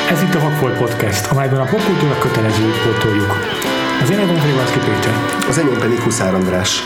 Ez itt a Vagfolt Podcast, amelyben a popkultúra kötelezőit pótoljuk. Az én nevem Frivalszki Péter. Az enyém pedig Huszár András.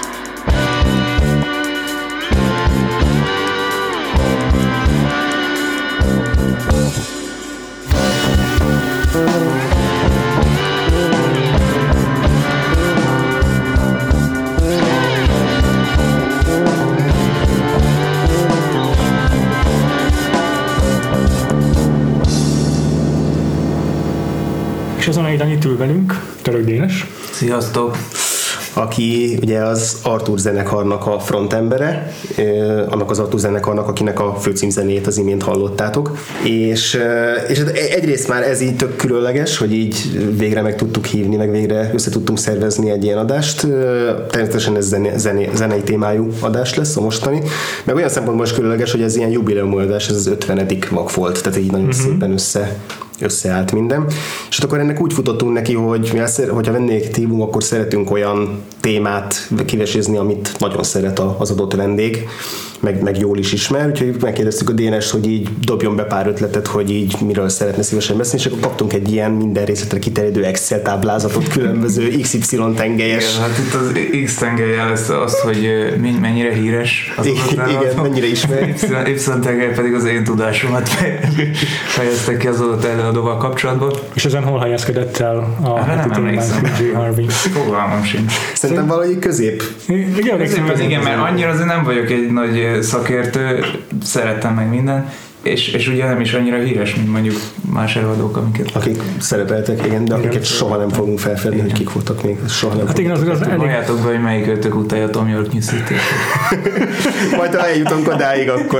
És azon a itt ül velünk Török Dénes. Sziasztok! Aki ugye az Arthur zenekarnak a frontembere, annak az Arthur zenekarnak, akinek a főcímzenét az imént hallottátok. És egyrészt már ez így tök különleges, hogy így végre meg tudtuk hívni, meg végre össze tudtunk szervezni egy ilyen adást. Természetesen ez zenei témájú adás lesz a mostani. Meg olyan szempontból is különleges, hogy ez ilyen jubileumodás, ez az 50. Vagfolt, tehát így nagyon szépen összeállt minden. És akkor ennek úgy futottunk neki, hogy hogyha vennék tívunk, akkor szeretünk olyan témát kivesézni, amit nagyon szeret az adott vendég, meg jól is ismer, úgyhogy megkérdeztük a Dénest, hogy így dobjon be pár ötletet, hogy így miről szeretne szívesen beszélni, és akkor kaptunk egy ilyen minden részletre kiterjedő Excel táblázatot, különböző XY tengelyes. Igen, hát itt az X tengelyel lesz az, hogy mennyire híres az igen, mennyire ismer. Y tengely pedig az én tudásomat fejezte ki az adott előadóval kapcsolatban. És ezen hol helyezkedett el a heti témán PJ Harvey? Fogalmam sincs. Szerintem valahogy közép. Igen, mert annyira azért nem vagyok egy nagy szakértő, szerettem meg minden, és ugye nem is annyira híres, mint mondjuk más előadók, akik szerepeltek, igen, de akiket soha nem fogunk felfedni, hogy kik voltak még. Soha nem Valljátok be, hogy melyik ötök utálja Tom York nyűszítést. Majd ha eljutunk odáig, akkor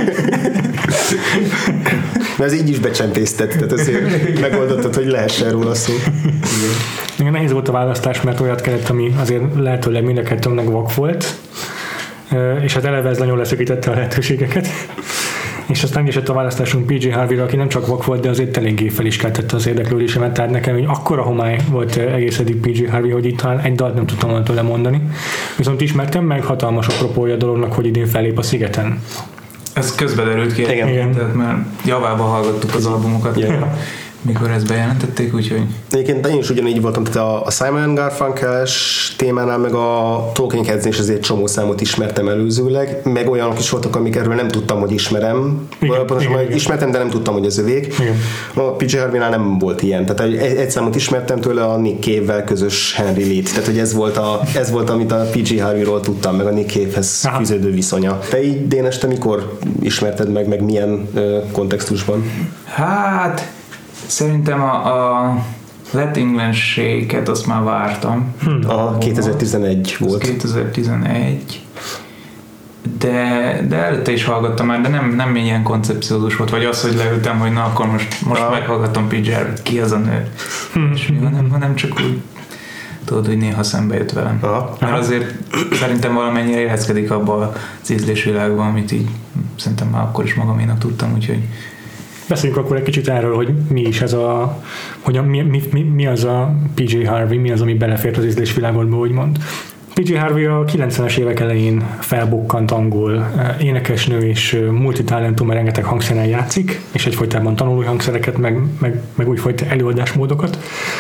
mert ez így is becsempésztett, tehát azért megoldottad, hogy lehessen róla szó. Igen, nehéz volt a választás, mert olyat kellett, ami azért lehetőleg mind a kettőnknek vak volt, és hát eleve ez nagyon leszökítette a lehetőségeket. És aztán esett a választásunk PJ Harvey-ra, aki nem csak vak volt, de azért eléggé fel is keltette az érdeklődésemet, tehát nekem így akkora homály volt egész eddig PJ Harvey, hogy itt talán egy dalt nem tudtam volna tőle mondani. Viszont ismertem meg, hatalmas apropója a dolognak, hogy idén fellép a Szigeten. Ez közbe derült ki, igen. Tehát már javába hallgattuk az albumokat, mikor ezt bejelentették, úgyhogy... Egyébként én is ugyanígy voltam, tehát a Simon & Garfunkel-es témánál, meg a Talking Heads-nél is azért csomó számot ismertem előzőleg, meg olyanok is voltak, amik erről nem tudtam, hogy ismerem. Igen. Ismertem, de nem tudtam, hogy az övék. Igen. A PJ Harvey-nál nem volt ilyen, tehát egy számot ismertem tőle, a Nick Cave-vel közös Henry Lee-t, tehát hogy ez volt, amit a PJ Harvey-ról tudtam, meg a Nick Cave-hez fűződő viszonya. Te így, Dénes, te mikor ismerted meg milyen kontextusban? Hát... Szerintem a Let England Shake-et azt már vártam. 2011 volt. 2011. De előtte is hallgattam már, de nem ilyen koncepciózus volt, vagy az, hogy leültem, hogy na akkor most meghallgatom PJ Harvey-t, ki az a nő. És mi hanem csak úgy tudod, hogy néha szembe jött velem. Mert azért szerintem valamennyire érhezkedik abba az ízlésvilágban, amit így szerintem már akkor is magaménak tudtam, úgyhogy beszéljünk akkor egy kicsit erről, hogy mi is ez mi az a PJ Harvey, mi az, ami belefért az ízlésvilágodba, úgymond. PJ Harvey a 90-es évek elején felbukkant angol énekesnő, és multitalentum, mert rengeteg hangszeren játszik, és egyfolytában tanuló hangszereket, meg úgyfajta előadásmódokat.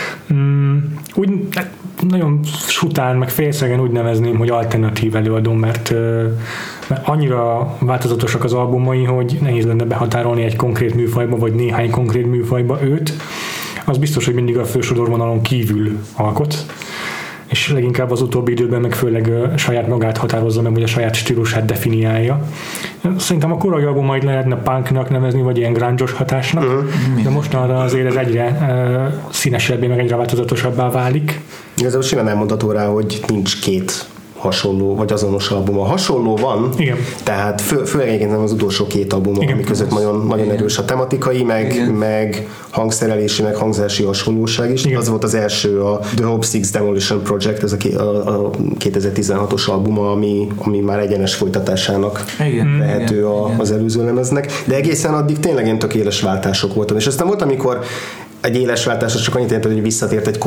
Úgy nagyon sután, meg félszegen úgy nevezném, hogy alternatív előadó, mert annyira változatosak az albumai, hogy nehéz lenne behatárolni egy konkrét műfajba, vagy néhány konkrét műfajba őt. Az biztos, hogy mindig a fősodorvonalon kívül alkot, és leginkább az utóbbi időben meg főleg saját magát határozza meg, vagy a saját stílusát definiálja. Szerintem a korai albumait lehetne punknak nevezni, vagy ilyen grunge-os hatásnak, de mostanra azért ez egyre színesebbé, meg egyre változatosabbá válik. Igazából simán elmondható rá, hogy nincs két hasonló, vagy azonos albuma. Hasonló van, igen. Tehát főleg egyébként az utolsó két album, ami között nagyon erős a tematikai, meg hangszerelési, meg hangzási hasonlóság is. Igen. Az volt az első, a The Hope Six Demolition Project, ez a 2016-os albuma, ami már egyenes folytatásának lehető az előző lemeznek. De egészen addig tényleg ilyen tök éles váltások voltak. És aztán volt, amikor egy éles váltás, az csak annyit jelent, hogy visszatért egy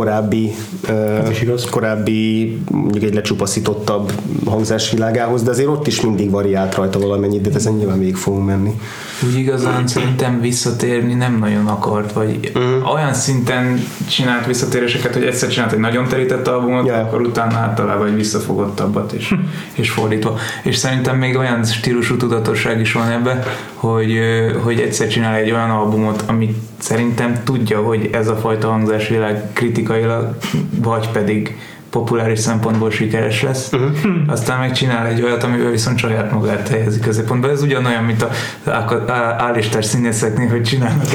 korábbi mondjuk egy lecsupaszítottabb hangzásvilágához, de azért ott is mindig variált rajta valamennyit, de ezen nyilván végig fogunk menni. úgy igazán szerintem visszatérni nem nagyon akart, vagy olyan szinten csinált visszatéréseket, hogy egyszer csinált egy nagyon terített albumot, akkor utána általában egy visszafogottabbat, és fordítva. És szerintem még olyan stílusú tudatosság is van ebbe, hogy egyszer csinál egy olyan albumot, amit szerintem tudja, hogy ez a fajta hangzásvilág kritikailag, vagy pedig populáris szempontból sikeres lesz. Aztán megcsinál egy olyat, amivel viszont saját magát helyezi középpontba. Ez ugyanolyan, mint a állistás színészeknél, hogy csinálnak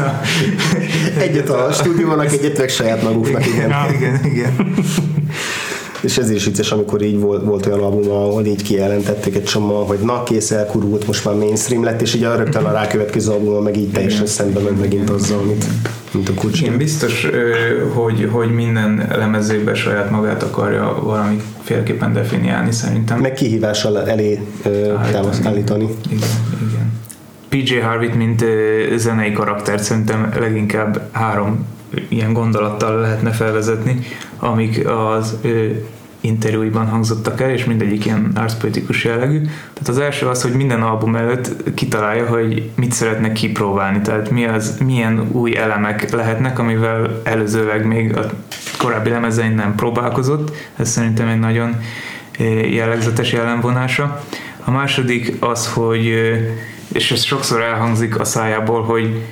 egyet a stúdiónak, egyet meg saját maguknak. Igen. És ez is vicces, amikor így volt olyan album, ahol így kijelentették egy csomó, hogy na, kész, elkurult, most már mainstream lett, és így rögtön a rákövetkező albumon meg így teljesen szembe ment megint azzal, mint a Kucsi. Én biztos, hogy minden lemezében saját magát akarja valamiféleképpen definiálni, szerintem. Meg kihívással elé állítani. Igen. PJ Harvey-t, mint zenei karaktert szerintem leginkább 3 ilyen gondolattal lehetne felvezetni, amik az interjúiban hangzottak el, és mindegyik ilyen arszpoetikus jellegű. Tehát az első az, hogy minden album előtt kitalálja, hogy mit szeretne kipróbálni, tehát milyen új elemek lehetnek, amivel előzőleg még a korábbi lemezein nem próbálkozott. Ez szerintem egy nagyon jellegzetes jellemvonása. A második az, hogy, és ez sokszor elhangzik a szájából, hogy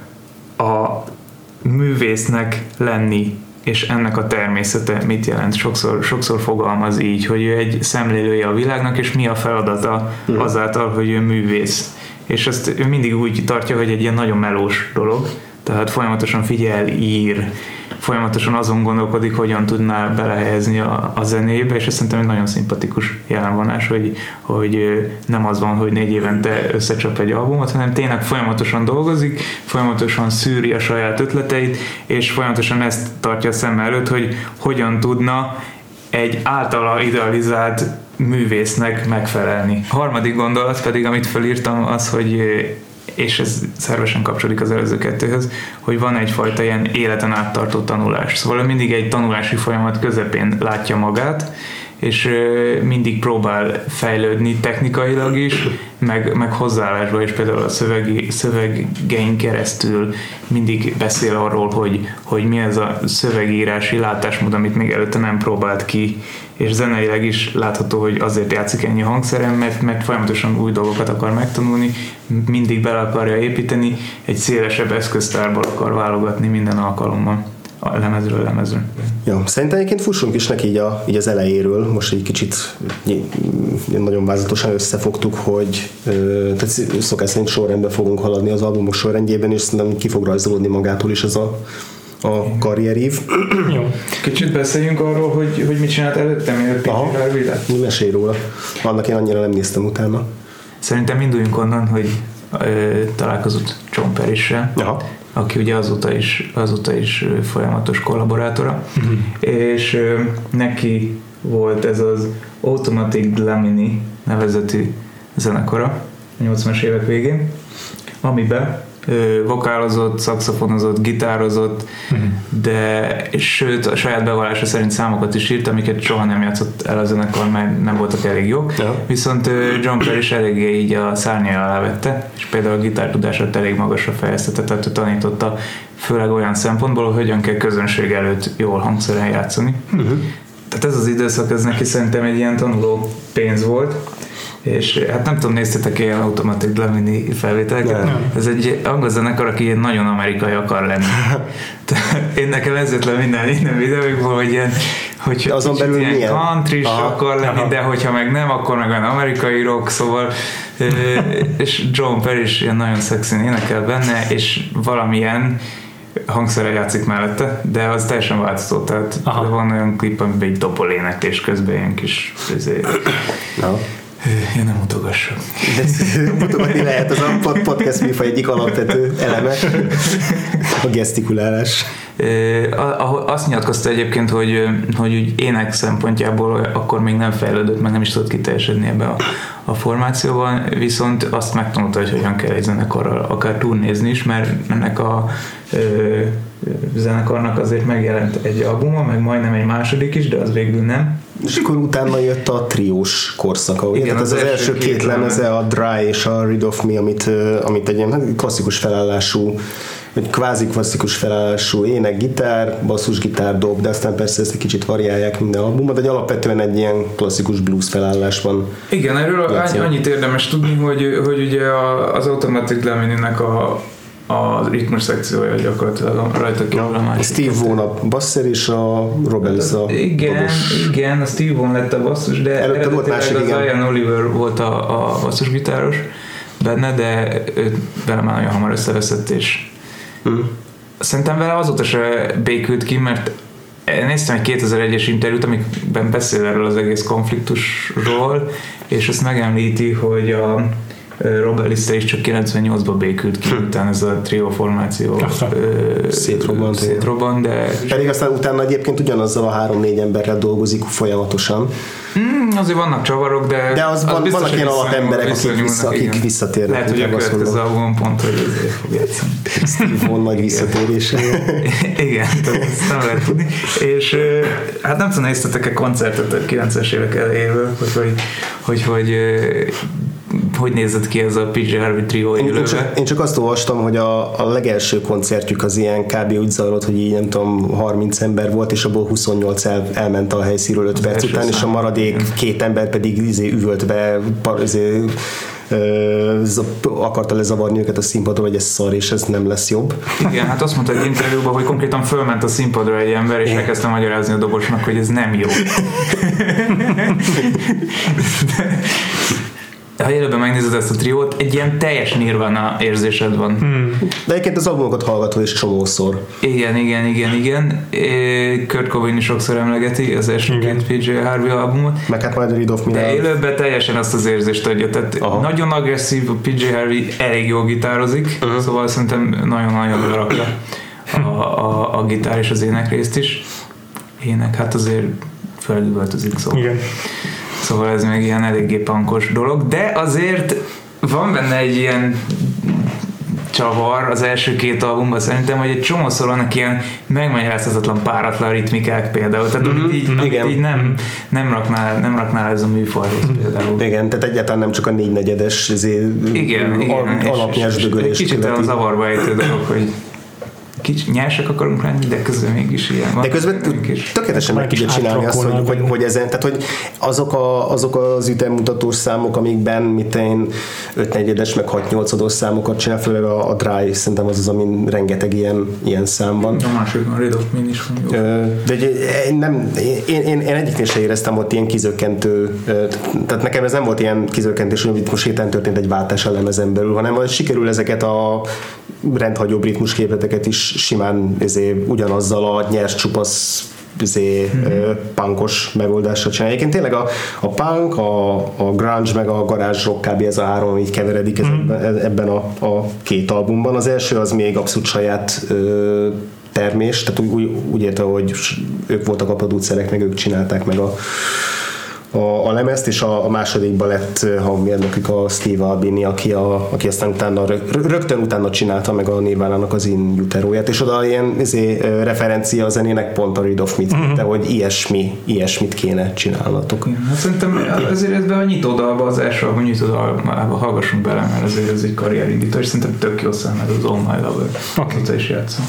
a művésznek lenni, és ennek a természete mit jelent. Sokszor fogalmaz így, hogy ő egy szemlélője a világnak, és mi a feladata azáltal, hogy ő művész. És ezt ő mindig úgy tartja, hogy egy ilyen nagyon melós dolog, tehát folyamatosan figyel, ír, folyamatosan azon gondolkodik, hogyan tudná belehelyezni a zenébe, és ez szerintem egy nagyon szimpatikus jellemvonás, hogy nem az van, hogy 4 évente összecsap egy albumot, hanem tényleg folyamatosan dolgozik, folyamatosan szűri a saját ötleteit, és folyamatosan ezt tartja szem előtt, hogy hogyan tudna egy általa idealizált művésznek megfelelni. A harmadik gondolat pedig, amit felírtam, az, hogy és ez szervesen kapcsolódik az előző kettőhöz, hogy van egyfajta ilyen életen áttartó tanulás. Szóval mindig egy tanulási folyamat közepén látja magát, és mindig próbál fejlődni technikailag is, meg hozzáállásban is, például a szövegein keresztül mindig beszél arról, hogy mi ez a szövegírási látásmód, amit még előtte nem próbált ki, és zeneileg is látható, hogy azért játszik ennyi hangszeren, mert folyamatosan új dolgokat akar megtanulni, mindig bele akarja építeni, egy szélesebb eszköztárból akar válogatni minden alkalommal. A lemezről lemezről. Ja, szerintem egyébként fussunk is neki így az elejéről, most egy kicsit nagyon vázlatosan összefogtuk, hogy tehát szokás szerint sorrendben fogunk haladni az albumok sorrendjében, és szerintem ki fog rajzolódni magától is ez a karrierív. Jó. Kicsit beszéljünk arról, hogy mit csinált előtte, mielőtt PJ Harvey lett. Mesélj róla. Annak én annyira nem néztem utána. Szerintem induljunk onnan, hogy találkozott John Parrish-sel, aki ugye azóta is folyamatos kollaborátora, és neki volt ez az Automatic Dlamini nevezetű zenekara a 80-as évek végén, amiben vokálozott, szaxofonozott, gitározott, de sőt a saját bevallása szerint számokat is írt, amiket soha nem játszott el a zenekar, mert nem voltak elég jók. Viszont John Parrish eléggé így a szárnyai alá vette, és például a gitártudását elég magasra fejlesztette, tehát ő tanította főleg olyan szempontból, hogy hogyan kell közönség előtt jól hangszeren játszani. Tehát ez az időszak, ez neki szerintem egy ilyen tanuló pénz volt, és hát nem tudom, néztetek ilyen Automatic Dlamini felvételeket? Ez egy angol zenekar, aki ilyen nagyon amerikai akar lenni. Én nekem ez jött le minden videókból, hogy ilyen, hogy azon belül ilyen country akar lenni, de hogyha meg nem, akkor meg olyan amerikai rock, szóval és John Parrish ilyen nagyon szexin énekel benne, és valamilyen hangszerrel játszik mellette, de az teljesen változó, tehát van olyan klip, amiben egy dobol éneklés közben ilyen kis én nem mutogassak. Mutogatni lehet, az a podcast műfaj egyik alapvető eleme, a gesztikulálás. Azt nyilatkozta egyébként, hogy úgy ének szempontjából akkor még nem fejlődött, meg nem is tudott kiteljesedni ebbe a formációban, viszont azt megtanulta, hogy hogyan kell egy zenekarral akár turnézni is, mert ennek a zenekarnak azért megjelent egy albuma, meg majdnem egy második is, de az végül nem. És akkor utána jött a triós korszaka. Igen, tehát az első két lemeze, a Dry és a Rid of Me, amit egy ilyen klasszikus felállású, vagy kvázi klasszikus felállású ének, gitár, basszusgitár, dob, de aztán persze ezt egy kicsit variálják minden albumban, de alapvetően egy ilyen klasszikus blues felállás van. Igen, erről annyit érdemes tudni, hogy ugye az Automatic Lemony-nek a ritmus szekciója gyakorlatilag rajta kívül. Steve Vaughan a basszer és a Rob Ellis a Igen, a Steve Vaughan lett a basszus, de eredetileg az Ian Oliver volt a basszusgitáros benne, de vele már nagyon hamar összeveszett, és szerintem vele azóta se békült ki, mert néztem egy 2001-es interjút, amikben beszél erről az egész konfliktusról, és azt megemlíti, hogy a Rob Ellis is csak 98-ban békült ki, utána ez a trio formáció szétrobbant, de... Pedig aztán utána egyébként ugyanazzal a 3-4 emberrel dolgozik folyamatosan. Azért vannak csavarok, de az vannak ilyen alapemberek, akik visszatérnek. Lehet, hogy a következő albumon pont, hogy ezért fog játszani. Steve Vaughan nagy visszatérése. Igen, ezt nem lehet tudni. És hát nem tudom, néztetek-e koncertet a 90-es évek elejéről, hogy nézett ki ez a PJ Harvey trio élőbe? Én csak azt olvastam, hogy a legelső koncertjük az ilyen kb. Úgy zajlott, hogy így nem tudom, 30 ember volt, és abból 28 elment a helyszínről 5 perc után, és a maradék 2 ember pedig üvölt be, akarta lezavarni őket a színpadról, hogy ez szar, és ez nem lesz jobb. Igen, hát azt mondta egy interjúban, hogy konkrétan fölment a színpadra egy ember, és elkezdte magyarázni a dobosnak, hogy ez nem jó. Ha élőben megnézed ezt a triót, egy ilyen teljes Nirvana érzésed van. De egyébként az albumokat hallgatod is csomószor. Igen. Kurt Cobain is sokszor emlegeti az első két PJ Harvey albumot. Meg hát majd a Rid of Me. De élőben teljesen azt az érzést adja. Tehát nagyon agresszív, a PJ Harvey elég jól gitározik, szóval szerintem nagyon-nagyon rakja a gitár és az énekrészt is. Hát azért felüvöltözik, szóval. Igen. Szóval ez még ilyen eléggé pankos dolog, de azért van benne egy ilyen csavar az első két albumban szerintem, hogy egy csomószor vannak ilyen megmagyarázhatatlan páratlan ritmikák például, tehát így nem raknál ez a műfajhoz például. Igen, tehát egyáltalán nem csak a 4/4-es alapnyers dögölés. Kicsit olyan zavarba ejtő dolog, hogy nyersek akarunk lenni, de közben mégis ilyen van. De közben tökéletesen meg tudja csinálni azt, hogy ezen, tehát hogy azok az ütemmutatós számok, amikben mit én 5/4-es meg 6/8-os számokat csinál, főleg a Dry, szerintem az, amin rengeteg ilyen szám van. A másikban a Rid of Me is van jó. De én egyiknél se éreztem ott ilyen kizökkentő, tehát nekem ez nem volt ilyen kizökkentés, hogy most héten történt egy váltás a lemezen belül, hanem hogy sikerül ezeket a rendhagyóbb ritmusképleteket is simán ugyanazzal a nyers csupasz punkos megoldásra csinálja. Egyébként tényleg a punk, a grunge meg a garage rock kb. Ez a három így keveredik ebben a két albumban. Az első az még abszolút saját termés, tehát úgy érte, hogy ők voltak a producerek, meg ők csinálták meg a lemezt, és a másodikban lett hangmérnökük a Steve Albini, aki aztán rögtön utána csinálta meg a Nirvánának az In Utero-ját, és oda ilyen referencia a zenének pont a Rid of Me-t, de hogy ilyesmit kéne csinálnatok. Ja, hát szerintem azért ebben a nyitódalba, az első album nyitódalba hallgassunk bele, mert azért ez egy karrierindító, és szerintem tök jó szám, ez az All My Lover. Azóta is játszom.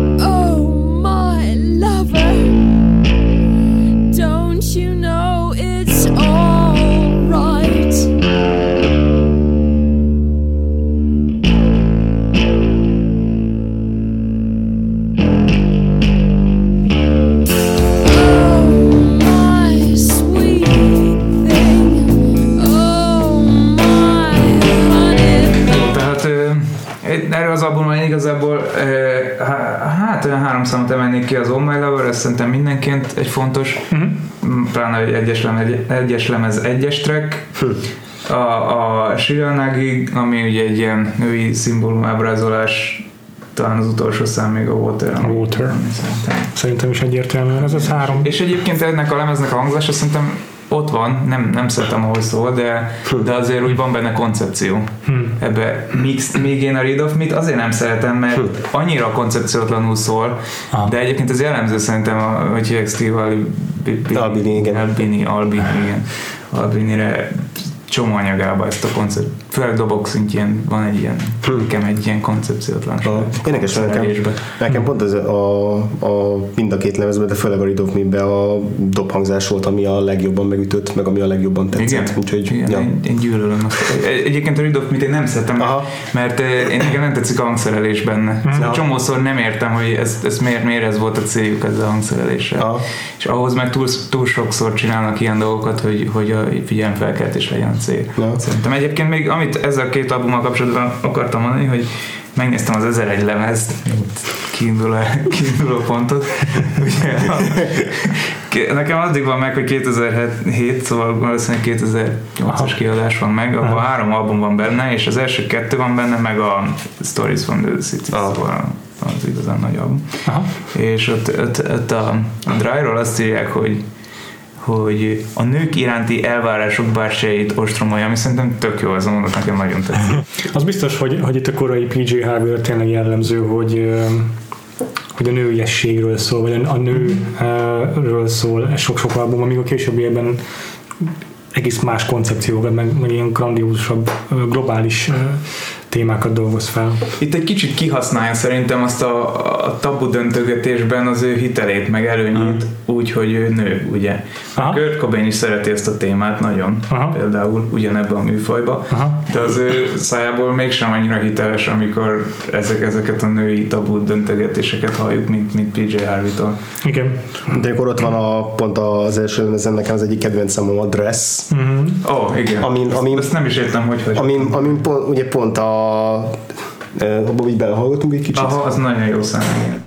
You know it. Hát olyan 3 számot emelnék ki, az All My Lover, ez szerintem mindenként egy fontos, pláne egy egyes lemez, egyes track. A Shiranagi, ami ugye egy ilyen női szimbólum ábrázolás, talán az utolsó szám még a Water. Szerintem is egyértelműen ez az 3. És egyébként ennek a lemeznek a hangzása szerintem ott van, nem szeretem, ahogy szól, de azért úgy van benne koncepció. Ebbe még én a Read of Me-t azért nem szeretem, mert annyira koncepciótlanul szól, de egyébként ez jellemző szerintem, hogy hívják Steve Albinire csomó anyagába ezt a koncept, főleg dobok szintjén van egy ilyen, nekem egy ilyen koncepciótlanság. Érdekes, nekem pont ez mind a két lemezben, de főleg a Read of Me-ben a dobhangzás volt, ami a legjobban megütött, meg ami a legjobban tetszett. Igen, úgyhogy, igen, én gyűlölöm azt. Egyébként a Read of Me-t én nem szeretem, mert én nem tetszik a hangszerelés benne. Szóval csomószor nem értem, hogy ez miért ez volt a céljuk ezzel a hangszereléssel. És ahhoz meg túl sokszor csinálnak ilyen dolgokat, hogy a figyelemfelkeltés legyen cél. Szerintem egyébként még amit ezzel a két albummal kapcsolatban akartam mondani, hogy megnéztem az 1001 lemezt, kiinduló pontot. Ugye, nekem addig van meg, hogy 2007, szóval valószínűleg 2008-as kiadás van meg, abban 3 album van benne, és az első 2 van benne, meg a Stories from the City, szóval az igazán nagy album. És ott a Dry-ról azt írják, hogy a nők iránti elvárások bástyáit ostromolja, ami szerintem tök jó, az a mondat nekem nagyon tetszik. Az biztos, hogy itt a korai PJ Harvey tényleg jellemző, hogy a nőiességről szól, vagy a nőről szól sok-sok album, amíg a későbbiekben egész más koncepciókat, meg ilyen grandiózusabb, globális témákat dolgoz fel. Itt egy kicsit kihasználja szerintem azt a tabu döntögetésben az ő hitelét, meg előnyét, úgy, hogy ő nő, ugye. Kurt Cobain is szereti ezt a témát nagyon, például ugyanebben a műfajban, de az ő szájából mégsem annyira hiteles, amikor ezeket a női tabu döntögetéseket halljuk, mint PJ Harvey-tól. Igen. De akkor ott van pont az első lemezen nekem az egyik kedvenc számom, a Dress. Igen. Ezt nem is értem, hogy amin ugye pont abban így belehallgatunk egy kicsit. Az nagyon jó szám, igen.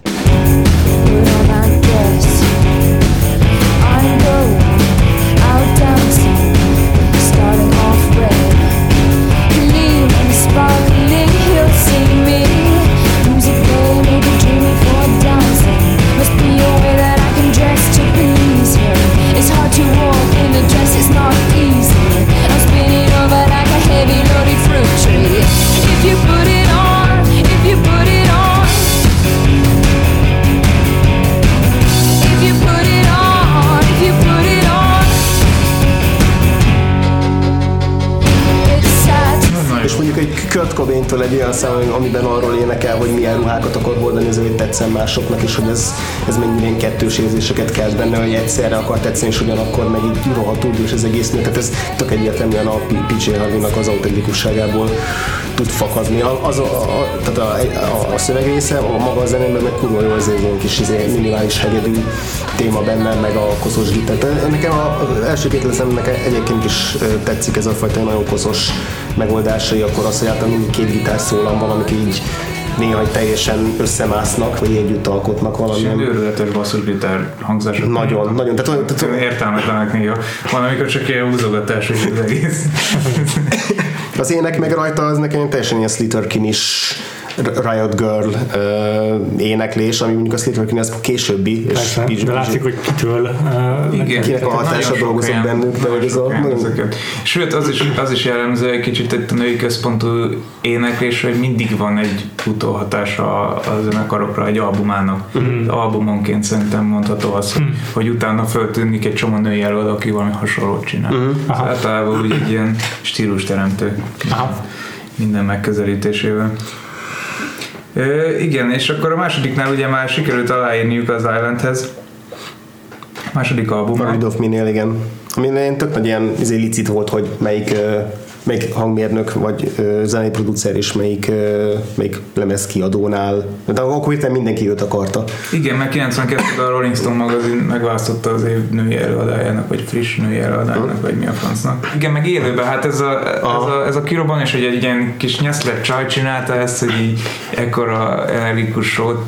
If you put it on, if you put it on, if you put it on, if you put it on, it's sad. És mondjuk egy Kurt Cobain-től egy olyan szám, amiben arról énekel, hogy milyen ruhákat akar hordani, az hogy tetszen másoknak, és hogy ez mennyire ilyen kettős érzéseket kelt benne, hogy egyszerre akar tetszeni, és ugyanakkor meg így rohadt és az egész nő. Tehát ez tök egyértelműen a PJ Harvey-nak az autentikusságából tud fakadni. Tehát a szövegrésze, a maga a zenében meg kurva jó az egy kis minimális hegedű téma benne, meg a koszos gitár. Nekem az első két lemeznek egyébként is tetszik ez a fajta nagyon koszos megoldásai, akkor az, hogy általában mindig két gitár szólam van, amik így néha teljesen összemásznak, vagy együtt alkotnak valamilyen. És őrületes basszusgitár hangzások. Nagyon. Tehát értelmetlenek néha. Van, amikor csak ilyen húzogatás, hogy az egész. Az ének meg rajta az nekem teljesen ilyen Sleater-Kin-is Riot Girl éneklés, ami mondjuk a Sleater-Kin az későbbi. Persze, és de látszik, hogy kitől kinek a hatása dolgozok bennük, de hogy ez a... Sőt, az is jellemző egy kicsit egy női központú éneklés, hogy mindig van egy utóhatása a zenekarokra egy albumának. Albumonként szerintem mondható az, hogy utána föltűnik egy csomó női előadó, aki valami hasonlót csinál. Általában úgy egy ilyen stílusteremtő minden megközelítésével. Igen, és akkor a másodiknál ugye már sikerült aláírniuk az Islandhez. Második album. A Read of Me-nél, igen. Ami tök nagy ilyen licit volt, hogy melyik hangmérnök vagy zenei producer és melyik lemezkiadónál. De akkor itt mindenki őt akarta. Igen, meg 92-ben a Rolling Stone magazin megválasztotta az év női előadájának, vagy friss női előadájának, vagy mi a francnak. Igen, meg élőben, hát ez a kirobbanás, hogy egy ilyen kis nyeszlet csaj csinálta ezt, hogy így ekkora energikus show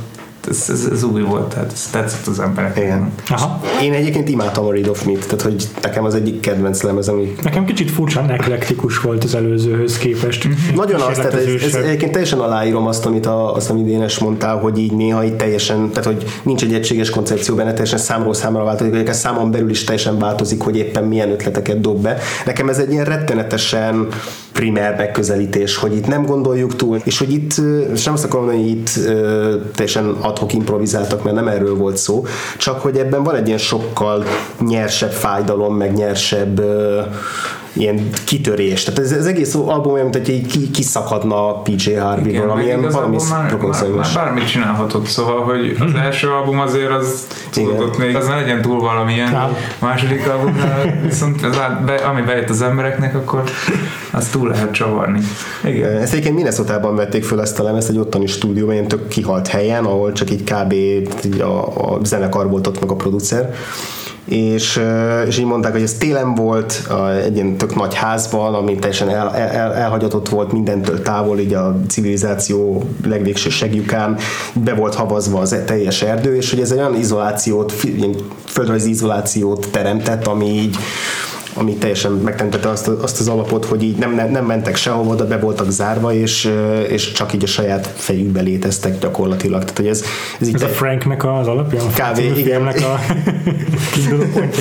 ez új volt, tehát ez tetszett az emberek. Igen. Aha. Én egyébként imádtam a Read of Me-t, tehát hogy nekem az egyik kedvenc lemez, ami... Nekem kicsit furcsán eklektikus volt az előzőhöz képest. Nagyon azt, tehát ez egyébként teljesen aláírom azt, amit Dénes mondtál, hogy így néha így teljesen, tehát hogy nincs egy egységes koncepció benne, teljesen számról számra változik, hogy ez számon belül is teljesen változik, hogy éppen milyen ötleteket dob be. Nekem ez egy ilyen rettenetesen primer megközelítés, hogy itt nem gondoljuk túl, és hogy itt, sem azt akarom mondani, hogy itt teljesen adhok improvizáltak, mert nem erről volt szó, csak hogy ebben van egy ilyen sokkal nyersebb fájdalom, meg nyersebb ilyen kitörés. Tehát ez az egész album olyan, mint hogy így kiszakadna PJ Harvey-ról, ami ilyen valami rokonszörnyűs. Már bármit csinálhatott, szóval, hogy az első album azért az tudott még, az ne legyen túl valamilyen. A második albumnál viszont ami bejött az embereknek, akkor azt túl lehet csavarni. Igen. Ezt egyébként Minnesotában vették föl ezt a lemezt, egy ottani stúdióban, ilyen tök kihalt helyen, ahol csak így kb. A zenekar volt ott meg a producer. És így mondták, hogy ez télen volt, egy ilyen tök nagy házban, ami teljesen elhagyatott volt, mindentől távol, így a civilizáció legvégső segjukán, be volt havazva az teljes erdő, és hogy ez egy olyan izolációt, földrajzi izolációt teremtett, ami teljesen megteremtette azt az alapot, hogy így nem mentek sehova, de be voltak zárva, és csak így a saját fejükbe léteztek gyakorlatilag. Tehát, hogy ez a Franknek az alapja? Kávé, igen. A kiinduló pontja.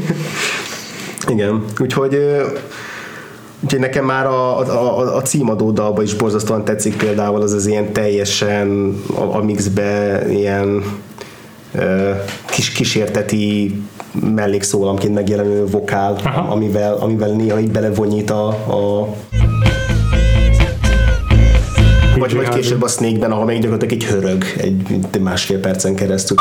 Igen, úgyhogy nekem már a címadó dalba is borzasztóan tetszik például az ilyen teljesen a mixbe ilyen kísérteti mellékszólamként megjelenő vokál, amivel néha így belevonyít vagy később a Snake-ben, ahol még gyakorlatilag egy hörög egy másfél percen keresztül.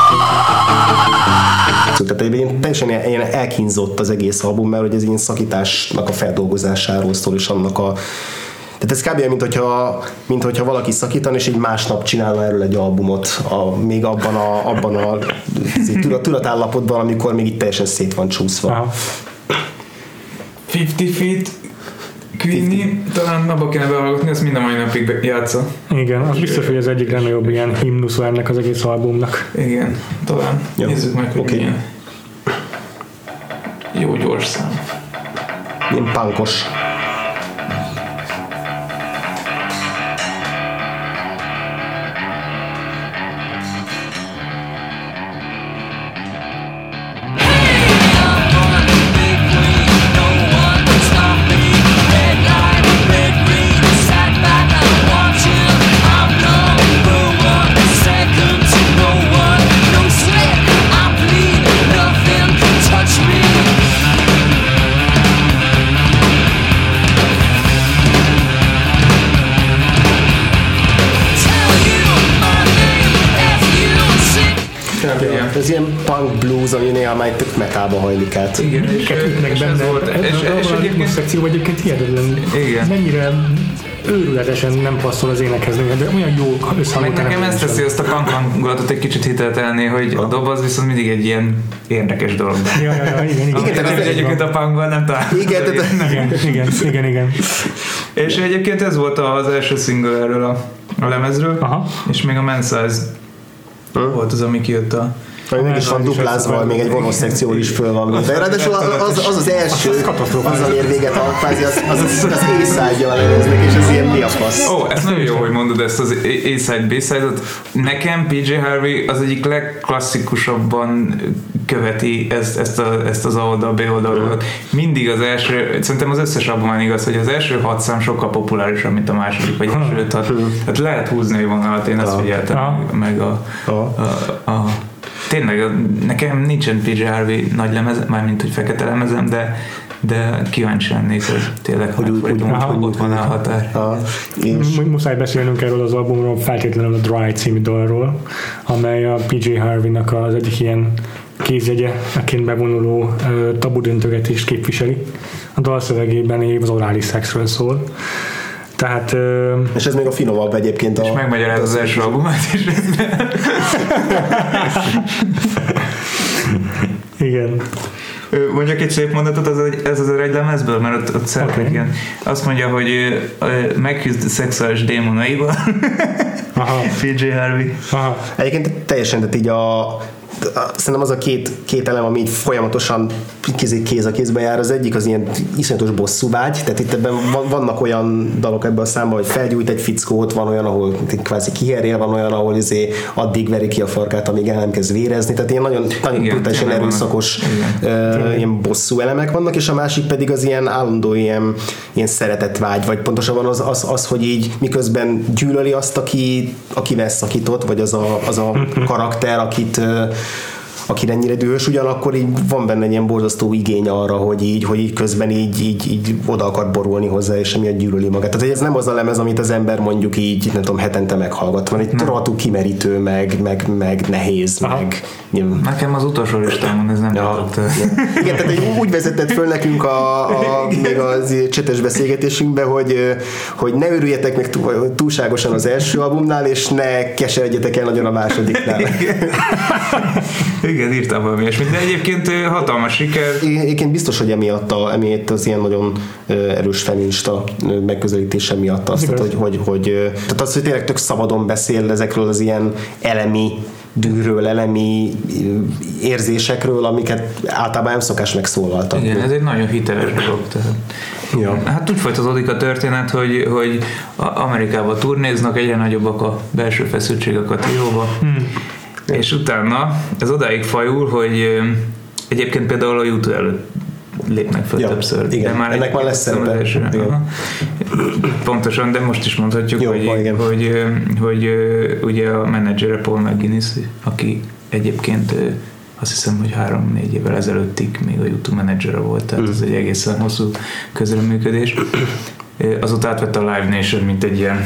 Tehát egyébként teljesen ilyen elkínzott az egész album, mert hogy ez ilyen szakításnak a feldolgozásáról szól, és annak a... Tehát ez kb. mint hogyha valaki szakítan, és így másnap csinálna erről egy albumot, még abban a tudatállapotban, amikor még itt teljesen szét van csúszva. 50 Feet Queenie, talán abba kéne behallgatni, ezt minden mai napig játsza. Igen, az biztos, hogy az egyik legnagyobb ilyen himnusz ennek az egész albumnak. Igen, talán. Jó. Nézzük meg, hogy milyen. Jó gyors szám. Ilyen punkos. Ez ilyen punk blues, ami néha már tök metába hajlik át. Igen, miket ütnek benne. És a ritmus szekció egyébként hihetetlen. Mennyire őrületesen nem passzol az énekhez, de olyan jó összhangot. Nekem ezt teszi azt a punk hangulatot egy kicsit hiteltelni, hogy a dob az viszont mindig egy ilyen érdekes dolog. Igen. Egyébként a punkban nem találkozom. Igen. És egyébként ez volt az első single erről a lemezről, és még a Man Size volt az, ami kijött a... Meg is van duplázva, még egy vonós szekció is föl van. De ráadásul az első, az a véget a kvázi az A-side-jal előznek, és ez ilyen mi a fasz. Ó, ez nagyon jó, hogy mondod ezt az A-side, B-side-ot. Nekem PJ Harvey az egyik legklasszikusabban követi ezt az A-oldal, B-oldal. Mindig az első, szerintem az összes albumán igaz, hogy az első 6 szám sokkal populárisabb, mint a második, vagy első 5. Hát lehet húzni a vonalat, én azt figyeltem meg tényleg, nekem nincsen PJ Harvey nagy lemez, mármint, hogy fekete lemezem, de kíváncsi lennék, hogy tényleg hogy ott van a határ. Muszáj beszélnünk erről az albumról, feltétlenül a Dry című dalról, amely a PJ Harvey-nak az egyik ilyen kézjegyeként bevonuló tabudöntögetést képviseli. A dal szövegében az orális szexről szól. Tehát, és ez még a finomabb egyébként. És megmagyaráz az első albumát is. Igen. Mondjak egy szép mondatot, ez az egy lemezből, mert ott szerepel ilyen. Azt mondja, hogy megküzd szexuális démonaival, PJ Harvey. Aha. Egyébként teljesen, tehát így szerintem az a két elem, ami így folyamatosan kéz a kézbe jár, az egyik az ilyen iszonyatos bosszúvágy, tehát itt ebben vannak olyan dalok ebben a számban, hogy felgyújt egy fickót, van olyan, ahol kvázi kiherél, van olyan, ahol addig veri ki a farkát, amíg el nem kezd vérezni, tehát ilyen nagyon brutálisan erőszakos ilyen bosszú elemek vannak, és a másik pedig az ilyen állandó ilyen szeretetvágy, vagy pontosabban az, hogy így miközben gyűlöli azt, akivel szakított, vagy az a karakter, akire ennyire dühös, ugyanakkor így van benne egy ilyen borzasztó igény arra, hogy így közben így oda akar borulni hozzá, és emiatt gyűlöli magát. Tehát ez nem az a lemez, amit az ember mondjuk így, nem tudom, hetente meghallgat. Van egy rohadtul kimerítő, meg nehéz, meg... Nekem az utolsó listámon ez nem jutott. Igen, tehát úgy vezetett föl nekünk még az csetes beszélgetésünkbe, hogy ne örüljetek meg túlságosan az első albumnál, és ne keseredjetek el nagyon a másodiknál. Igen, írtam valami ilyesmit, de egyébként hatalmas siker. Egyébként biztos, hogy emiatt az ilyen nagyon erős feminista megközelítése miatt azt, tehát az, hogy tényleg tök szabadon beszél ezekről az ilyen elemi dűről, elemi érzésekről, amiket általában nem szokás megszólaltatni. Igen, ez egy nagyon hiteles dolog. Ja. Hát úgy folytatódik a történet, hogy Amerikában turnéznak, egyre nagyobbak a belső feszültségek a trióba, és utána ez odáig fajul, hogy egyébként például a YouTube előtt lépnek föl többször. Igen, de már ennek már lesz szerepe. Pontosan, de most is mondhatjuk, hogy ugye a menedzsere Paul McGuinness, aki egyébként azt hiszem, hogy 3-4 évvel ezelőttig még a YouTube menedzsere volt, tehát ez egy egészen hosszú közreműködés. Azóta átvette a Live Nation, mint egy ilyen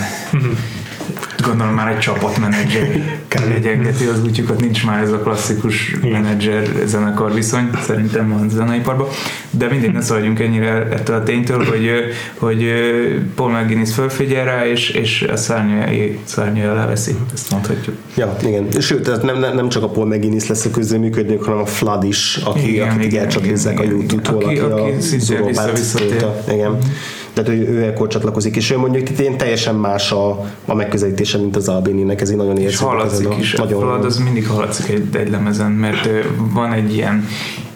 gondolom már egy csapatmenedzser egyengeti az útjukat, nincs már ez a klasszikus menedzser-zenekar viszony, szerintem van zeneiparban, de mindig ne szaladjunk ennyire ettől a ténytől, hogy Paul McGuinness fölfigyel rá, és a szárnyai leveszi, ezt mondhatjuk. Ja, igen. Sőt, nem csak a Paul McGuinness lesz a közreműködőnk, hanem a Flood is, akit elcsatlakozzák a YouTube-tól, aki a Zorobát tolta. Igen. Tehát ő ekkor csatlakozik, és ő mondjuk itt teljesen más a megközelítése, mint az Albéninek, ez így nagyon érződik. És hallatszik is, a Flood az mindig hallatszik egy lemezen, mert van egy ilyen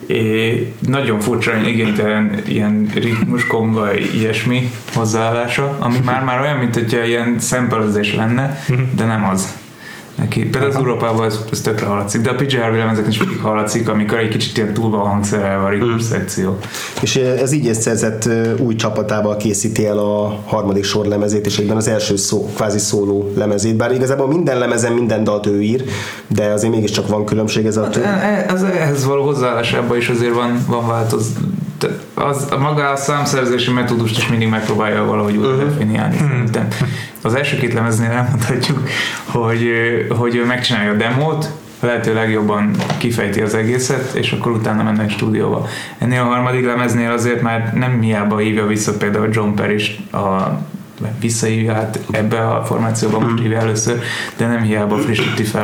nagyon furcsa, igénytelen ilyen ritmus, komba, ilyesmi hozzáállása, ami már olyan, mint hogyha ilyen szempelezés lenne, de nem az. Neki. Például az Európában ez tökre hallatszik, de a PJ Harvey lemezeken is mindig hallatszik, amikor egy kicsit ilyen túl van hangszerelve a ritmus szekció. És ez így szerzett új csapatával készíti el a harmadik sor lemezét, és egyben az első kvázi szóló lemezét, bár igazából minden lemezen minden dalt ő ír, de azért mégiscsak van különbség ez a ehhez való hozzáállásában is azért van változás. Maga a számszerzési metódust is mindig megpróbálja valahogy úgy definiálni szerintem. Az első két lemeznél elmondhatjuk, hogy ő megcsinálja a demót, lehető legjobban kifejti az egészet, és akkor utána mennek stúdióba. Ennél a harmadik lemeznél azért már nem hiába hívja vissza például John Parrish visszahívja, hát ebbe a formációban most hívja először, de nem hiába frissíti fel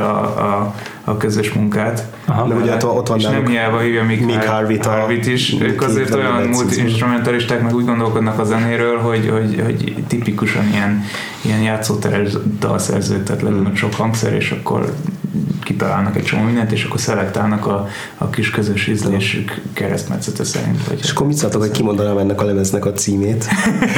a közös munkát. Aha, de ugye ott van és nem hiába hívja Mick Harvey-t is. Ők azért olyan multi-instrumentalisták, meg úgy gondolkodnak a zenéről, hogy tipikusan ilyen játszóteres dalszerző, tehát legalább sok hangszer, és akkor kitalálnak egy csomó mindent, és akkor szelektálnak a kis közös ízlésük keresztmetszete szerint. És akkor mit szóltok, hogy kimondanám ennek a lemeznek a címét?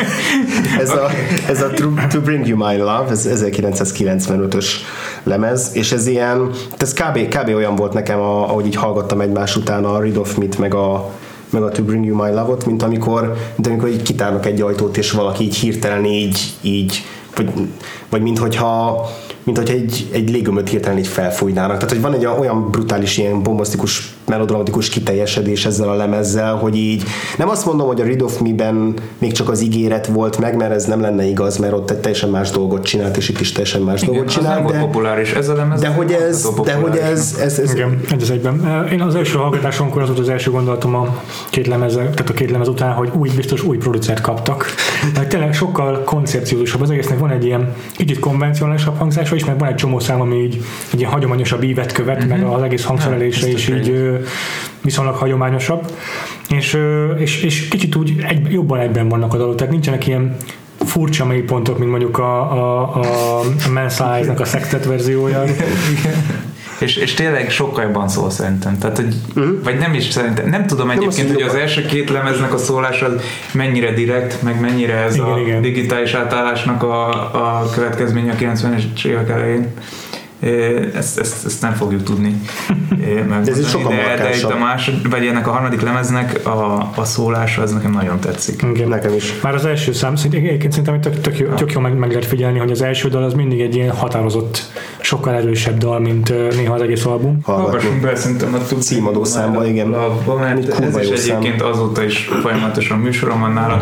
ez a To Bring You My Love, ez 1995-ös lemez, és ez ilyen, ez kb. Olyan volt nekem, ahogy így hallgattam egymás után a Rid of Me-t, meg a To Bring You My Love-ot, mint amikor így kitárnak egy ajtót, és valaki így hirtelen így vagy minthogyha egy légömöt hirtelen így felfújnának. Tehát, hogy van egy olyan brutális, ilyen bombasztikus, melodramatikus kiteljesedés ezzel a lemezzel, hogy így nem azt mondom, hogy a Rid of Me-ben még csak az ígéret volt meg, mert ez nem lenne igaz, mert ott egy teljesen más dolgot csinált, és itt is teljesen más dolgot csinált. Nem volt populáris ez a lemez. De hogy ez igen, egy egyben. Én az első hallgatásonkor az volt az első gondolatom a két lemez után, hogy biztos új producert kaptak. Tehát tényleg sokkal koncepciózusabb. Az egésznek van egy ilyen kicsit konvencionálisabb hangzása is, meg van egy csomó szám, ami így egy ilyen hagyományosabb ívet követ, meg az egész hangszerelése is így viszonylag hagyományosabb. És kicsit úgy jobban egyben vannak a dalok, tehát nincsenek ilyen furcsa mélypontok, mint mondjuk a Men's Eyes-nak a Sextet verziója. És tényleg sokkal jobban szól szerintem. Tehát, hogy, vagy nem is szerintem. Nem tudom egyébként, hogy az első két lemeznek a szólása az mennyire direkt, meg mennyire ez igen. Digitális átállásnak a következménye a 90-es évek elején. Ezt nem fogjuk tudni. De ez is sokkal markánsabb. Vagy ennek a harmadik lemeznek a szólása, az nekem nagyon tetszik. Igen. Nekem is. Már az első szám, egyébként szerintem tök jó meg lehet figyelni, hogy az első dal az mindig egy ilyen határozott, sokkal erősebb dal, mint néha az egész album. Hallgassunk be szerintem a címadó számba, igen. Mert ez is egyébként azóta is folyamatosan műsorom van nála.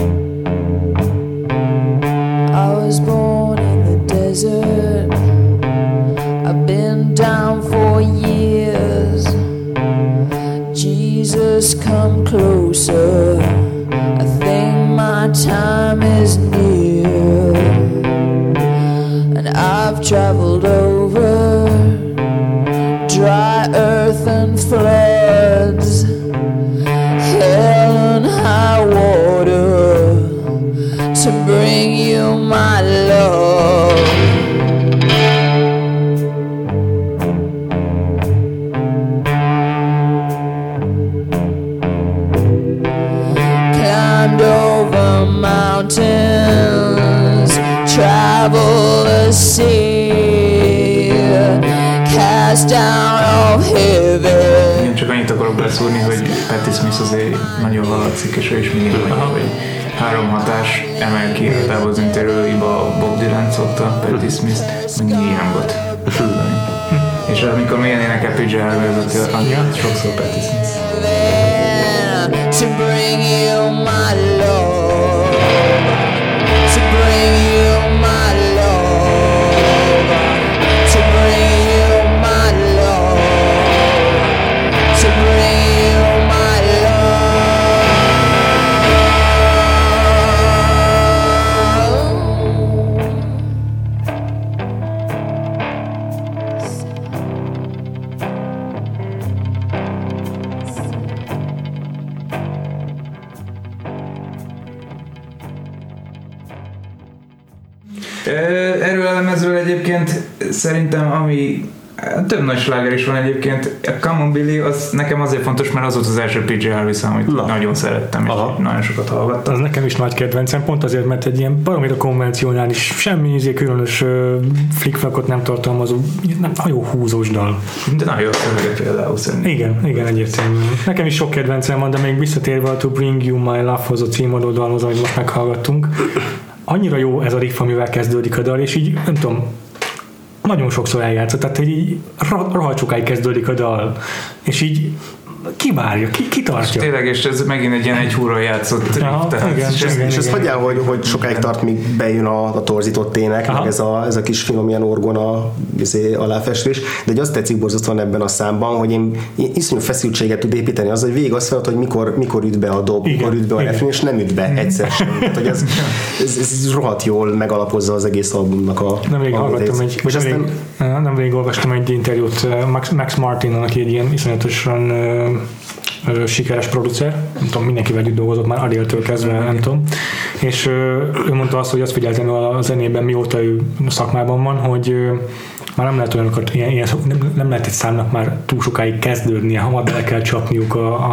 I was born in the desert. I've been down for years. Jesus, come closer. I think my time is near. And I've traveled over dry earth and floods, hell and high water, to bring you my love. Climbed over mountains, traveled the sea, cast down of heaven. Én csak annyit akarok beszúrni, hogy Patti Smith azért nagyon valatszik, és ő is mindig mondja, hogy 3 hatás emel ki igazából az interjúiba Bob Dylan szokta Patti Smith, meg Neil Youngot. És amikor milyen énekel PJ Harvey, az sokszor Patti Smith. To bring you my love, to bring you my love, to bring you my love, to bring you my Erről a lemezről egyébként szerintem, ami több nagy sláger is van egyébként. A Come On Billy, az nekem azért fontos, mert az volt az első PJ Harvey szám, amit nagyon szerettem, és nagyon sokat hallgattam. Az nekem is nagy kedvencem, pont azért, mert egy ilyen baromira konvencionális, semmi különös flickflakot nem tartalmazó, nagyon húzós dal. De nagyon jó szövege például szerintem. Igen, egyértelműen. Nekem is sok kedvencem van, de még visszatérve a To Bring You My Love-hoz, a címadó dalhoz, amit most meghallgattunk. Annyira jó ez a riff, amivel kezdődik a dal, és így, nem tudom, nagyon sokszor eljátszott, tehát így rohadt sokáig kezdődik a dal, és így kivárja, ki tartja. És tényleg, és ez megint egy ilyen egy húra játszott. És ez hagyjál, hogy sokáig tart, míg bejön a torzított ének, meg ez a kis finom ilyen orgona aláfestés, de egy azt tetszik borzasztóan ebben a számban, hogy én iszonyú feszültséget tud építeni az, hogy végig azt felad, hogy mikor üt be a dob, mikor üt be a refrén, és nem üt be egyszer sem. Tehát, hogy ez rohadt jól megalapozza az egész albumnak a Nemrég olvastam egy interjút Max Martinnal, aki egy ilyen iszonyatosan sikeres producer, nem tudom, mindenkivel együtt dolgozott már Adele-től kezdve, nem tudom, és ő mondta azt, hogy azt figyeltem a zenében, mióta ő szakmában van, hogy már nem lehet olyanokat, nem lehet egy számnak már túl sokáig kezdődnie, hamar bele kell csapniuk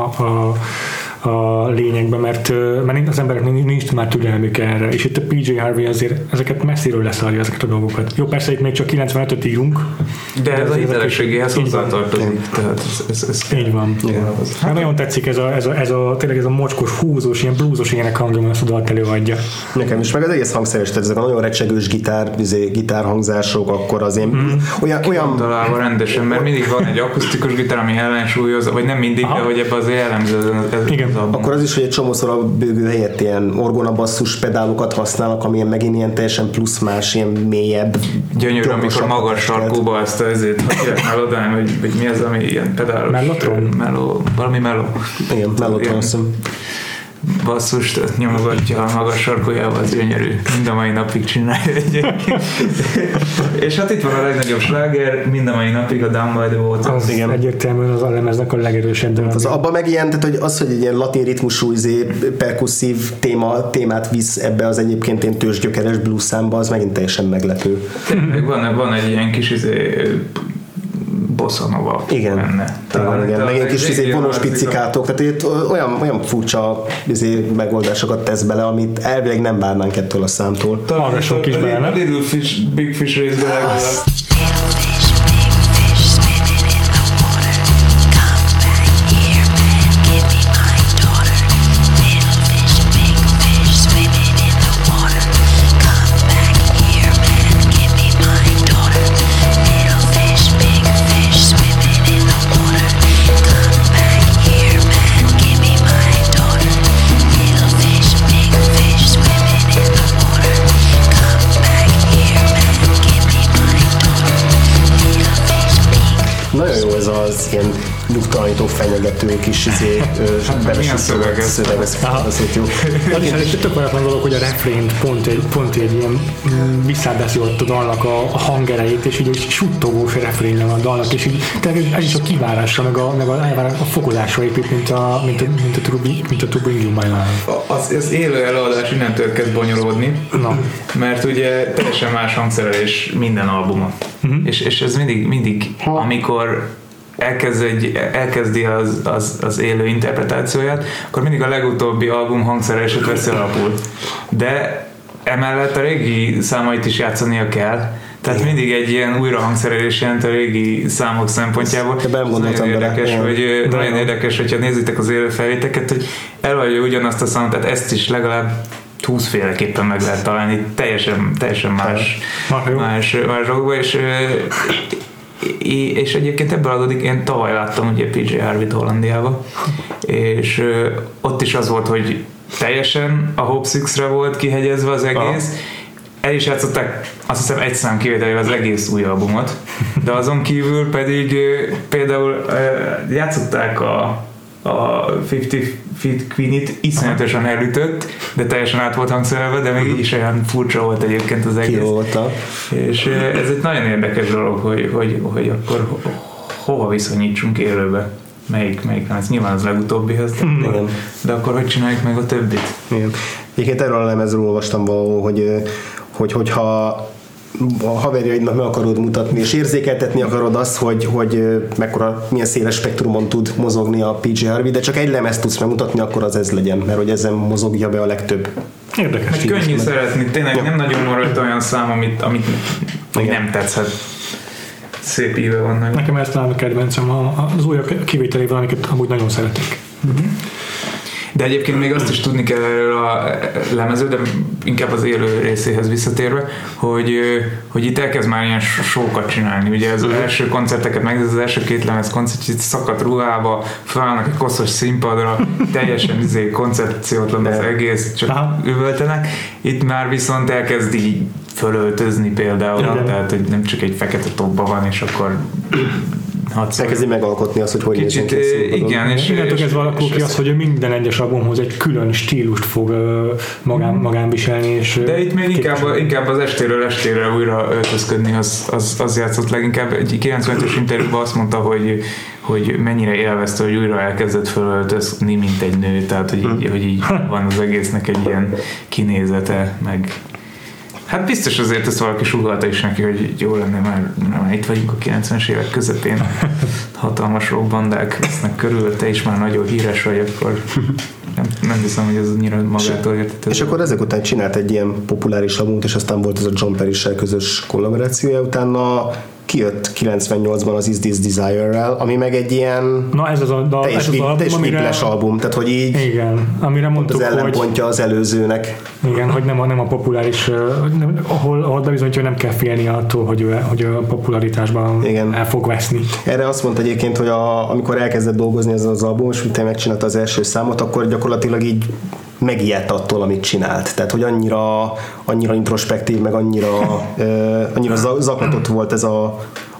a lényegbe, mert az embereknek nincs már türelmük erre, és itt a PJ Harvey azért ezeket messziről leszarja ezeket a dolgokat. Jó, persze itt még csak 95-öt írunk. De ez a hitelességéhez hozzátartozik. Így van. Hát nagyon tetszik tényleg ez a mocskos, húzós, ilyen bluesos ének hangja, ezt a dalt előadja. Nekem is, meg az egész hangszeres, tehát ezek a nagyon recsegős gitárhangzások, akkor az én olyan találva rendesen, mert mindig van egy akusztikus gitár, ami ellensúlyoz, vagy nem mindig, de hogy ebben az jellemző. Igen. Akkor az is, hogy egy csomószor a bőgő helyett ilyen orgonabasszus pedálokat használnak, amilyen megint ilyen teljesen plusz más, ilyen mélyebb. Gyönyörű, amikor magas sarkúba ezt ezért hagyják melodán, vagy mi az, ami ilyen pedálos. Mellotron? Valami meló. Igen, mellotron. basszust nyomogatja a magas sarkójával, az gyönyörű. Mind a mai napig csinálja egyébként. És hát itt van a legnagyobb sláger, mind a mai napig a Down by the Water. Az igen. Egyértelműen az a lemeznek a legerősebb darab. Az abban meg ilyen, tehát hogy az, hogy egy ilyen latin ritmusú, perkusszív témát visz ebbe az egyébként ilyen tőzsgyökeres blues számba, az megint teljesen meglepő. Van egy ilyen kis bossa nova benne. Igen. Meg egy kis vonos picikátok, tehát itt olyan furcsa megoldásokat tesz bele, amit elvileg nem várnánk ettől a számtól. Arra sok kis bele, nem? Little Fish, Big Fish részben legalább. Nagyon jó ez az ilyen nyugtalanító, fenyegető kis milyen szöveg ez? azért jó. És tök olyatlan dolog, hogy a refrént pont egy ilyen visszáveszi ott a dalnak a hangerejét, és így egy suttogós refrén van a dalnak, és így ez is a kivárásra, meg a fokozásra épít, mint a To Bring You My Love. Az élő előadás innentől kezd bonyolódni, mert ugye teljesen más hangszerelés minden albumon. És ez mindig amikor elkezdi az élő interpretációját, akkor mindig a legutóbbi album hangszerelését veszi alapul. De emellett a régi számait is játszania kell, tehát mindig egy ilyen újrahangszerelés jelent a régi számok szempontjából. Nagyon érdekes, hogyha nézitek az élő felvételeket, hogy előadja ugyanazt a számot, tehát ezt is legalább 20 féleképpen meg lehet találni, teljesen más rockba, és egyébként ebből adódik, én tavaly láttam ugye PJ Harvey-t Hollandiába, és ott is az volt, hogy teljesen a Hope Six-re volt kihegyezve az egész, el is játszották azt hiszem egy szám kivételével az egész új albumot, de azon kívül pedig például játszották a 50 Feet Queen-it iszonyatosan elütött, de teljesen át volt hangszerelve, de még így is olyan furcsa volt egyébként az egész. És ez egy nagyon érdekes dolog, hogy akkor hova viszonyítsunk élőbe. Melyik ez nyilván az legutóbbihoz, de akkor hogy csináljuk meg a többit? Igen. Egyébként erről a lemezről olvastam valahol, hogyha a haverjaidnak meg akarod mutatni, és érzékeltetni akarod azt, hogy milyen széles spektrumon tud mozogni a PJ Harvey, de csak egy lemezt tudsz megmutatni, akkor az ez legyen, mert hogy ezen mozogja be a legtöbb. Érdekes. Hát könnyű szeretni, tényleg nem nagyon maradt olyan szám, amit nem tetszett. Szép íve van. Nekem ez talán a kedvencem az új kivételével, amiket amúgy nagyon szeretek. De egyébként még azt is tudni kell erről a lemezről, de inkább az élő részéhez visszatérve, hogy itt elkezd már ilyen show-kat csinálni. Ugye ez az első koncerteket megnéz, az első két lemez koncert, itt szakadt ruhába, felállnak egy koszos színpadra, teljesen koncepciótlan az egész, csak üvöltenek. Itt már viszont elkezd így fölöltözni például, tehát hogy nem csak egy fekete topba van, és akkor elkezdi megalkotni azt, hogy nézzen ki. Igen, és ez valakó ki az, hogy minden egyes albumhoz egy külön stílust fog magán viselni. És de itt még inkább az estéről estére újra öltözködni, az játszott leginkább. Egy 95-ös interjúban azt mondta, hogy mennyire élvezte, hogy újra elkezdett fölöltözni, mint egy nő, tehát hogy így van az egésznek egy ilyen kinézete, meg hát biztos azért ezt valaki sugallta is neki, hogy jó lenne, már itt vagyunk a 90-es évek közepén, hatalmas rockbandák lesznek körül, te is már nagyon híres vagy, akkor nem hiszem, hogy ez annyira magától értető. És akkor ezek után csinált egy ilyen populáris albumot, és aztán volt ez a John Parrish-sel közös kollaborációja, utána kijött 98-ban az Is This Desire-rel, ami meg egy ilyen teljes whiplash album, tehát hogy így igen, amire mondtuk, az ellenpontja az előzőnek. Igen, hogy nem a populáris, ahol bebizonyítja, hogy nem kell félni attól, hogy a popularitásban el fog veszni. Erre azt mondta egyébként, hogy amikor elkezdett dolgozni ezen az album, és utána megcsinálta az első számot, akkor gyakorlatilag így megijedt attól, amit csinált. Tehát, hogy annyira introspektív, meg annyira zaklatott volt ez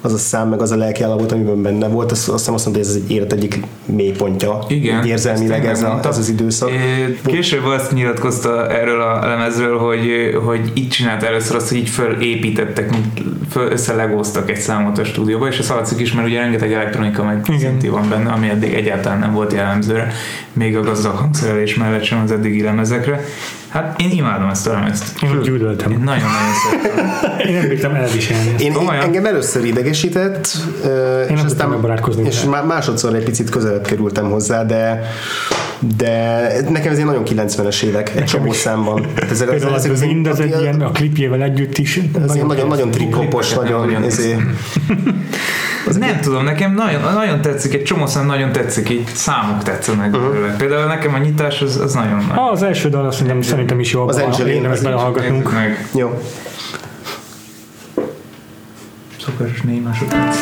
az a szám, meg az a lelki állapot, amiben benne volt, azt mondta, hogy ez egy élet egyik mélypontja. Igen, érzelmileg ez az időszak. Később azt nyilatkozta erről a lemezről, hogy így csinált először azt, hogy így fölépítettek, összelegóztak egy számot a stúdióba, és ez hallatszik is, mert ugye rengeteg elektronika meg szinti van benne, ami eddig egyáltalán nem volt jellemzőre, még a gazdag hangszerelés mellett sem az eddigi lemezekre. Hát én imádom ezt a lemezt. Én gyűlöltem. Én nagyon-nagyon szeretem. Én nem bírtam elviselni. Engem először idegesített, Én nem tudtam barátkozni. És másodszor egy picit közelebb kerültem hozzá, de nekem ez ilyen nagyon 90-es évek, egy csomó számban. Például az mindez egy ilyen, a klipjével együtt is. Ez nagyon trip-hopos, nagyon nem tudom, nekem nagyon tetszik, egy csomó szám nagyon tetszik, így számok tetszenek belőle. Például nekem a nyitás az nagyon nagy. Az első dal azt szerintem is jó, az érdemes belehallgatnunk. Jó. Szokásos 4 másodperc.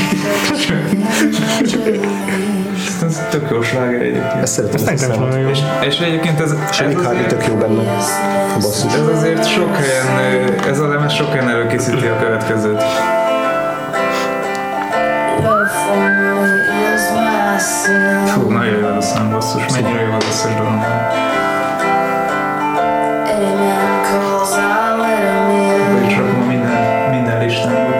Ez tök jó sláger egyébként. Ezt szeretem. És egyébként ez azért, tök jó benne a basszus. Ez azért sok helyen, ez a lemez sok helyen előkészíti a következőt. Fú, nagyon jó az a szám, basszus. Mennyire jó az összes dolog. Be is rakom minden listámba.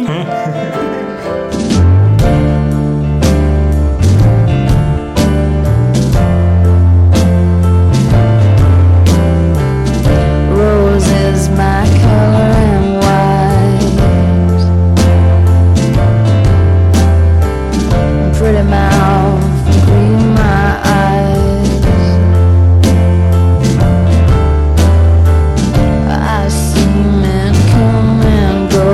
Rose is my color and white. Pretty mouth, green my eyes. I see men come and go,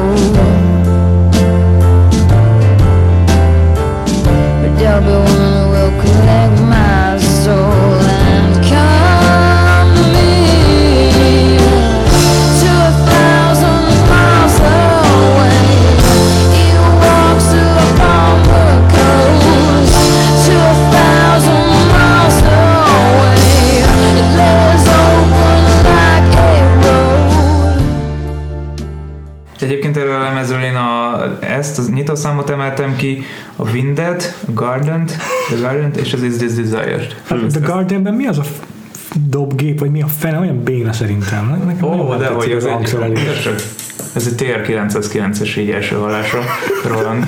but there'll be one who will collect my soul and come to me to 1,000 miles away. He walks upon the coast to 1,000 miles away. It lays open like a road. Egyébként erről a lemezről én ezt a nyitószámot emeltem ki, a Winded, a Garden és az Is This Desired. The Gardenben mi az a dobgép, vagy mi a fene, olyan béna szerintem. De hogy ez egy TR-909-es így első hallásra, Roland.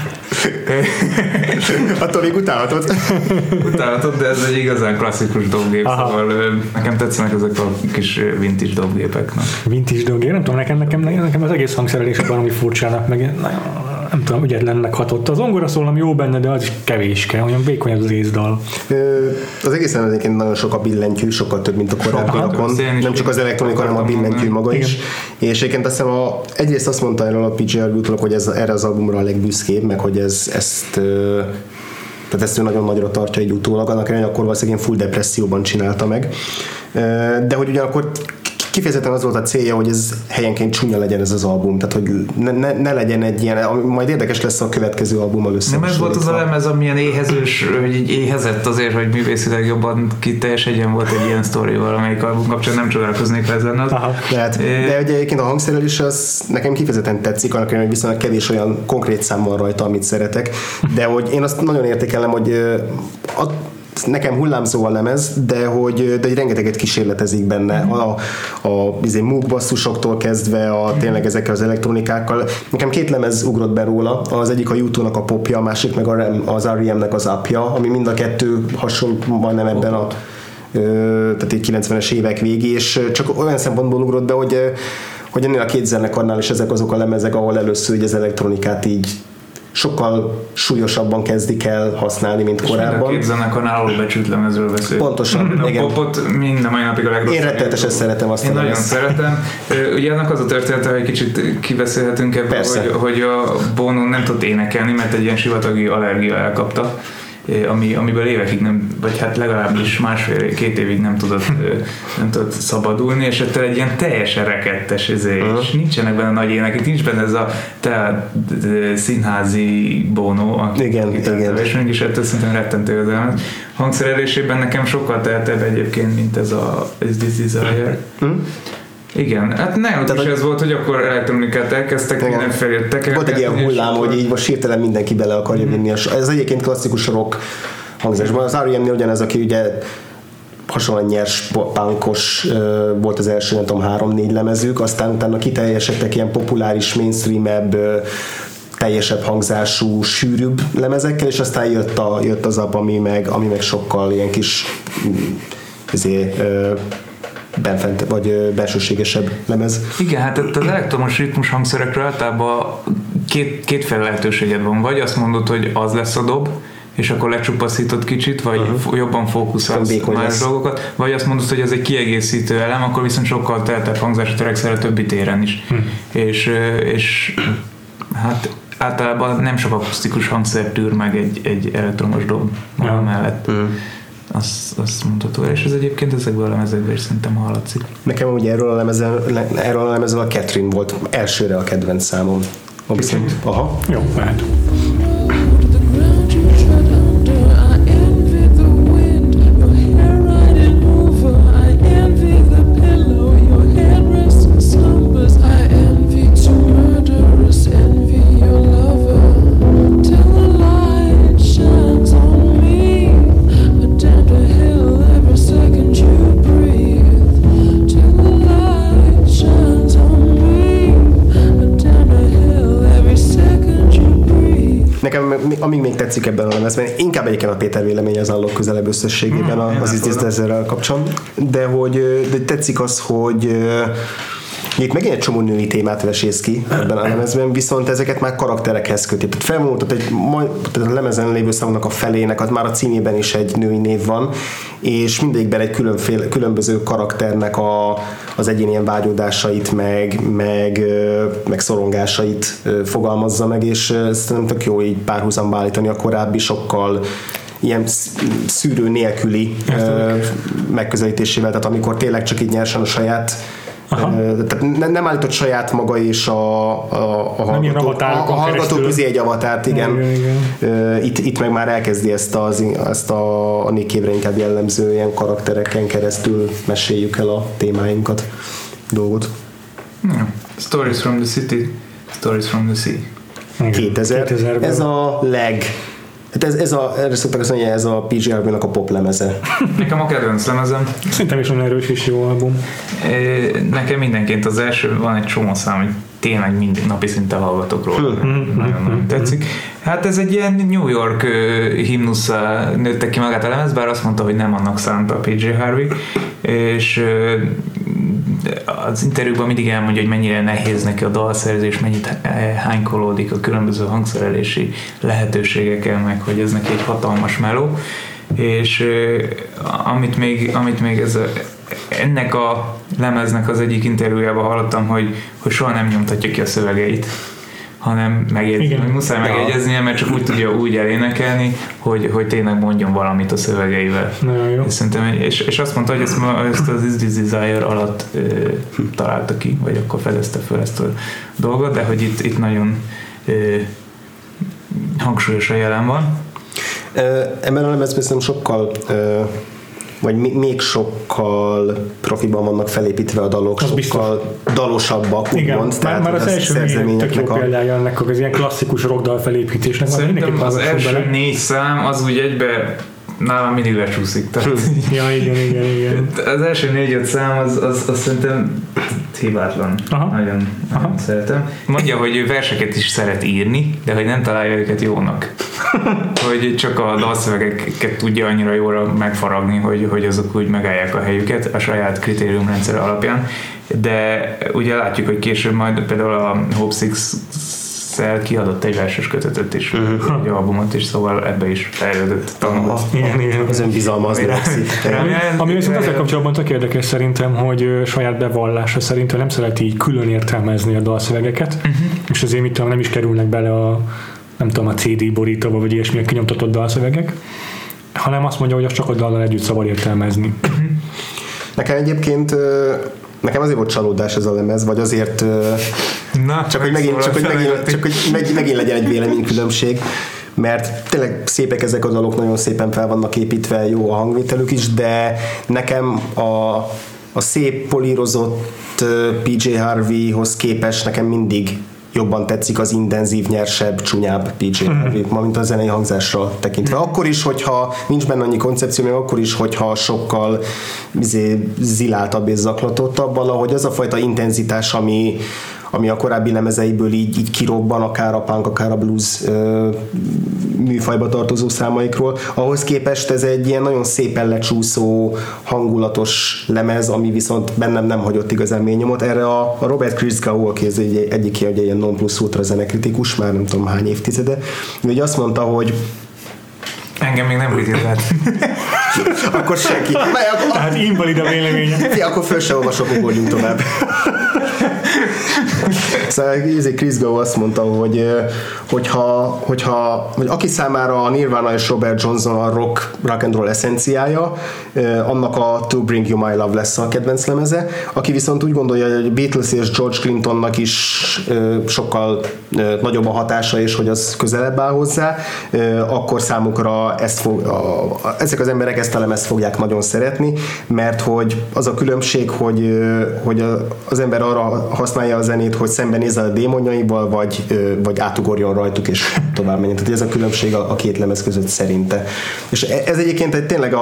Attól még utálhatod. Utálhatod, de ez egy igazán klasszikus dobgép, szóval nekem tetszenek ezek a kis vintage dobgépek. Vintage dobgép, nem tudom, nekem az egész hangszerelés valami furcsának, meg nem tudom, ügyetlennek hatott. Az zongora szólam jó benne, de az is kevéske, olyan vékony az ézdal. Az egészen egyébként nagyon sok a billentyű, sokkal több, mint a korábbiakon. Nem csak az elektronika, hanem a billentyű maga is. És egyébként azt hiszem, egyrészt azt mondta erről a PJ Harvey-tól, hogy erre az albumra a legbüszkébb, meg hogy ezt ő nagyon nagyra tartja egy utólag, annak ellenére, akkor valószínűleg full depresszióban csinálta meg. De hogy ugyanakkor kifejezetten az volt a célja, hogy ez helyenként csúnya legyen ez az album, tehát hogy ne legyen egy ilyen, majd érdekes lesz a következő albummal összehasonlítva. Nem ez volt az a lemez, amilyen éhezős, hogy így éhezett azért, hogy művészileg jobban kiteljesedjen, volt egy ilyen sztorival, amelyik album kapcsán nem csodálkoznék ezen. De ugye egyébként a hangszerelés az nekem kifejezetten tetszik, annak hogy viszonylag kevés olyan konkrét szám van rajta, amit szeretek, de hogy én azt nagyon értékelem, hogy nekem hullámzó a lemez, de hogy rengeteget kísérletezik benne a Moog basszusoktól kezdve tényleg ezekkel az elektronikákkal. Nekem 2 lemez ugrott be róla, az egyik a U2-nak a popja, a másik meg az R.E.M.-nek az apja, ami mind a kettő hasonló majdnem ebben tehát egy 90-es évek végé, és csak olyan szempontból ugrott be, hogy ennél a 2 zenekarnál is ezek azok a lemezek, ahol először az elektronikát így sokkal súlyosabban kezdik el használni, mint korábban. Mind a 2 zenekarnál alulbecsült lemezről beszélünk. Pontosan, a igen. popot mind a mai napig a legrosszabb. Én rettenetesen szeretem azt. Én nagyon szeretem. Ugye annak az a története, hogy kicsit kibeszélhetünk ebből, hogy a Bono nem tudott énekelni, mert egy ilyen sivatagi allergia elkapta, amiből évekig nem, vagy hát legalábbis 1,5-2 évig nem tudott szabadulni, és ettől egy ilyen teljesen rekettes és nincsenek benne nagy énekek, nincs benne ez a színházi Bono, igen. És mégis ettől szerintem rettentő az elmet. Hangszerelésében nekem sokkal tehetebb egyébként, mint ez a Is This Desire. Igen, hát nálunk is ez volt, hogy akkor elektronikát elkezdtek, mindenféle tekergetni. Volt egy ilyen hullám, hogy így most hirtelen mindenki bele akarja vinni. Ez egyébként klasszikus rock hangzásban. Az R.E.M-nél ugyanez, aki ugye hasonlóan nyers, punkos volt az első, nem tudom, 3-4 lemezük, aztán utána kiteljesedtek ilyen populáris, mainstream-ebb, teljesebb hangzású, sűrűbb lemezekkel, és aztán jött az app, ami meg sokkal ilyen kis benfent, vagy belsőségesebb lemez. Igen, hát az elektromos ritmus hangszerekről általában kétféle lehetőséged van. Vagy azt mondod, hogy az lesz a dob, és akkor lecsupaszítod kicsit, vagy jobban fókuszálsz más dolgokat, vagy azt mondod, hogy ez egy kiegészítő elem, akkor viszont sokkal teltebb hangzásra törekszel a többi téren is. És hát általában nem sok akusztikus hangszer tűr meg egy elektromos dob mellett. Azt mondható, és ez egyébként ezekből a lemezekből is szerintem hallatszik. Nekem ugye erről a lemezről a Catherine volt elsőre a kedvenc számom. Viszont, aha. Jó, hát. Nekem amíg még tetszik ebben a lemezben, inkább egyébként a Péter véleménye az állók közelebb összességében az Is This ezzel kapcsolatban, de tetszik az, hogy itt megint egy csomó női témát vesész ki ebben a lemezben, viszont ezeket már karakterekhez köti. Tehát felmondott a lemezen lévő számnak a felének, az már a címében is egy női név van, és mindegyikben egy különböző karakternek az egyéni ilyen vágyódásait, meg szorongásait fogalmazza meg, és ezt nem tök jó így párhuzamba állítani a korábbi sokkal ilyen szűrő nélküli megközelítésével, tehát amikor tényleg csak így nyersen a saját tehát nem állított saját maga és a hallgató közé egy avatárt, igen. Itt meg már elkezdi ezt a Nick Cave-re inkább jellemző ilyen karaktereken keresztül meséljük el a témáinkat, dolgot. Stories from the City, Stories from the Sea. 2000. Ez a hát erre szoktak azt mondani, ez a PJ Harvey-nak a pop lemeze. Nekem a kedvenc lemezem. Szerintem is olyan erős és jó album. Nekem mindenként az első, van egy csomó szám, hogy tényleg minden napi szinten hallgatok róla. Nagyon tetszik. Hát ez egy ilyen New York himnusszá nőtte ki magát a lemez, bár azt mondta, hogy nem annak szánta a PJ Harvey, és az interjúban mindig elmondja, hogy mennyire nehéz neki a dalszerzés, mennyit hánykolódik a különböző hangszerelési lehetőségeken, meg hogy ez neki egy hatalmas meló, és amit még ennek a lemeznek az egyik interjújában hallottam, hogy soha nem nyomtatja ki a szövegeit, hanem muszáj megjegyeznie, mert csak úgy tudja úgy elénekelni, hogy tényleg mondjon valamit a szövegeivel. És azt mondta, hogy ezt az Is This Desire alatt találta ki, vagy akkor fedezte fel ezt a dolgot, de hogy itt nagyon hangsúlyosan jelen van. Ebben a lemezben szerintem sokkal vagy még sokkal profiban vannak felépítve a dalok, az sokkal biztos. Dalosabbak, úgymond. Már az első tök jó példája ennek az ilyen klasszikus rockdal felépítésnek. Szerintem az első 4 szám az úgy egybe nálam mindig lecsúszik. Ja, igen. Az első 4-5 szám az szerintem hibátlan. Nagyon szeretem. Mondja, hogy ő verseket is szeret írni, de hogy nem találja őket jónak. Hogy csak a dalszövegeket tudja annyira jóra megfaragni, hogy azok úgy megállják a helyüket a saját kritériumrendszer alapján. De ugye látjuk, hogy később majd például a Hope Six-szel kiadott egy verses kötetet is, egy albumot is, szóval ebbe is fejlődött, tanult. Igen. Az önbizalma az növekszik. Ami viszont ezzel kapcsolatban tök érdekes szerintem, hogy saját bevallása szerintem nem szereti így külön értelmezni a dalszövegeket, és azért mit tudom, nem is kerülnek bele a CD borítóba, vagy ilyesmi a kinyomtatott dalszövegek, hanem azt mondja, hogy azt csak a dallal együtt szabad értelmezni. Nekem egyébként nekem azért volt csalódás ez a lemez, vagy azért csak hogy megint legyen egy véleménykülönbség, mert tényleg szépek ezek a dalok, nagyon szépen fel vannak építve, jó a hangvételük is, de nekem a szép polírozott PJ Harveyhoz képest nekem mindig jobban tetszik az intenzív, nyersebb, csúnyább PJ Harvey, mint a zenei hangzásra tekintve. Akkor is, hogyha nincs benne annyi koncepció, még akkor is, hogyha sokkal ziláltabb és zaklatottabb, valahogy az a fajta intenzitás, ami a korábbi lemezeiből így kirobban, akár a punk, akár a blues műfajba tartozó számaikról. Ahhoz képest ez egy ilyen nagyon szépen lecsúszó, hangulatos lemez, ami viszont bennem nem hagyott igazán mély nyomot. Erre a Robert Christgau, aki ez egyik ilyen non plus ultra zenekritikus, már nem tudom hány évtizede, ő azt mondta, hogy engem még nem kritizált. akkor senki. Tehát invalid a véleménye. Akkor föl se olvasok, ugorjunk tovább. Szóval Christgau azt mondta, hogy aki számára a Nirvana és Robert Johnson a rock and roll eszenciája, annak a To Bring You My Love lesz a kedvenc lemeze. Aki viszont úgy gondolja, hogy Beatles és George Clintonnak is sokkal nagyobb a hatása, és hogy az közelebb áll hozzá, akkor számukra ezek az emberek ezt a lemezt fogják nagyon szeretni, mert hogy az a különbség, hogy az ember arra használja a zenét, hogy szembenézze a démonjaival, vagy átugorjon rajtuk, és tovább menjen. Tehát ez a különbség a két lemez között szerinte. És ez egyébként tényleg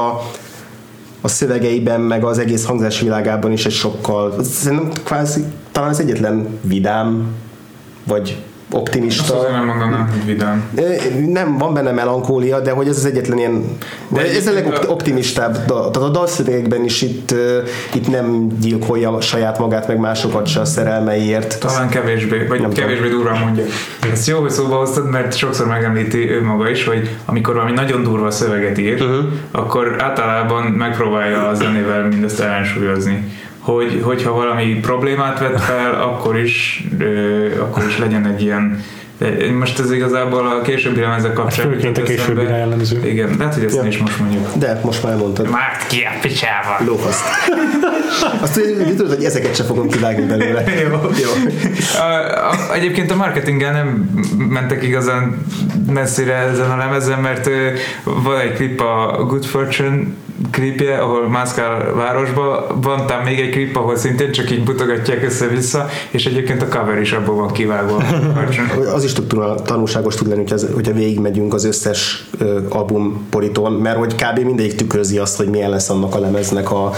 a szövegeiben, meg az egész hangzási világában is egy sokkal, kvázi, talán az egyetlen vidám, vagy optimista. Azt nem mondanám, hogy vidám. Nem, van benne melankólia, de hogy ez az egyetlen ilyen, de ez a legoptimistább, tehát a dalszövegekben is itt nem gyilkolja saját magát, meg másokat se a szerelmeiért. Talán kevésbé, vagy nem kevésbé durván mondja. Ezt jó, hogy szóba hoztad, mert sokszor megemlíti ő maga is, hogy amikor valami nagyon durva szöveget ír, akkor általában megpróbálja a zenével mindezt ellensúlyozni. Hogyha valami problémát vet fel, akkor is legyen egy ilyen. Most ez igazából a későbbi lemezek kapcsolatban. Főként a későbbi jellemző. Igen, lehet, hogy ezt is most mondjuk. De most már mondtad. Márt ki a picsába! Lófaszt. Azt tudod, hogy ezeket sem fogom kivágni belőle. Jó. Egyébként a marketinggel nem mentek igazán messzire ezen a lemezen, mert van egy klip, a Good Fortune klipje, ahol mászkál városba, van tám még egy klip, ahol szintén csak így mutogatják össze-vissza, és egyébként a cover is abból van kivágva. Az is tanulságos tud lenni, hogyha végigmegyünk az összes album borítón, mert hogy kb. Mindegyik tükrözi azt, hogy milyen lesz annak a lemeznek a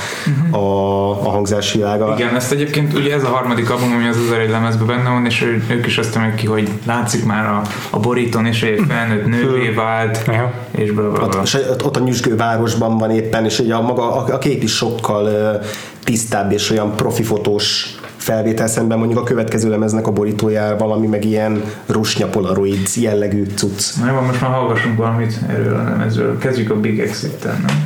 hangzásvilága. Igen, ezt egyébként ugye ez a harmadik album, ami az 1001 lemezben benne van, és ők is azt emelik ki, hogy látszik már a borítón is, hogy egy felnőtt nővé vált, és blablabla. Ott a nyüzsgő városban van éppen, és ugye a kép is sokkal tisztább és olyan profi fotós felvétel szemben mondjuk a következő lemeznek a borítójával, ami meg ilyen rusnya polaroid jellegű cucc. Na jó, most már hallgassunk valamit erről a lemezről. Kezdjük a Big Exit-tel, nem?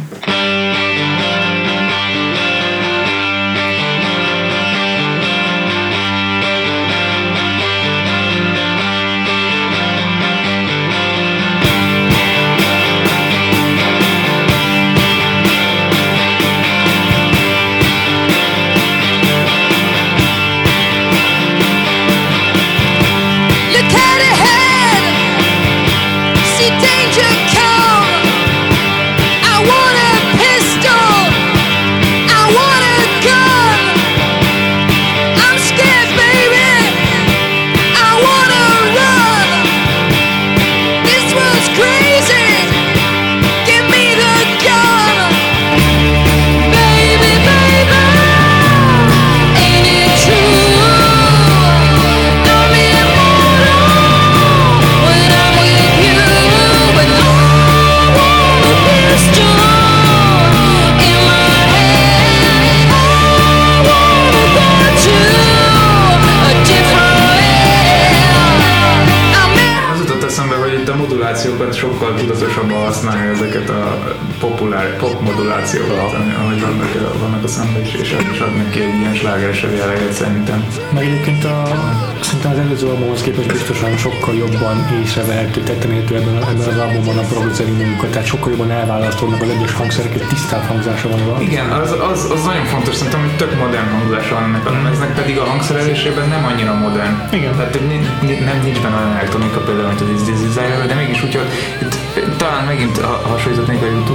Sokkal tudatosabban használja ezeket a populár popmodulációkat, ahogy vannak a szemben is, és ad neki egy ilyen slágeresebb jelleget szerintem. Meg egyébként szerintem az előző albumhoz képest biztosan sokkal jobban észrevehető, tetten értő ebben az albumban a produceri munka, tehát sokkal jobban elválasztódnak az egyes hangszerek, egy tisztább hangzása van. Igen, az nagyon fontos, szerintem, hogy tök modern hangzása van ennek a lemeznek, pedig a hangszerelésében nem annyira modern. Igen. Tehát nincs benne olyan elektronika például, mint az Is This Desire, de mégis úgy, hogy talán megint hasonlíthatnék a YouTube-hoz, mert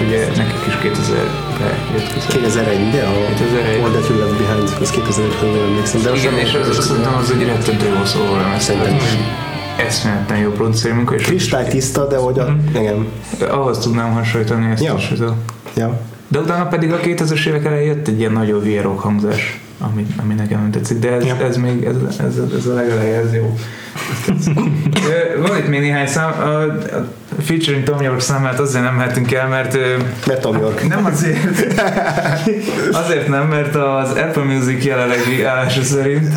ugye nekik is 2000-ben jött ki. 2001, de a 2001. All That You Left Behind, az 2005-ben emlékszem. De Igen, és szerintem az egy rettentő jó szóló lemez. Szerintem is. Eszméletlen jó produceri munka. Kristály tiszta, de hogy igen. Ahhoz tudnám hasonlítani ezt is. Ja. De utána pedig a 2000-es évek elején jött egy ilyen nagyon hülye rock hangzás, ami nekem nem tetszik, de ez még ez a legeleje, ez jó. Van itt még néhány szám, a featuring Tom York számát azért nem mehetünk el, mert Tom York. Nem azért nem, mert az Apple Music jelenlegi állása szerint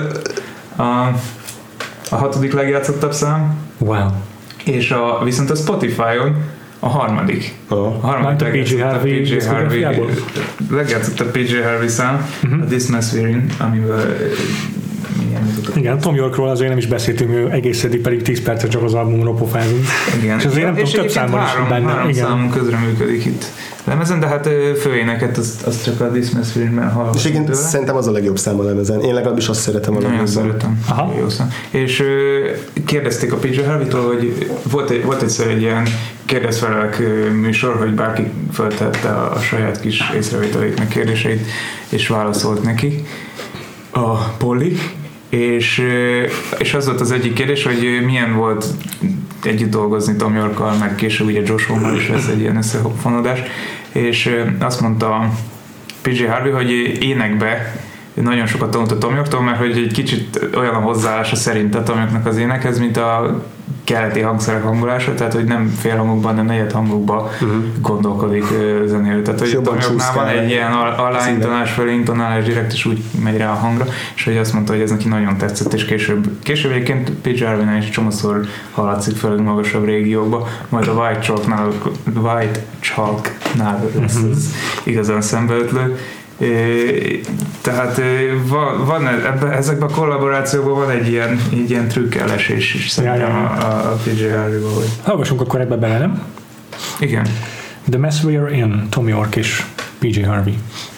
a 6. legjátszottabb szám, Wow. és viszont a Spotify-on a harmadik. A harmadik a PJ Harvey legjátszottabb PJ Harvey szám, a This Mess We're In, amiből igen, Tom Yorkról azért nem is beszéltünk, ő egész eddig pedig 10 percet csak az albumról pofázunk. Igen. És azért nem tudom, több számban is benne. Három számon közreműködik itt lemezen, de hát főéneket az csak a This Mess We're In-ben hallgatunk. És igen, szerintem az a legjobb szám a lemezen. Én legalábbis azt szeretem a lemezen. Nagyon szeretem. Jó szám. És kérdezték a PJ Harvey-tól, hogy volt egyszer egy ilyen kérdezfelelek műsor, hogy bárki feltette a saját kis észrevételét, meg kérdéseit, és válaszolt neki a Polly, és az volt az egyik kérdés, hogy milyen volt együtt dolgozni Tom Yorkkal, meg később ugye Josh Homme-mal is lesz egy ilyen összefonódás, és azt mondta PJ Harvey, hogy énekbe nagyon sokat tanult a Tom Yorktól, mert hogy egy kicsit olyan a hozzáállása szerint a Tom Yorknak az énekhez, mint a keleti hangszerek hangolása, tehát hogy nem félhangokban, de negyed hangokban gondolkodik zenélő. Tehát hogy a Tom Yorknál van egy ilyen aláintonás, felintonálás, direkt is úgy megy rá a hangra, és hogy azt mondta, hogy ez neki nagyon tetszett, és később egyébként PJ Harvey-nál is csomószor hallatszik főleg magasabb régiókba, majd a White Chalknál lesz ez igazán szembeötlő. Tehát van ezekben a kollaborációkban van egy ilyen trükkelesés is szerintem a PJ Harvey-ból. Hallgassunk akkor ebbe bele, nem? Igen. The Mess We're In, Tom York és PJ Harvey.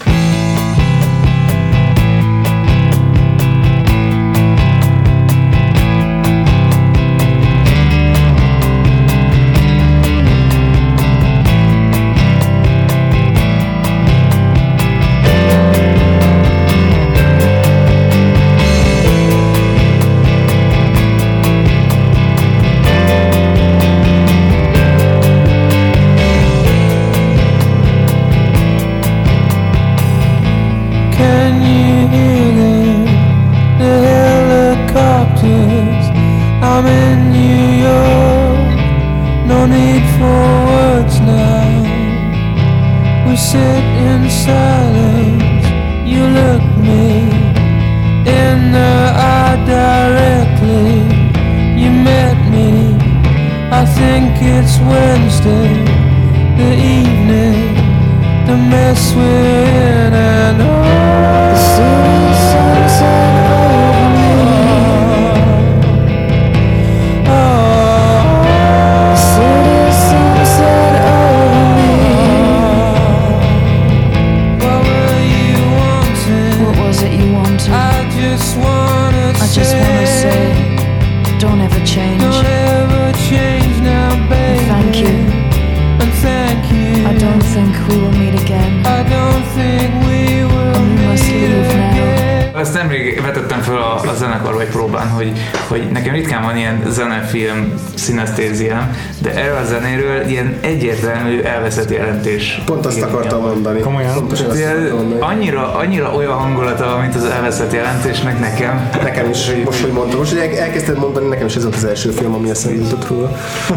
hogy nekem ritkán van ilyen zenefilm szinesztéziám, de erről a zenéről ilyen egyértelmű elveszett jelentés. Pont azt akartam mondani. Komolyan. Annyira olyan hangulata, mint az elveszett jelentésnek nekem. Nekem is, most hogy mondtam. Most, hogy elkezdted mondani, nekem is ez volt az első film, ami eszembe jutott róla.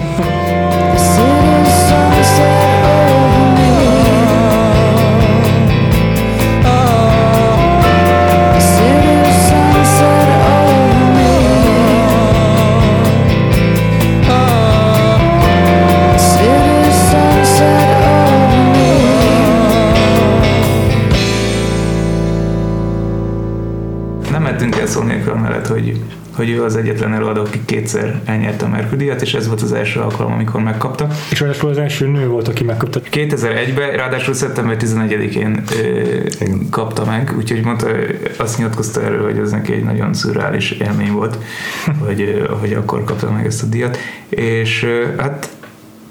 Szó nélkül mellett, hogy ő az egyetlen előadó, aki kétszer elnyerte a Mercury-díjat, és ez volt az első alkalom, amikor megkapta. És ráadásul az első nő volt, aki megkapta. 2001-ben, ráadásul szeptember 11-én kapta meg, úgyhogy mondta, azt nyilatkozta erről, hogy ez neki egy nagyon szürreális élmény volt, hogy akkor kapta meg ezt a díjat. És hát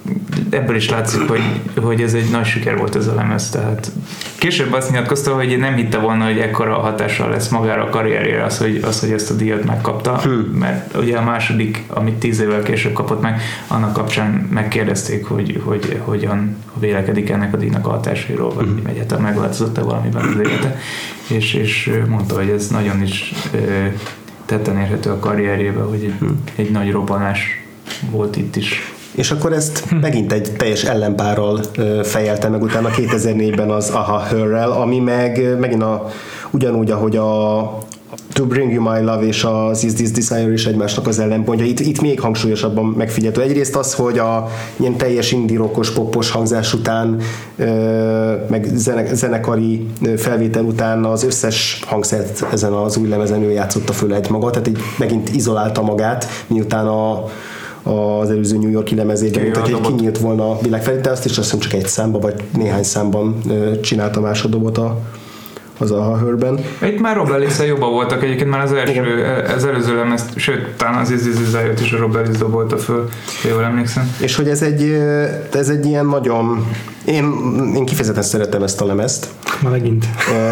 ebből is látszik, hogy ez egy nagy siker volt ez a lemez, tehát később azt nyilatkozta, hogy nem hitte volna, hogy ekkora hatással lesz magára a karrierjére az, hogy ezt a díjat megkapta, mert ugye a második, amit 10 évvel később kapott meg, annak kapcsán megkérdezték, hogy hogyan vélekedik ennek a díjnak a hatásairól, vagy egyáltalán megváltozott-e valamiben az élete, és mondta, hogy ez nagyon is tetten érhető a karrierjébe, hogy egy nagy robbanás volt itt is. És akkor ezt megint egy teljes ellenpárral fejelte meg utána 2004-ben az Aha Her-rel, ami megint ugyanúgy, ahogy a To Bring You My Love és az Is This Desire is egymásnak az ellenpontja. Itt még hangsúlyosabban megfigyelhető. Egyrészt az, hogy a ilyen teljes indie rockos, popos hangzás után, meg zenekari felvétel után az összes hangszert ezen az új lemezen ő játszotta föl egymaga, tehát így megint izolálta magát, miután az előző New York-i lemezében, mint hogy kinyílt volna a világ felé, de azt is azt hiszem csak egy számban, vagy néhány számban csinálta másodobot az Aha Her-ben. Itt már Rob Ellis-szel jobban voltak egyébként már az előző lemez, sőt, talán az Is This Desire-t is a Rob Ellis dobolta föl, jól emlékszem. És hogy ez egy ilyen nagyon... Én kifejezetten szeretem ezt a lemezt. Ma megint.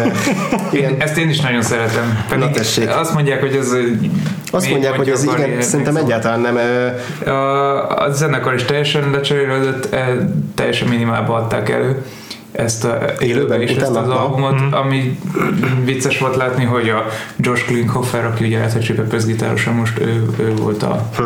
Ezt én is nagyon szeretem. Pedig azt mondják, hogy ez... Azt mondják, hogy ez igen, szerintem egyáltalán nem... A zenekar is teljesen lecserélődött, teljesen minimálba adták elő ezt élőben is ezt az albumot, ami vicces volt látni, hogy a Josh Klinghoffer, aki ugye Red Hot Chili Peppers gitárosa, most ő volt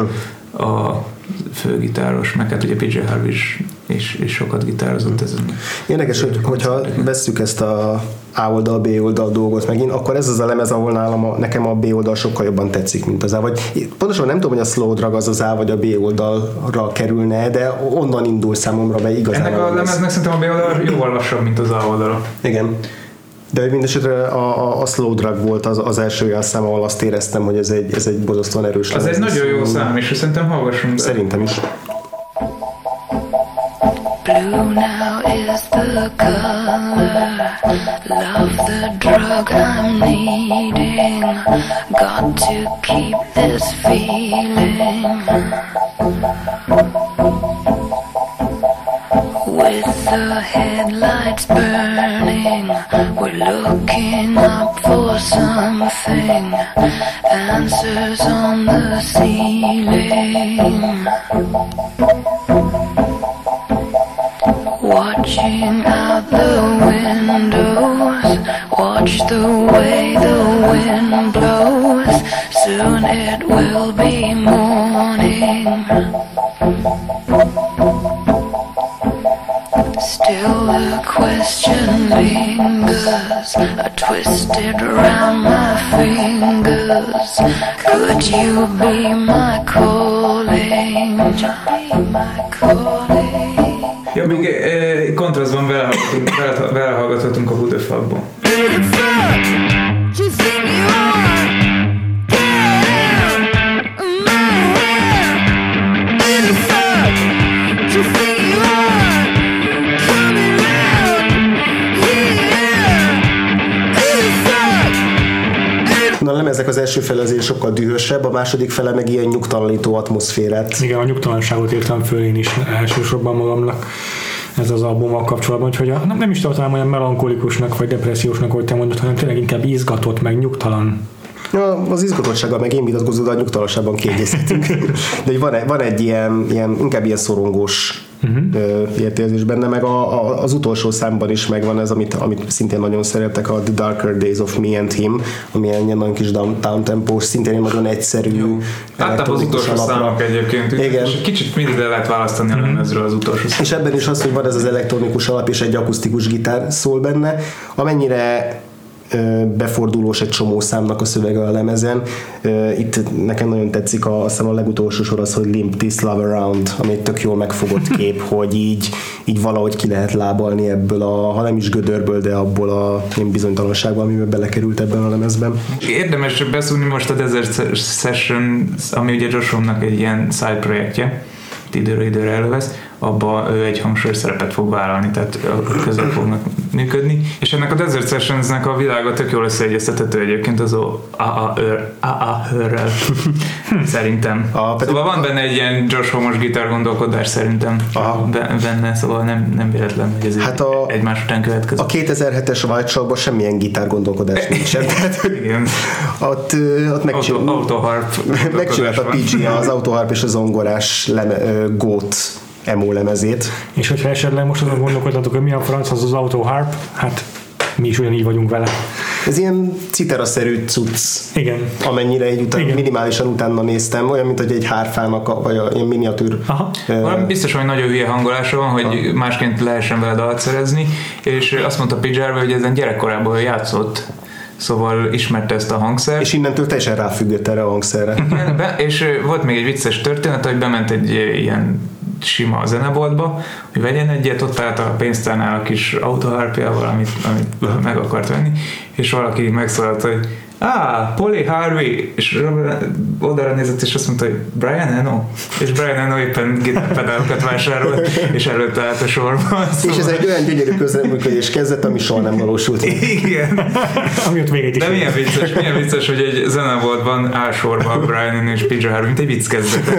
a főgitáros, meg hát ugye PJ Harvey is sokat gitározott ezen. Érdekes, hogyha vesszük ezt a A oldal, B oldal dolgot megint, akkor ez az a lemez, ahol nekem a B oldal sokkal jobban tetszik, mint az A. Vagy pontosan nem tudom, hogy a Slow Drug az A vagy a B oldalra kerülne, de onnan indul számomra be igazán. Ennek a lemeznek szerintem a B oldal jóval lassabb, mint az A oldala. Igen. De mindesetre a Slow Drug volt az első olyan szám, ahol azt éreztem, hogy ez egy borzasztóan erős lemez. Az egy nagyon jó szám, és szerintem hallgassunk. Szerintem is. Blue now is the color, love the drug I'm needing, got to keep this feeling. With the headlights burning, we're looking up for something, answers on the ceiling. Watching out the windows, watch the way the wind blows, soon it will be morning. Still the question lingers, twisted around my fingers. Could you be my calling? Ja, még kontrasztban belehallgathatunk a Who the Fuckból. A lemeznek az első fele azért sokkal dühösebb, a második fele meg ilyen nyugtalanító atmoszférát. Igen, a nyugtalanságot értem föl én is elsősorban magamnak ez az albummal kapcsolatban, hogy nem is tartanám olyan melankolikusnak vagy depressziósnak, hogy te mondod, hanem tényleg inkább izgatott, meg nyugtalan. Ja, az izgatottsággal meg én vitatkozom, de a nyugtalanságban kiegyezhetünk. De van egy ilyen, inkább ilyen szorongós értérzés benne, meg az utolsó számban is megvan ez, amit szintén nagyon szeretek, a The Darker Days of Me and Him, ami ilyen nagyon kis down-tempós, szintén nagyon egyszerű. Általában az utolsó számok egyébként. Igen. És kicsit mindig le lehet választani a lemezről az utolsó számok. És ebben is az, hogy van ez az elektronikus alap és egy akusztikus gitár szól benne, amennyire befordulós egy csomó számnak a szövege a lemezen. Itt nekem nagyon tetszik a legutolsó sor az, hogy Limp This Love Around, ami egy tök jól megfogott kép, hogy így valahogy ki lehet lábalni ebből ha nem is gödörből, de abból a bizonytalanságban, amiben belekerült ebben a lemezben. Érdemes beszúrni most a Desert Session, ami ugye Josh Homme-nak egy ilyen side projektje, időről elővesz, abban ő egy hangsúlyos szerepet fog vállalni, tehát közel fognak működni, és ennek a Desert Sessionsnek a világa tök jól összeegyeztethető egyébként az A-A-Hörrel szerintem. Szóval van benne egy ilyen Josh Homme-os gitár gondolkodás szerintem benne, szóval nem véletlen, hogy ez hát egymás után következik. A 2007-es White Shop-ban semmilyen gitár gondolkodás nincsen. Igen. Ott megcsinált a PG az autoharp és a zongorás gót emo lemezét. És hogyha esetleg most azon gondolkodhatok, hogy mi a franc az autoharp, hát mi is ugyanígy vagyunk vele. Ez ilyen citeraszerű cucc. Igen. Amennyire egy minimálisan utána néztem, olyan, mint hogy egy hárfának, vagy ilyen miniatűr. Valami biztos, hogy nagyon hülye hangolása van, hogy másként lehessen vele dalt szerezni, és azt mondta PJ Harvey, hogy ezen gyerekkorában játszott. Szóval ismerte ezt a hangszert. És innentől teljesen ráfüggött erre a hangszerre. És volt még egy vicces történet, hogy bement egy ilyen sima zeneboltba, hogy vegyen egyet, ott állt a pénztárnál a kis autoharpjával, amit meg akart venni, és valaki megszólalt, hogy Polly Harvey, és oda nézett, és azt mondta, hogy Brian Eno, és Brian Eno éppen gitárpedálokat vásárolt, és előtte állt a sorban. Szóval... És ez egy olyan gyönyörű közreműködés kezdett, ami soha nem valósult. Igen. De milyen vicces, hogy egy zeneboltban áll sorban Brian Eno és PJ Harvey, mint egy vicc kezdett.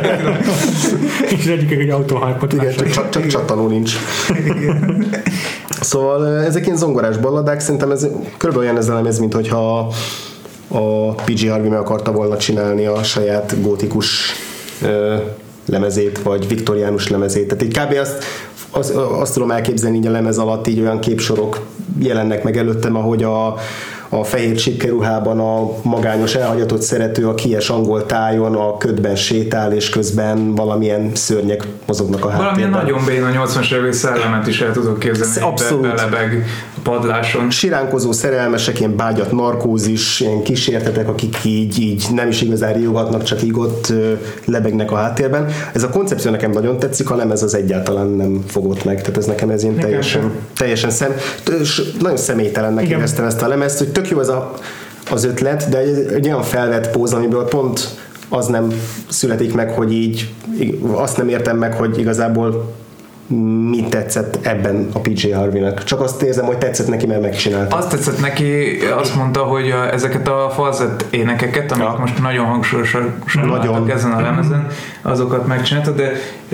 És egyik egy autoharpot. Igen, csak csattanó nincs. Igen. Szóval ezek ilyen zongorás balladák, szerintem ez körülbelül olyan ez a lemez, mint hogyha a PJ Harvey meg akarta volna csinálni a saját gótikus lemezét, vagy viktoriánus lemezét. Tehát így kb. Azt tudom elképzelni így a lemez alatt, így olyan képsorok jelennek meg előttem, ahogy a fehér csipkeruhában a magányos elhagyatott szerető a kies angol tájon a ködben sétál, és közben valamilyen szörnyek mozognak a háttérben. Valamilyen nagyon béna 80-as évek szellemet is el tudok képzelni. Abszolút. Belebeg a padláson. Siránkozó szerelmesek, ilyen bágyat narkózis, ilyen kísértetek, akik így nem is igazán riogatnak, csak így ott lebegnek a háttérben. Ez a koncepció nekem nagyon tetszik, ha nem ez az egyáltalán nem fogott meg. Tehát ez nekem ez ilyen teljesen nagyon személytelennek éreztem ezt a lemezt, hogy tök jó ez az ötlet, de egy olyan felvett póz, amiből pont az nem születik meg, hogy így azt nem értem meg, hogy igazából mi tetszett ebben a PJ Harveynek. Csak azt érzem, hogy tetszett neki, mert megcsinálta. Azt tetszett neki, azt mondta, hogy ezeket a falzett énekeket, amik most nagyon hangsúlyosan láttak ezen a lemezen, azokat megcsinálta, de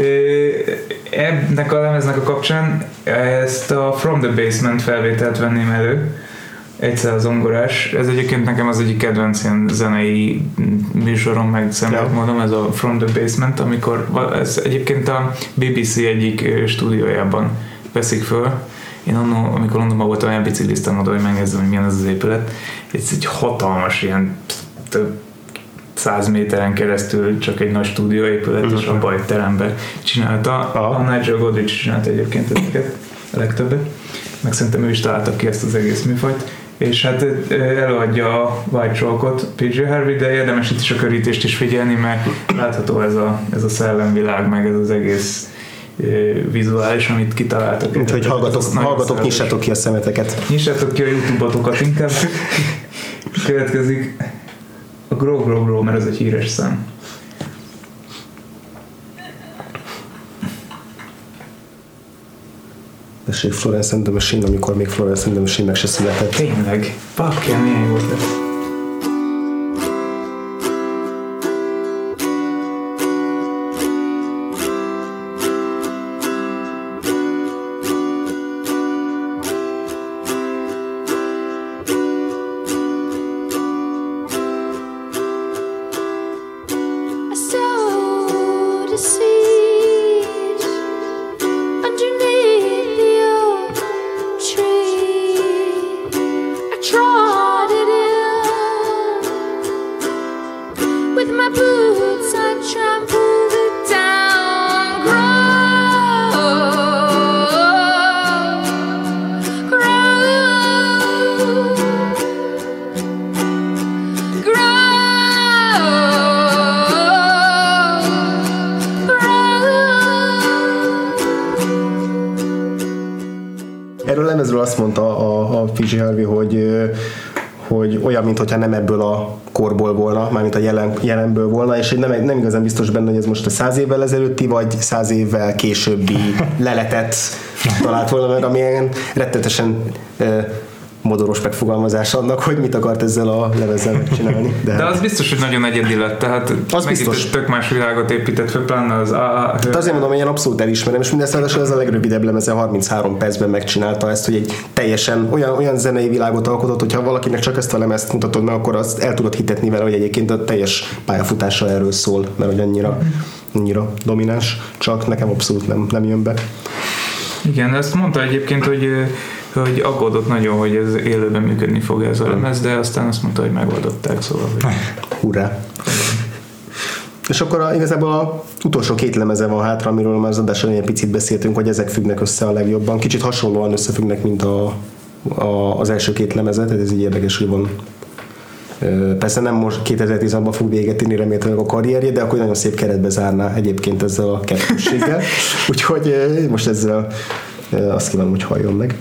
ennek a lemeznek a kapcsán ezt a From the Basement felvételt venném elő, egyszer az zongorás. Ez egyébként nekem az egyik kedvenc ilyen zenei műsorom, meg szemlélet módom, ez a From the Basement, amikor ez egyébként a BBC egyik stúdiójában veszik föl. Én amikor Londonban voltam, elbicikliztem oda, hogy megnézzem, hogy milyen ez az épület. Ez egy hatalmas, ilyen több 100 méteren keresztül csak egy nagy stúdióépület, és abban egy teremben csinálta. A Nigel Godrich csinálta egyébként ezeket, a legtöbbet. Meg szerintem ő is találta ki ezt az egész műfajt. És hát előadja a White Chalkot PJ Harvey, de érdemes itt is a körítést is figyelni, mert látható ez a szellemvilág, meg ez az egész vizuális, amit kitaláltak. Úgyhogy hallgatok, nyissátok ki a szemeteket. Nyissátok ki a YouTube-otokat inkább. Következik a Grow Grow Grow, mert ez egy híres szám. Tessék, Florence and the Machine, amikor még Florence and the Machine meg se született. Tényleg? Bakker, milyen jó volt ez. Azt mondta a PJ Harvey, hogy olyan, mintha nem ebből a korból volna, mármint a jelenből volna, és nem igazán biztos benne, hogy ez most a 100 évvel ezelőtti, vagy 100 évvel későbbi leletet talált volna, mert amilyen rettetesen modoros megfogalmazás annak, hogy mit akart ezzel a lemezzel megcsinálni. De az biztos, hogy nagyon egyedi lett, tehát az biztos. Tök más világot épített fel, pláne az tehát azért mondom, hogy én abszolút elismerem, és mindezt ráadásul ez a legrövidebb lemeze, 33 percben megcsinálta ezt, hogy egy teljesen olyan zenei világot alkotott, hogyha valakinek csak ezt a lemezt mutatod meg, akkor azt el tudod hitetni vele, hogy egyébként a teljes pályafutása erről szól, mert hogy annyira domináns, csak nekem abszolút nem jön be. Igen, ezt mondta egyébként, hogy aggódott nagyon, hogy ez élőben működni fog ez a lemez, de aztán azt mondta, hogy megoldották, szóval. Hogy... Hurrá! És akkor igazából az utolsó 2 lemeze van hátra, amiről már az adás elején egy picit beszéltünk, hogy ezek függnek össze a legjobban. Kicsit hasonlóan összefüggnek, mint az első 2 lemezet, tehát ez így érdekes, hogy van. Persze nem most 2016-ban fog véget érni remélhetőleg a karrierje, de akkor nagyon szép keretbe zárná egyébként ezzel a kettősséggel. Úgyhogy most ezzel azt kívánom, hogy halljon meg.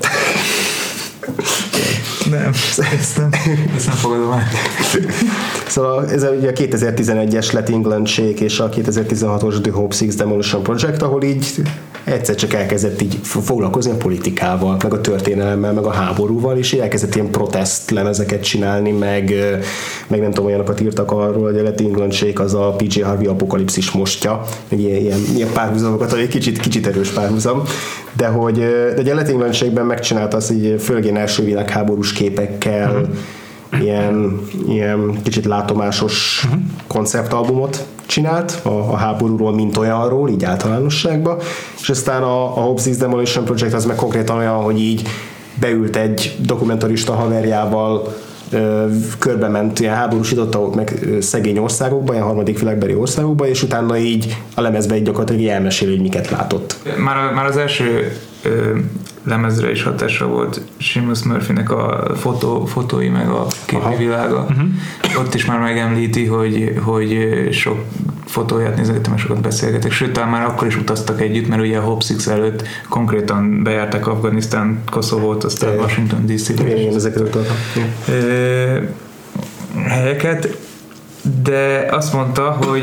Nem, ezt nem fogadom el. Szóval ez ugye a 2011-es Let England Shake és a 2016-os The Hope Six Demolition Project, ahol így egyszer csak elkezdett így foglalkozni a politikával, meg a történelemmel, meg a háborúval, és így elkezdett ilyen protest lemezeket csinálni, meg nem tudom, olyanokat írtak arról, hogy a Let England Shake az a PJ Harvey apokalipszis mostja, meg ilyen párhuzamokat, hogy egy kicsit erős párhuzam, de hogy a Let England Shake-ben megcsinálta azt, hogy főleg ilyen első világháborús képekkel, ilyen kicsit látomásos konceptalbumot csinált a háborúról, mint olyanról, így általánosságban, és aztán a Hope Six Demolition Project az meg konkrétan olyan, hogy így beült egy dokumentarista haverjával, körbe ment ilyen háborúsított meg szegény országokba, ilyen harmadik világbeli országokba, és utána így a lemezbe így gyakorlatilag elmeséli, hogy miket látott. Már az első lemezre is hatásra volt Seamus Murphynek a fotói meg a képi világa. Ott is már megemlíti, hogy sok fotóját nézegettem, és sokat beszélgetek. Sőt, talán már akkor is utaztak együtt, mert ugye a Hope Six előtt konkrétan bejártak Afganisztán, Koszovót, aztán Washington DC-be. Igen, ezekről tartom. Helyeket, de azt mondta, hogy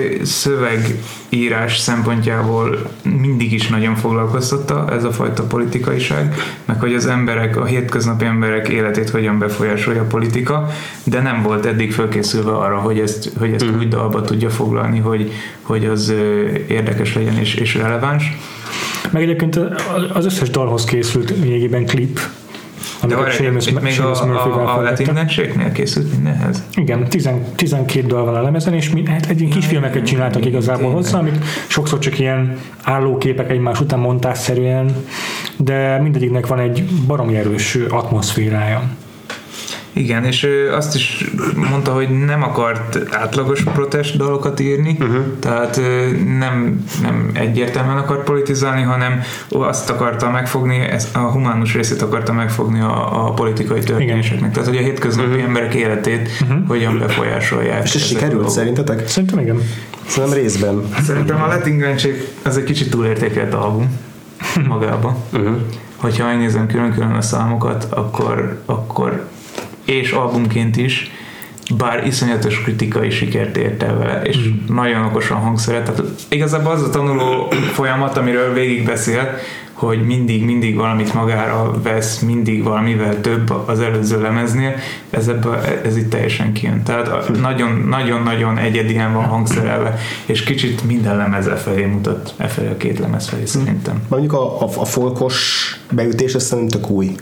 szövegírás szempontjából mindig is nagyon foglalkoztatta ez a fajta politikaiság, meg hogy az emberek, a hétköznapi emberek életét hogyan befolyásolja a politika, de nem volt eddig felkészülve arra, hogy ezt úgy dalba tudja foglalni, hogy az érdekes legyen és releváns. Meg egyébként az összes dalhoz készült lényegében klip, de még a Let England Shake-nél készült mindenhez? Igen, 12 dal van a lemezen, és egy kisfilmeket csináltak igazából hozzá, amik sokszor csak ilyen állóképek egymás után montásszerűen, de mindegyiknek van egy baromi erős atmoszférája. Igen, és azt is mondta, hogy nem akart átlagos protest dalokat írni, tehát nem egyértelműen akart politizálni, hanem azt akarta megfogni, a humánus részét akarta megfogni a politikai történéseknek. Tehát, hogy a hétköznapi emberek életét hogyan befolyásolják. És ez sikerült szerintetek? Szerintem igen. Szerintem részben. Szerintem a Let England Shake az egy kicsit túlértékelt album magába. Hogyha megnézem külön-külön a számokat, akkor és albumként is, bár iszonyatos kritikai sikert ért el vele, és nagyon okosan hangszeret. Tehát igazából az a tanuló folyamat, amiről végig beszél, hogy mindig valamit magára vesz, mindig valamivel több az előző lemeznél, ez itt teljesen kijön. Tehát nagyon-nagyon egyedien van hangszerelve, és kicsit minden lemez felé mutat, felé a 2 lemez felé szerintem. Mondjuk a folkos beütés, ez szerintem tök új.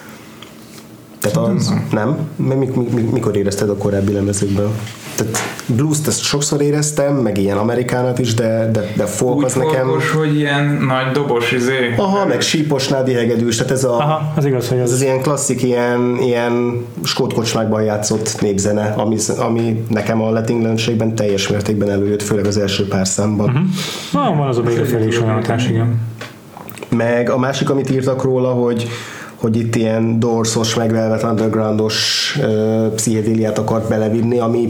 Tehát az, nem? Mikor érezted a korábbi lemezekben? Tehát blues-t ezt sokszor éreztem, meg ilyen amerikánat is, de folk az nekem... Úgy hogy ilyen nagy dobos izé. Aha, meg síposnál dihegedűs, tehát ez az igaz, hogy ez ilyen klasszik, ilyen skótkocsmákban játszott népzene, ami nekem a Let England Shake-ben teljes mértékben előjött, főleg az első pár számban. Van az a vége felé is olyan hatás, igen. Meg a másik, amit írtak róla, hogy itt ilyen Doors-os, meg Velvet Underground-os pszichedéliát akart belevinni, ami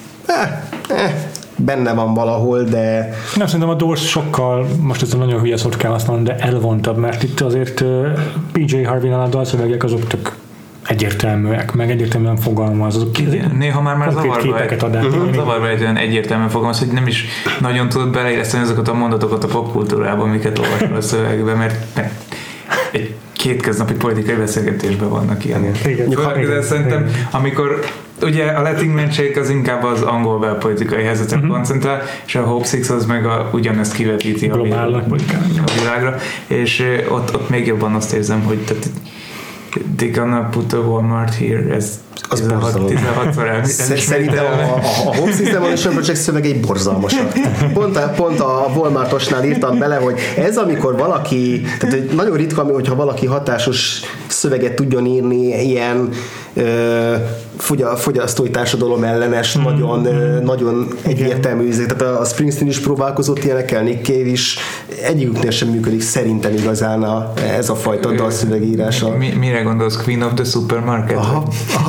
benne van valahol, de... Nem, szerintem a Doors sokkal, most ez a nagyon hülye szót kell használni, de elvontabb, mert itt azért PJ Harvey-nál a dalszövegek azok tök egyértelműek, meg egyértelműen fogalmaz. Néha már zavarba egy olyan egyértelműen fogalmaz, hogy nem is nagyon tudod beleéreszteni azokat a mondatokat a popkultúrába, amiket olvasol a szövegbe, mert egy kétköznapi politikai beszélgetésben vannak ilyen. De szerintem, amikor ugye a Let England Shake az inkább az angol belpolitikai helyzetre koncentrál, és a Hope Six az meg ugyanezt kivetíti a világra, és ott még jobban azt érzem, hogy they gonna put a Walmart here, ez 16-szor Szerintem a Home System Evolution Project szövegei borzalmasak. Pont a Walmartosnál írtam bele, hogy ez amikor valaki, tehát nagyon ritka, hogyha valaki hatásos szöveget tudjon írni, ilyen fogyasztói társadalom ellenes, nagyon egyértelmű, tehát a Springsteen is próbálkozott ilyenekkel, Nick Cave is, egyiküknél sem működik szerintem igazán ez a fajta dalszövegírása. Mire gondolsz? Queen of the Supermarket? Aha,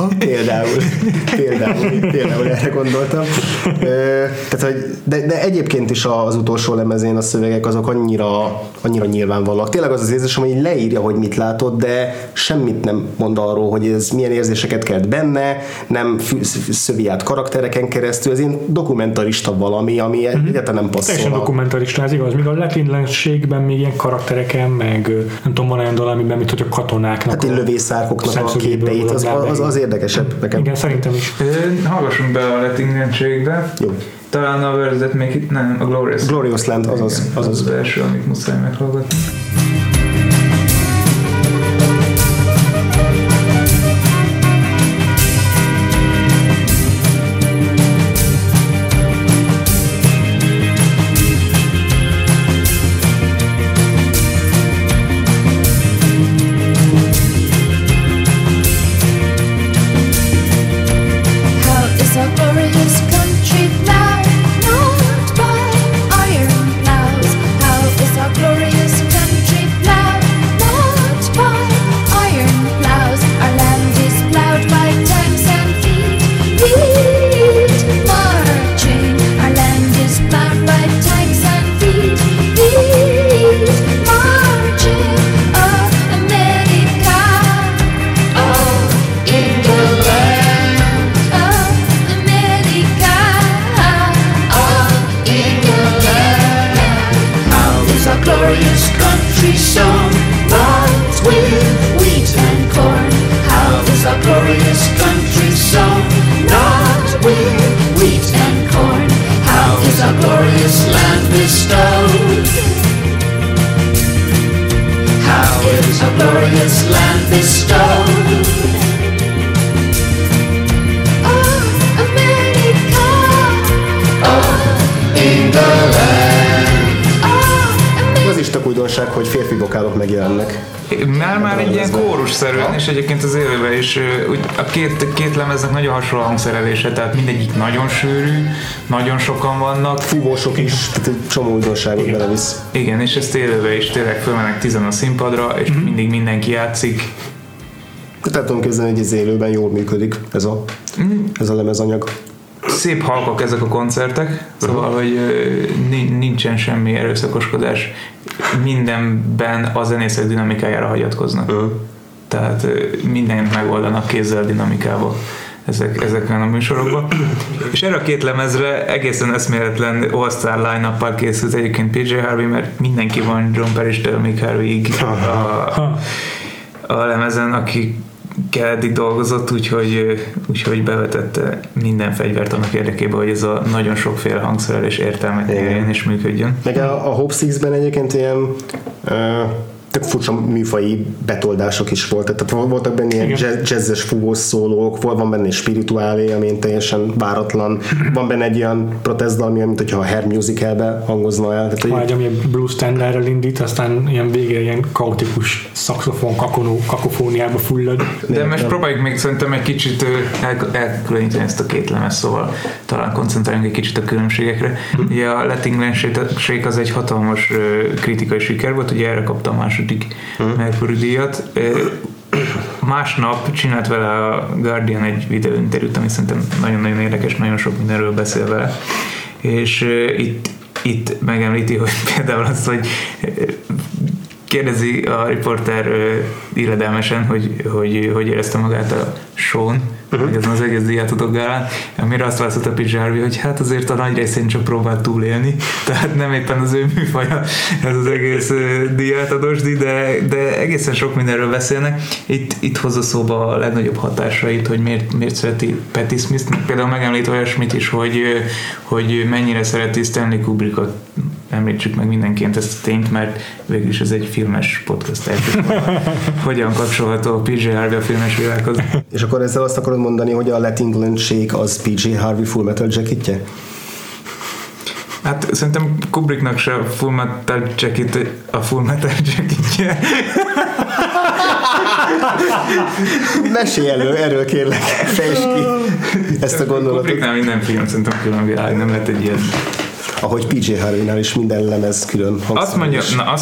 például erre gondoltam. Tehát, de egyébként is az utolsó lemezén a szövegek azok annyira nyilvánvalóak. Tényleg az érzésem, hogy leírja, hogy mit látod, de semmit nem mond arról, hogy ez milyen érzéseket kelt benne, nem szövi át karaktereken keresztül, ez ilyen dokumentarista valami, ami egyáltalán nem passzol. Teljesen dokumentarista, ez igaz. Míg a letinlenségben még ilyen karaktereken, meg nem tudom, van olyan dal, amiben, mint hogy a katonáknak hát én lövészárkoknak a képeit, az érdekesebb nekem. Igen, szerintem is. Hallgassunk be a letinlenségbe. Jó. Talán a Verzet még itt, nem, a Glorious Land, azaz. Az első, amit muszáj meghallgatni. Hogy férfi vokálok megjelennek. Már egy ilyen kórusszerűen, és egyébként az élőben is a két lemeznek nagyon hasonló hangszerelése, tehát mindegyik nagyon sűrű, nagyon sokan vannak. Fúvósok is, tehát egy csomó újdonságot belevisz. Igen, és ezt élőben is tényleg fölmennek 10 a színpadra, és mindig mindenki játszik. Tehát tudom képzelni, hogy az élőben jól működik ez a lemezanyag. Szép halkak ezek a koncertek, szóval, hogy nincsen semmi erőszakoskodás, mindenben a zenészek dinamikájára hagyatkoznak. Tehát mindent megoldanak kézzel dinamikába ezekben a műsorokban. És erre a két lemezre egészen eszméletlen all-star line-uppal készült egyébként PJ Harvey, mert mindenki van John Parrish-től Mick Harveyig a lemezen, aki eddig dolgozott, úgyhogy bevetette minden fegyvert annak érdekében, hogy ez a nagyon sokféle hangszerelés értelmet érjen és működjön. Meg a Hope Six-ben egyébként ilyen tök furcsa műfai betoldások is voltak. Tehát voltak benne ilyen jazzes fúvós szólók, van benne egy spirituálé, ami teljesen váratlan. Van benne egy ilyen protestdal, mint hogyha a Hair Musicalbe hangozna el. Vagy ami a blues standardrel indít, aztán ilyen végére ilyen kaotikus szaxofon kakofóniába fullad. De most próbáljuk még szerintem egy kicsit elkülöníteni ezt a két lemez, szóval talán koncentráljunk egy kicsit a különbségekre. Ugye a Let England Shake az egy hatalmas kritikai siker volt, ugye erre kapta a második Mercury díjat. Másnap csinált vele a Guardian egy videóinterjút, ami szerintem nagyon-nagyon érdekes, nagyon sok mindenről beszél vele. És itt megemlíti, hogy például azt, hogy kérdezi a riporter illedelmesen, hogy érezte magát a Sean, ezen az egész díjátadó gálán, amire azt látszott a PJ Harvey, hogy hát azért a nagy részén csak próbált túlélni, tehát nem éppen az ő műfaja ez az egész díjátadós díj, de egészen sok mindenről beszélnek. Itt hozza szóba a legnagyobb hatásait, hogy miért szereti Patti Smith, például megemlít olyasmit is, hogy mennyire szereti Stanley Kubrickot. Említsük meg mindenként ezt a tényt, mert végül is ez egy filmes podcast. Hogyan kapcsolható a PJ Harvey a filmes világhoz? És akkor ezzel azt akarod mondani, hogy a Let England Shake az PJ Harvey Full Metal Jacketje? Hát szerintem Kubricknak se a Full Metal Jacket a Full Metal Jacketje. Mesélj erről kérlek, fejtsd ki ezt a gondolatot. Kubricknál minden film szerintem külön világ, nem lehet egy ilyen. Ahogy PJ Harvey-nál is minden lemez külön Azt mondja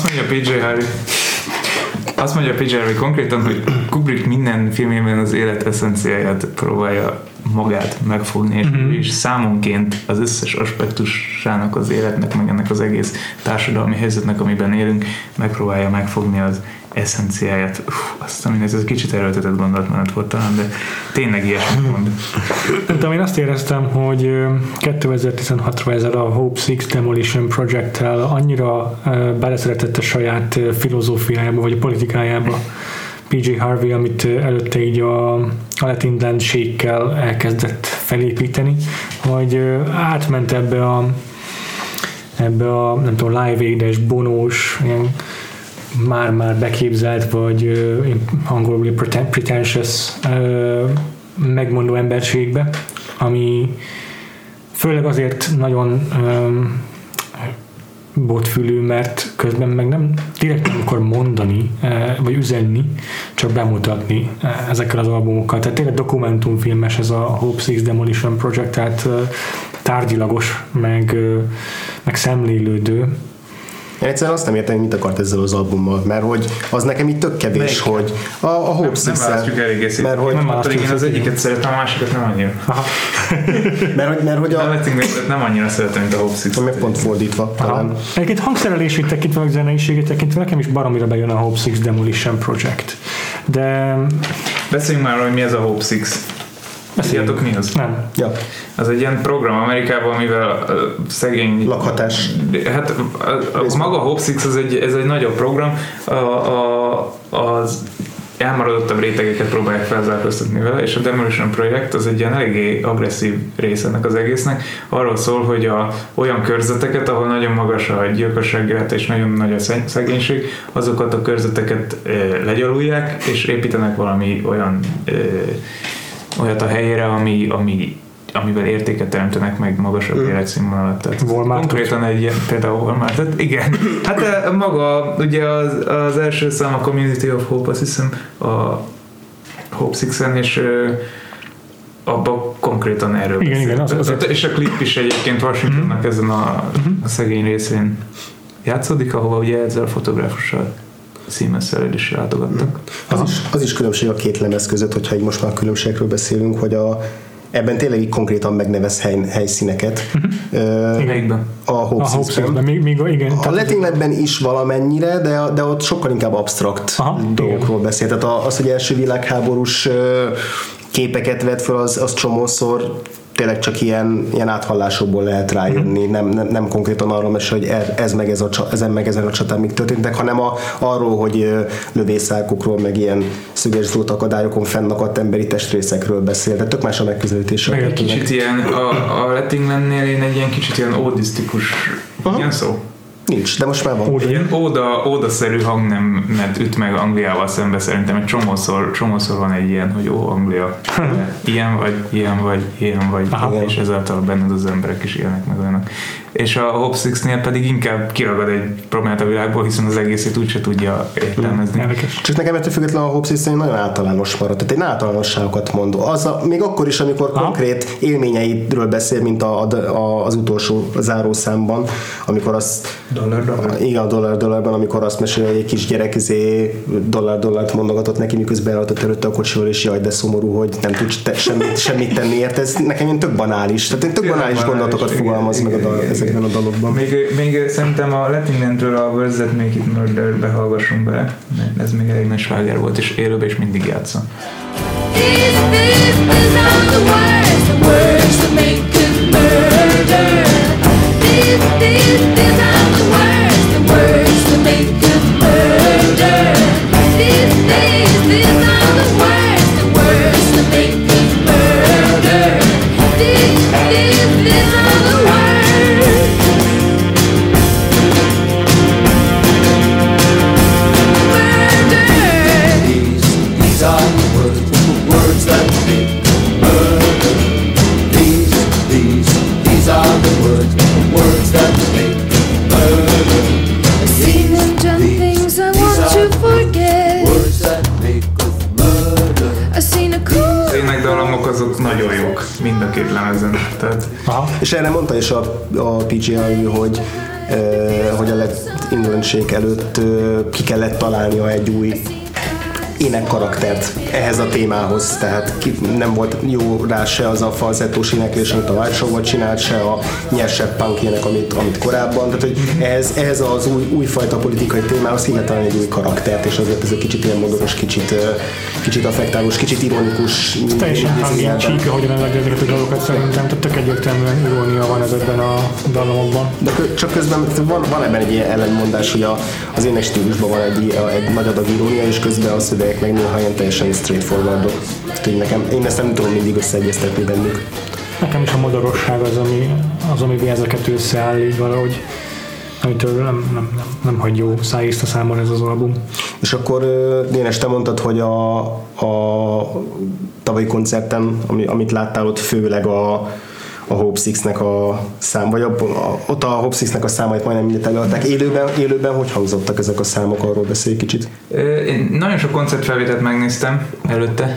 PJ Harvey konkrétan, hogy Kubrick minden filmében az élet eszenciáját próbálja magát megfogni, és számonként az összes aspektusának az életnek, meg ennek az egész társadalmi helyzetnek, amiben élünk, megpróbálja megfogni az eszenciáját. Aztán ez kicsit erőltetett gondolatmenet volt talán, de tényleg ilyesmit mond. De én azt éreztem, hogy 2016-ra ezzel a Hope Six Demolition Project-tel annyira beleszeretett a saját filozófiájába, vagy a politikájába PJ Harvey, amit előtte így a Let England Shake-kel elkezdett felépíteni, hogy átment ebbe a nem tudom, Live Aid-es, bonós, ilyen már beképzelt, vagy angolul pretentious megmondó emberségbe, ami főleg azért nagyon botfülű, mert közben meg nem direkt nem akar mondani, vagy üzenni, csak bemutatni ezekkel az albumokkal. Tehát tényleg dokumentumfilmes ez a Hope Six Demolition Project, tehát tárgyilagos, meg szemlélődő. Én egyszerűen azt nem értem, hogy mit akart ezzel az albummal, mert hogy az nekem itt tök kevés, melyik? hogy a Hope Nem választjuk eléggé szépen. mert hogy Nem pedig én az egyiket szeretem, a másikat nem annyira. mert hogy A Lettinglet nem annyira szeretem, mint a Hope Six. meg pont fordítva talán. Egyébként hangszerelését tekintve, meg zeneiségét tekintve nekem is baromira bejön a Hope Six Demolition Project. De... Beszéljünk már, hogy mi ez a Hope Six. Tudjátok mi az? Nem. Ja. Az egy ilyen program Amerikában, amivel szegény... Lakhatás. Hát maga a Hope Six ez egy nagyobb program. Az elmaradottabb rétegeket próbálják felzárkóztatni vele, és a Demolition Project az egy ilyen eléggé agresszív rész ennek az egésznek. Arról szól, hogy olyan körzeteket, ahol nagyon magas a gyilkosság ráta és nagyon nagy a szegénység, azokat a körzeteket legyalulják, és építenek valami olyat a helyére, amivel értéket teremtenek meg magasabb életszínvonalat. Tehát konkrétan egy ilyen, például Walmartot, igen. Hát maga, ugye az első szám a Community of Hope, azt hiszem a Hope Six-en, és abban konkrétan erről igen, és a klip is egyébként Washingtonnak ezen a szegény részén játszódik, ahova ugye ezzel a fotográfussal Siemens-szel is látogattak. Az is különbség a két lemez között, hogyha így most már különbségekről beszélünk, hogy ebben tényleg így konkrétan megnevez helyszíneket. Melyikben? A Hope Six-ben. Igen, a Let Englandben is valamennyire, de ott sokkal inkább absztrakt dolgokról beszél. Tehát az, hogy első világháborús képeket vett fel, az csomószor tényleg csak ilyen áthallásokból lehet rájönni, nem konkrétan arról mesél, hogy ezen a csatán mik történtek, hanem arról, hogy lövészárkokról, meg ilyen szöges drótakadályokon fennakadt emberi testrészekről beszél, de tök más a megközelítés. Meg egy kicsit ilyen, a Let Englandnél egy ilyen kicsit ilyen ódisztikus, ilyen szó? Nincs, de most már van. Egy ilyen ódaszerű hangnemet üt meg Angliával szembe, szerintem egy csomószor van egy ilyen, hogy Anglia, ilyen vagy, és ezáltal benned az emberek is élnek meg olyanok. És a Hope Six-nél pedig inkább kiragad egy problémát a világból, hiszen az egészét úgyse tudja értelmezni. Csak nekem ettől függetlenül a Hope Six-nél nagyon általános maradt, tehát egy általánosságokat mond. Még akkor is, amikor konkrét élményeidről beszél, mint az utolsó zárószámban, amikor azt igen, a dollárban, amikor azt mesél, hogy egy kis gyerek dollárt mondogatott neki, miközben eladatott előtte a kocsival, és jaj, de szomorú, hogy nem tud semmit tenni érte. Ez nekem ilyen tök banális. Tehát tök banális gondolatokat fogalmaz meg ezekben a dalokban. Még szerintem a Let Englandről a Words That Make It Murder behallgassunk bele, mert ez még elég nagy sláger volt, és élőben is mindig játsza. These are the words that make us murder. These are the words that make us murder. These are the words that make us murder. These are the words. These are the words that make murder. These are the words that make murder. I've seen them done things I want to forget. Words that make us murder. I've seen a cool. Az énekdallamok azok nagyon jók, mind a két lemezen. Tehát Aha. És erre mondta is a PJ Harvey, hogy a Led England előtt ki kellett találnia egy új énekkaraktert ehhez a témához, tehát nem volt jó rá se az a falzettós éneklés, amit a White Show-val csinált, se a nyersebb punk ének, amit korábban, tehát hogy ehhez az újfajta politikai témához ki kell találni egy új karaktert, és azért ez egy kicsit ilyen modoros, kicsit affektálós, kicsit ironikus. Teljesen hanging ahogyan eladja ezeket a dolgokat szerintem, tehát tök egyértelműen irónia van ezekben a dallamokban. De csak közben van ebben egy ilyen ellenmondás, hogy az ének stílusban van egy nagy adag irónia, és közben a szövegek meg néha ilyen teljesen straightforwardok. Tehát én ezt nem tudom mindig összeegyeztetni bennük. Nekem is a modorosság az, ami ezeket összeáll így valahogy, amitől nem hagy jó szájízt a számon ez az album. És akkor Dénes, te mondtad, hogy a tavalyi koncerten, amit láttál, ott főleg a Hope Six-nek a szám, vagy ott a Hope Six-nek a számait majdnem mindent előadták. Élőben hogy hangzottak ezek a számok? Arról beszélj kicsit. én nagyon sok koncertfelvételt megnéztem előtte,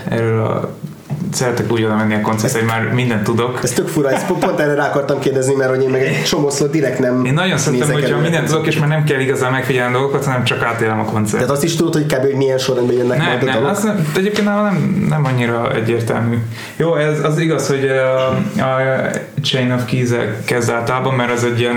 szeretek úgy oda menni a koncertre, hogy már mindent tudok. Ez tök fura, ezt pont erre rá akartam kérdezni, mert hogy én meg egy csomószor direkt nem Én nagyon szeretem, hogyha mindent tudok, és már nem kell igazán megfigyelni dolgokat, hanem csak átélem a koncertet. Tehát azt is tudod, hogy kb. Hogy milyen sorrendben jönnek majd a dalok? Egyébként nem annyira egyértelmű. Jó, ez igaz, hogy a Chain of Keys-el kezd általában, mert az egy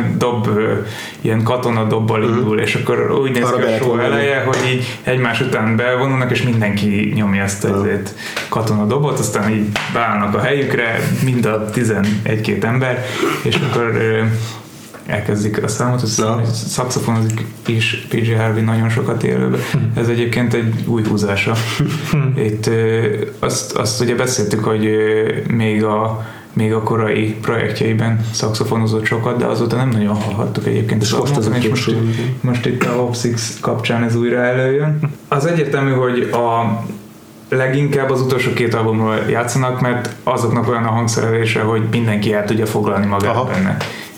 ilyen katona dobbal indul, és akkor úgy néz ki a show eleje, hogy így egymás után bevonulnak, és mindenki nyomja ezt az katona dobot, aztán így beállnak a helyükre, mind a 11-2 ember, és akkor elkezdik a számot, szaxofonozik is PJ Harvey nagyon sokat élőbe. Ez egyébként egy új húzása. Itt azt ugye beszéltük, hogy még a korai projektjeiben szaxofonozott sokat, de azóta nem nagyon hallhattuk egyébként. És most itt a Hope Six kapcsán ez újra előjön. Az egyértelmű, hogy leginkább az utolsó 2 albumról játszanak, mert azoknak olyan a hangszerelése, hogy mindenki el tudja foglalni magát benne.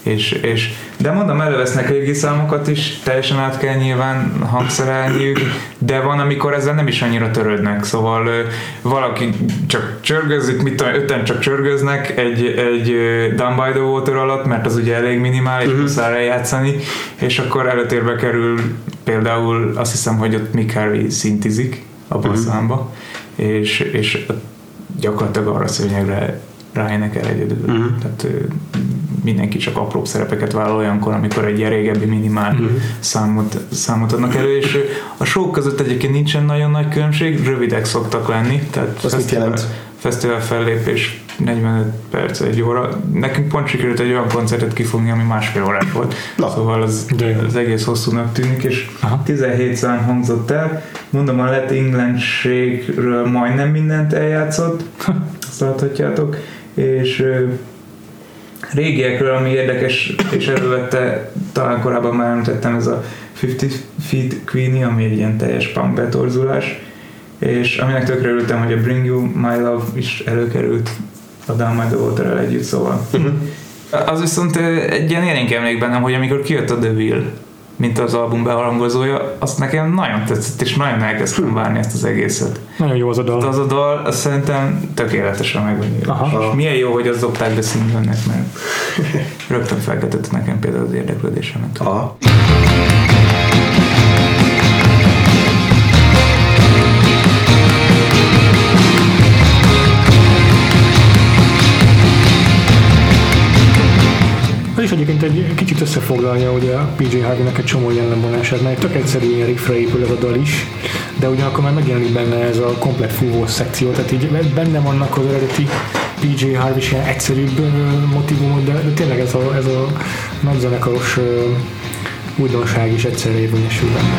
De mondom, elővesznek régi számokat is, teljesen át kell nyilván hangszerelniük, de van, amikor ezzel nem is annyira törődnek, szóval valaki csak csörgözik, mit tudom, 5-en csak csörgöznek egy Down by the Water alatt, mert az ugye elég minimális, muszáj eljátszani, és akkor előtérbe kerül például azt hiszem, hogy ott Mick Harvey szintizik abban a számba, és gyakorlatilag arra szőnyegre ráénekel egyedül. Tehát mindenki csak apróbb szerepeket vállal olyankor, amikor egy ilyen régebbi minimál számot adnak elő, és a show között egyébként nincsen nagyon nagy különbség, rövidek szoktak lenni, tehát fesztivál fellépés 45 perc, 1 óra. Nekünk pont sikerült egy olyan koncertet kifogni, ami 1,5 órás volt. Szóval az egész hosszúnak tűnik, és 17 szám hangzott el. Mondom, a Led England-ségről majdnem mindent eljátszott, azt láthatjátok, és régiekről, ami érdekes, és elővette, talán korábban már említettem, ez a 50 Feet Queenie, ami egy ilyen teljes punk betorzulás, és aminek tökre örültem, hogy a Bring You My Love is előkerült a Down by the Water-rel együtt, szóval. Az viszont egy ilyen élénk emlék bennem, hogy amikor kijött a The Wheel, mint az album beharangozója, azt nekem nagyon tetszett, és nagyon elkezdtem várni ezt az egészet. Nagyon jó az a dal. Az a dal, azt szerintem tökéletesen meg van írva. És milyen jó, hogy azt dobták be színűnek, mert rögtön felkeltett nekem például az érdeklődésemet. És egyébként viszont egy kicsit összefoglalja ugye a PJ Harvey-nek egy csomó jellemvonását, mert tök egyszerű ilyen riffre épül ez a dal is, de ugyanakkor már megjelenik benne ez a komplet fúvós szekció, tehát így benne vannak az eredeti PJ Harvey ilyen egyszerűbb motivumok, de tényleg ez a nagyzenekaros újdonság is egyszerre érvényesül benne.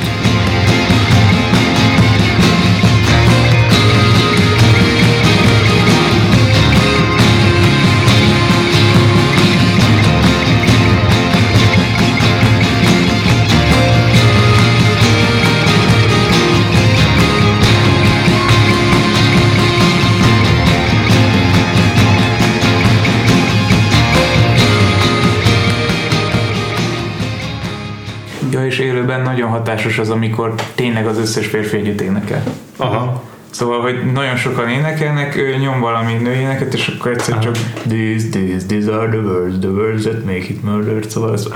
És élőben nagyon hatásos az, amikor tényleg az összes férfi együtt énekel. Aha. Szóval, hogy nagyon sokan énekelnek, ő nyom valami nőjéneket, és akkor egyszer csak these are the words that make it murdered, szóval ez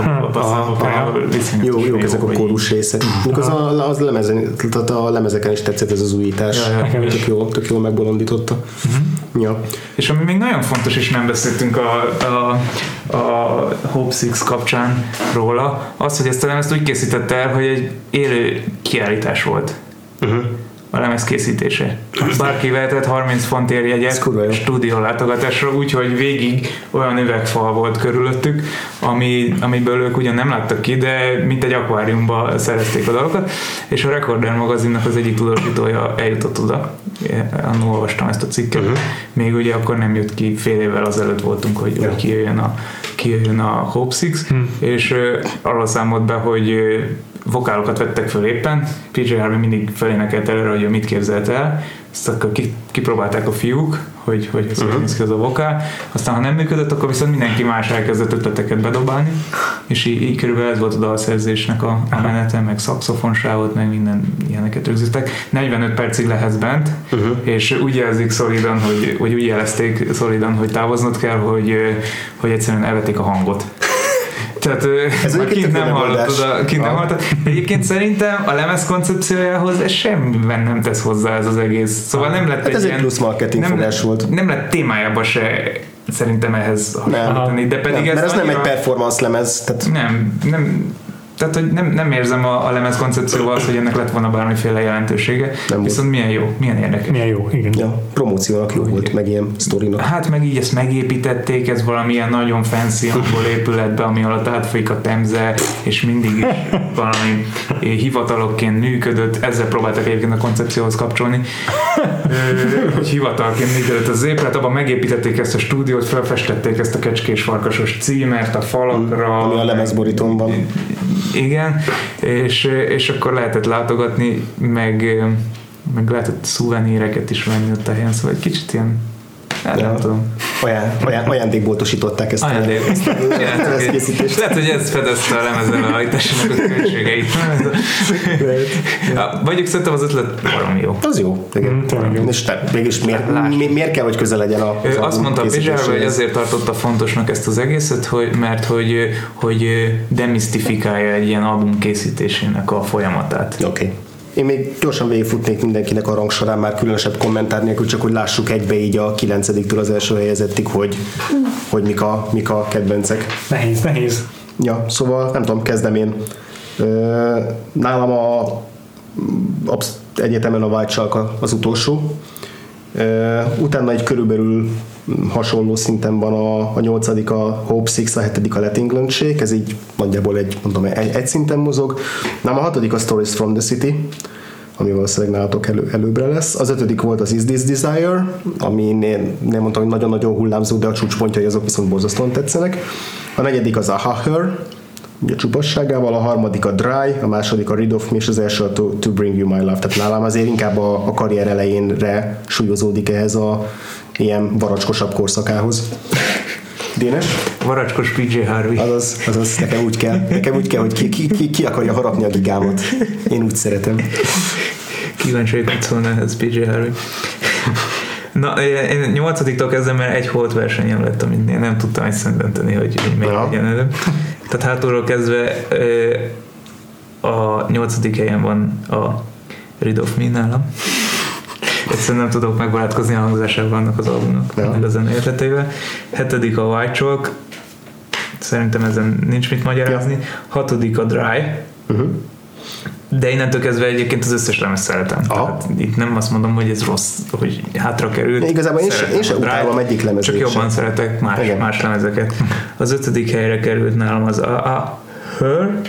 Jó, ezek a kórus részek. Az a lemezeken is tetszett ez az újítás. Tök jól megbolondította. Ja. És ami még nagyon fontos, és nem beszéltünk a Hope Six kapcsán róla, az, hogy ezt a lemezt úgy készítette el, hogy egy élő kiállítás volt. A lemez készítése. Bárki vehetett 30 fontért jegyet stúdió látogatásra, úgyhogy végig olyan üvegfal volt körülöttük, amiből ők ugyan nem láttak ki, de mint egy akváriumba szerezték a dalokat, és a Recorder magazinnak az egyik tudósítója eljutott oda. Annól olvastam ezt a cikket. Még ugye akkor nem jött ki, fél évvel azelőtt voltunk, hogy kijöjjön a Hope Six, és arról számolt be, hogy vokálokat vettek föl éppen, PJ Harvey mindig felénekelt előre, hogy ő mit képzelt el, ezt akkor kipróbálták a fiúk, hogy ez néz ki az a vokál, aztán ha nem működött, akkor viszont mindenki más elkezdett ötleteket bedobálni, és így körülbelül ez volt a dalszerzésnek a menete, meg szaxofonsávot, meg minden ilyeneket rögzítettek. 45 percig lehetsz bent, és úgy jelzik szolidan, hogy úgy jelezték szolidan, hogy távoznod kell, hogy egyszerűen elvették a hangot. Tehát kint nem hallottad. Egyébként szerintem a lemez koncepciójához ez semmiben nem tesz hozzá ez az egész. Szóval nem lett ez egy plusz marketing fogás volt. Nem lett témájában se szerintem ehhez hasonlítani. De pedig mert ez nem egy performance lemez. Tehát... Nem. Tehát, hogy nem érzem a lemez koncepcióval az, hogy ennek lett volna bármiféle jelentősége. Viszont milyen jó, milyen érdekes. Milyen jó, igen. Ja, promóciónak jó volt, meg ilyen sztorinak. Hát meg így ezt megépítették, ez valamilyen nagyon fancy angol épületbe, ami alatt átfolyik a Temze, és mindig is valami hivatalokként működött. Ezzel próbáltak egyébként a koncepcióhoz kapcsolni. Hogy hivatalként működött az épület, abban megépítették ezt a stúdiót, felfestették ezt a kecskés farkasos címert a falakra. Ami a lemezborítón van. Igen, és akkor lehetett látogatni, meg lehetett szuveníreket is venni ott a helyen, szóval egy kicsit ilyen, nem tudom. Ajándékboltosították ezt a lemezkészítést. Lehet, hogy ez fedezte a lemezleállításának a költségeit. Vagyok szerintem az ötlet valami jó. Az jó. És mégis miért kell, hogy közel legyen a azt mondta a PJ Harvey, hogy azért tartotta fontosnak ezt az egészet, mert hogy demisztifikálja egy ilyen album készítésének a folyamatát. Oké. Én még gyorsan végigfutnék mindenkinek a rangsorán, már különösebb kommentár nélkül, csak hogy lássuk egybe így a 9-től az első helyezettig, hogy mik a kedvencek. Nehéz. Ja, szóval nem tudom, kezdem én. Nálam egyetemen a White Shark az utolsó. Utána egy körülbelül hasonló szinten van a 8. a Hope Six, a 7. a Let England Shake, ez így nagyjából egy szinten mozog. Nálam a 6. a Stories from the City, ami valószínűleg nálatok előbbre lesz. Az 5. volt az Is This Desire, ami nem mondtam, hogy nagyon-nagyon hullámzó, de a csúcspontjai azok viszont borzasztóan tetszenek. A 4. az a Her, ugye csupasságával, a 3. a Dry, a 2. a Rid of Me, és az első a To Bring You My Love. Tehát nálam azért inkább a karrier elejénre súlyozódik ehhez a ilyen varacskosabb korszakához. Dénes? Varacskos PJ Harvey. Azaz, nekem úgy kell, hogy ki akarja harapni a gigámat. Én úgy szeretem. Kíváncsi, hogy mit szólna ez PJ Harvey. Na, én 8-tól kezdem, mert egy holt versenyem lett, amit én nem tudtam egyszerűen hogy melyik legyen előbb. Tehát hátulról kezdve a 8. helyen van a Rid of Me nálam. Egyszerűen nem tudok megbarátkozni a hangzásában annak az albumnak, meg a zene ötleteivel. 7. a White Chalk, szerintem ezen nincs mit magyarázni. 6. a Dry, de innentől kezdve egyébként az összes lemez szeretem. Tehát itt nem azt mondom, hogy ez rossz, hogy hátra került. Igazából én sem utálom egyik lemezét. Csak jobban szeretek más lemezeket. Az 5. helyre került nálam az a Her,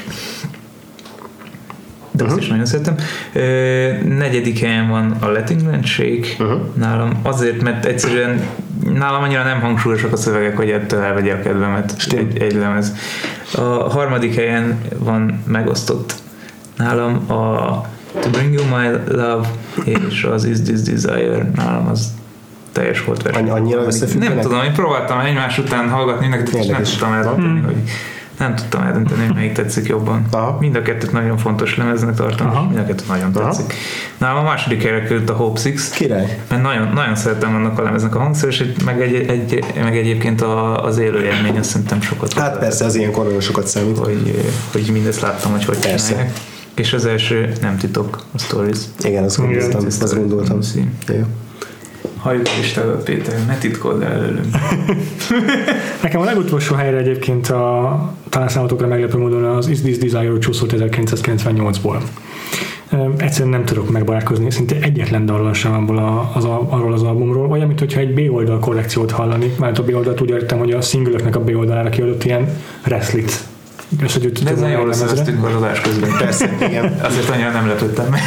de azt is nagyon szeretem. 4. helyen van a Let England Shake nálam, azért, mert egyszerűen nálam annyira nem hangsúlyosak a szövegek, hogy ettől elvegye a kedvemet egy lemez. A 3. helyen van megosztott nálam a To Bring You My Love és az Is This Desire, nálam az teljes volt verseny. Annyira összefüggenek? Nem tudom, én próbáltam egymás után hallgatni nektek, és nem tudtam eldönteni, hogy melyik tetszik jobban. Mind a kettőt nagyon fontos lemeznek tartom, és mind a kettőt nagyon tetszik. Nálam a 2. helyre került a Hope Six, király. Mert nagyon szeretem annak a lemeznek a hangszeresét, meg egyébként az élőélmény, azt szerintem sokat. Hát persze, az ilyenkor nagyon sokat számít. Hogy mindezt láttam, hogy csinálják. És az első nem titok, a Stories. Igen, azt gondoltam. Halljuk is te, Péter, ne titkold el előlünk. Nekem a legutolsó helyre egyébként talán számotokra meglepő módon az Is This Desire csúszott 1998-ból. Egyszerűen nem tudok megbarátkozni, szinte egyetlen dalon sem arról az albumról, olyan, mintha egy B-oldal kollekciót hallani, mert a B-oldalt úgy értem, hogy a singlöknek a B-oldalára kiadott ilyen wrestlit. De ez nagyon jól összevesztünk az adás közben. Persze, igen. Azért annyira nem lepődtem meg.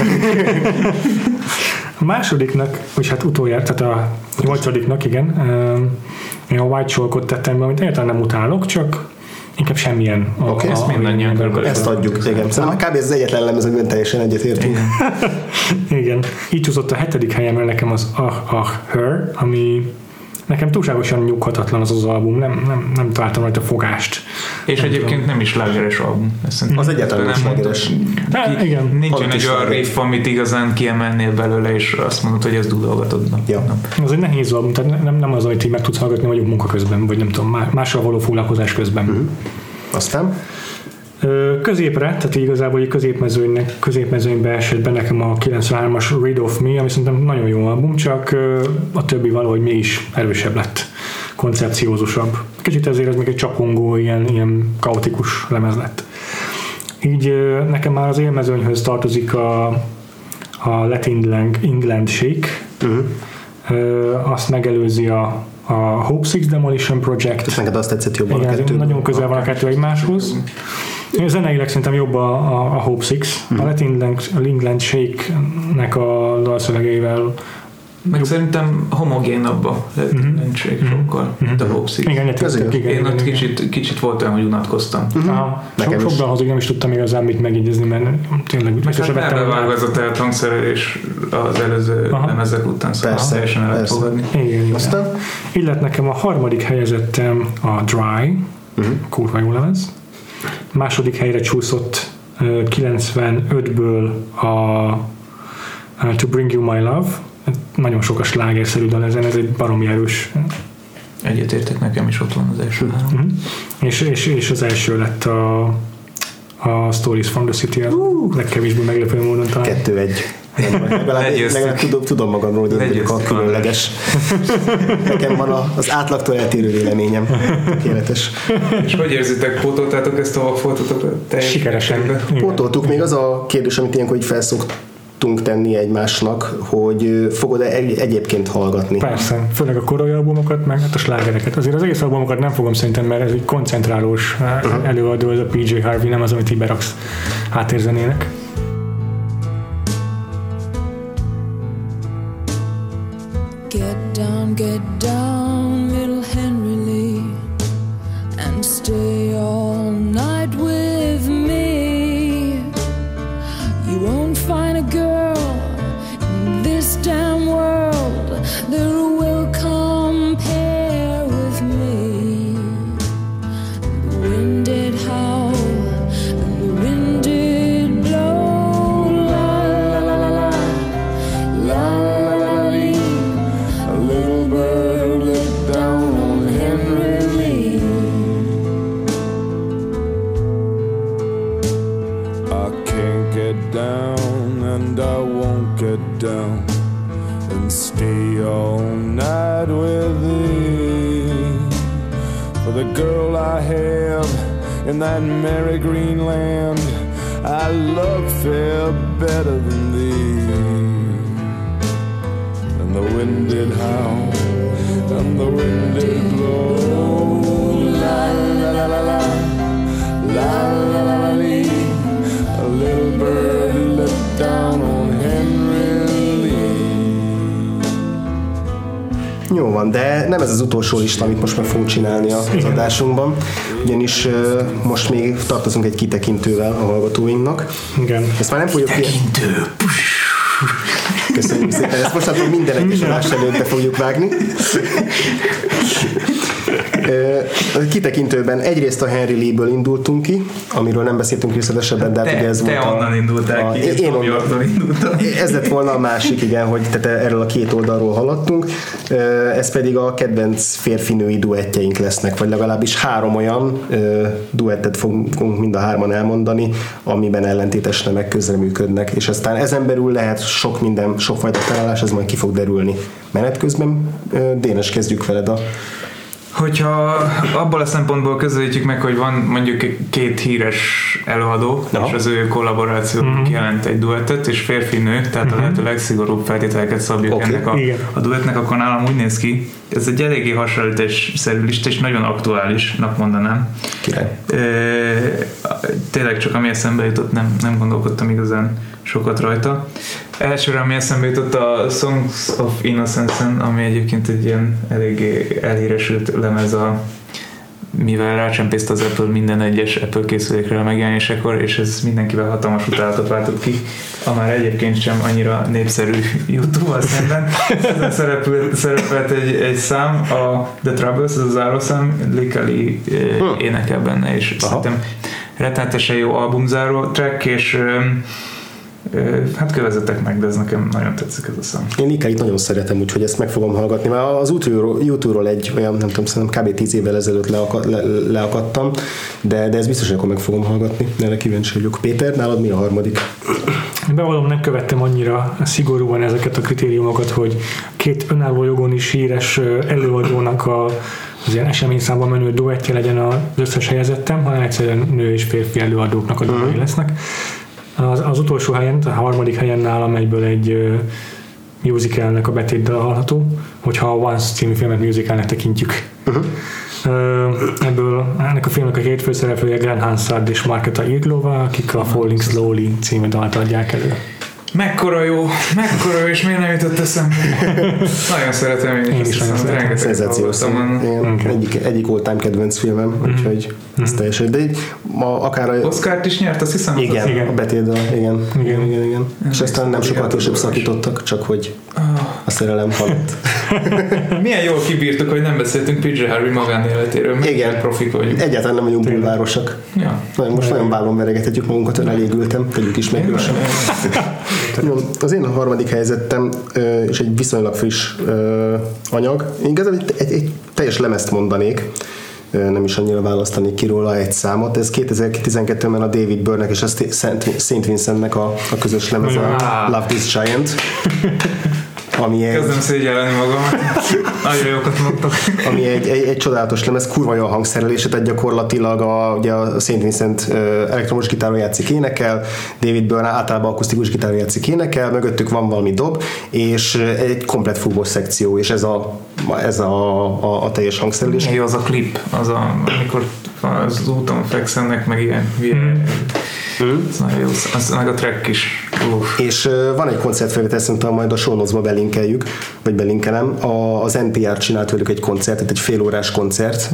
A másodiknak, vagy hát utoljára, tehát a 8-nak, igen, én a White Chalkot tettem be, amit egyáltalán nem utálok, csak inkább semmilyen. Oké, ezt mindannyian körülbelül. Ezt adjuk, igen. Szerintem kb. Ez egyetlen lemez, amiben teljesen egyetértünk. Igen. Így csúszott a 7. helyemre nekem az Her, ami nekem túlságosan nyughatatlan az album, nem találtam rajta fogást. És nem egyébként tudom. Nem is slágeres album. Az egyáltalán nem slágeres. Igen. Nincsen egy olyan riff, amit igazán kiemelnél belőle, és azt mondod, hogy ezt dudolgatod. Ja. Az egy nehéz album, tehát nem az, amit így meg tudsz hallgatni mondjuk munka közben, vagy nem tudom, mással való foglalkozás közben. Aztán? Középre, tehát igazából egy középmezőnybe esett be nekem a 93-as Rid of Me, ami szerintem nagyon jó album, csak a többi valahogy mégis erősebb lett, koncepciózusabb. Kicsit ezért ez még egy csapongó, ilyen kaotikus lemez lett. Így nekem már az élmezőnyhöz tartozik a Let England Shake, azt megelőzi a Hope Six Demolition Project. És neked azt tetszett jobban a kettő? Nagyon közel van a kettő egymáshoz. Zeneileg szerintem jobb a Hope Six. A Let England Shake-nek a dalszövegeivel meg szerintem homogénabb a Let England Shake sokkal, mint a Hope Six. Én ott kicsit volt olyan, hogy unatkoztam. Sok dalhoz nem is tudtam igazán mit megjegyezni, mert tényleg biztosan vettem. Elbevágva ez a telt hangszerelés az előző lemezek után, szóval teljesen el lehet fogadni. Igen. Így lett nekem a 3. helyezettem a Dry, kurva jó lemez. Második helyre csúszott 95-ből a To Bring You My Love. Nagyon sok a slágerszerű dal ezen, ez egy baromi erős. Egyetértek, nekem is ott van az első három. És az első lett a Stories from the City, a legkevésbé meglepő módon talán. 2-1. Legalább tudom magamról, hogy én vagyok a különleges. Nekem van az átlagtól eltérő véleményem. Tökéletes. És hogy érzitek, pótoltátok ezt a vakfoltotok? Sikeresen. Pótoltuk. Még az a kérdés, amit ilyenkor így felszoktunk tenni egymásnak, hogy fogod-e egyébként hallgatni? Persze, főleg a korai albumokat, meg a slágereket. Azért az egész albumokat nem fogom szerintem, mert ez egy koncentrálós előadó, ez a PJ Harvey, nem az, amit így beraksz háttérzenének. Get down, little Henry Lee, and stay all night with me. You won't find a girl in this damn world that will compare with me. The wind did howl and the wind did blow, la la la la la, la la la la. A little bird looked down on Henry Lee. I can't get down and I won't get down and stay all night with thee. For for the girl I have in that merry green land. I love fair better than thee. And the wind did howl, and the wind did blow. La la la la la, la la la la lee. A little bird let down on Henry Lee. Jó van, de nem ez az utolsó lista, amit most meg fogunk csinálni az adásunkban, ugyanis most még tartozunk egy kitekintővel a hallgatóinknak. Igen. Ezt már nem fogjuk... Kitekintő! Köszönjük szépen, ezt mostantól minden egyes adás előtte fogjuk vágni. A kitekintőben egyrészt a Henry Lee-ből indultunk ki, amiről nem beszéltünk részletesebben, de hát ugye ez volt te onnan indultál ki, én onnan indultam. Ez lett volna a másik, igen, hogy tehát erről a két oldalról haladtunk. Ez pedig a kedvenc férfinői duettjeink lesznek, vagy legalábbis 3 olyan duettet fogunk mind a 3-an elmondani, amiben ellentétes nemek közreműködnek, és aztán ezen belül lehet sok minden, sokfajta találás, ez majd ki fog derülni. Menet közben, Dénes, kezdjük veled a... Hogyha abból a szempontból közelítjük meg, hogy van mondjuk 2 híres előadó, és az ő kollaborációk jelent egy duettet, és férfi-nő, tehát a lehető legszigorúbb feltételeket szabjuk ennek a duettnek, akkor nálam úgy néz ki, ez egy eléggé hasonlításszerű lista, és nagyon aktuálisnak mondanám. Tényleg csak ami eszembe jutott, nem gondolkodtam igazán sokat rajta. Elsőre, ami eszembe jutott, a Songs of Innocence-en, ami egyébként egy ilyen eléggé elhíresült lemez, mivel rácsempészt az Apple minden egyes Apple készülékre a megjelenésekor, és ez mindenkivel hatalmas utálatot váltott ki, a már egyébként sem annyira népszerű YouTube-val szemben. Ezen szerepelt egy szám, a The Troubles, ez az zárószám, Likali énekel benne, és szerintem rettenetesen jó albumzáró track, és hát kövezetek meg, de ez nekem nagyon tetszik ez a szám. Én Likait nagyon szeretem, úgyhogy ezt meg fogom hallgatni. Már az YouTube-ról egy olyan, nem tudom, szerintem kb. 10 évvel ezelőtt leakadtam, de ez biztos, hogy akkor meg fogom hallgatni. Erre kíváncsi vagyok. Péter, nálad mi a harmadik? Bevallom, nem követtem annyira szigorúan ezeket a kritériumokat, hogy 2 önálló jogon is híres előadónak az ilyen eseményszámban menő duettje legyen az összes helyezettem, hanem egyszerűen nő és férfi előadóknak a dolgai lesznek. Az utolsó helyen, a 3. helyen nálam egyből egy musicalnek a betétdal hallható, hogyha a Once című filmet musicalnek tekintjük. Ebből ennek a filmnek a 2 főszereplője Glenn Hansard és Marketa Irglova, akik a Falling Slowly című dalt adják elő. Mekkora jó, és miért nem jutott eszembe? Nagyon szeretem én is ezt. Szenzációs szám. Egyik all-time kedvenc filmem, úgyhogy ez teljesen. De így akár a... Oscart is nyert, azt hiszem? Igen, a betétdal, igen. És aztán nem sokkal később szakítottak, csak hogy a szerelem halott. Milyen jól kibírtuk, hogy nem beszéltünk PJ Harvey magánéletéről. Igen, profik vagyunk. Egyáltalán nem vagyunk bulvárosak. Ja. Most nagyon bálon veregethetjük magunkat, hogy elégültem, tegyük is meg gyorsan. Az én 3. helyzetem és egy viszonylag friss anyag. Igazából egy teljes lemezt mondanék, nem is annyira választanék ki róla egy számot. Ez 2012-ben a David Byrne-nek és a St. Vincentnek a közös lemez, a Love This Giant. Kezdem szégyelleni magamat. Nagyon jókat mondtak. Ami egy csodálatos lemez, kurva jó a hangszerelése, tehát gyakorlatilag ugye a St. Vincent elektromos gitáron játszik, énekel, David Byrne általában akusztikus gitáron játszik, énekel, mögöttük van valami dob, és egy komplett fúvós szekció, és ez a teljes hangszerelés. Jó az a klip, amikor az úton fekszenek, meg ilyen ez nagyon jó, az meg a track is. És van egy koncertfelvétel, szerintem majd a show notes-ba belinkeljük, vagy belinkelem. Az NPR csinált velük egy koncertet, egy félórás koncert,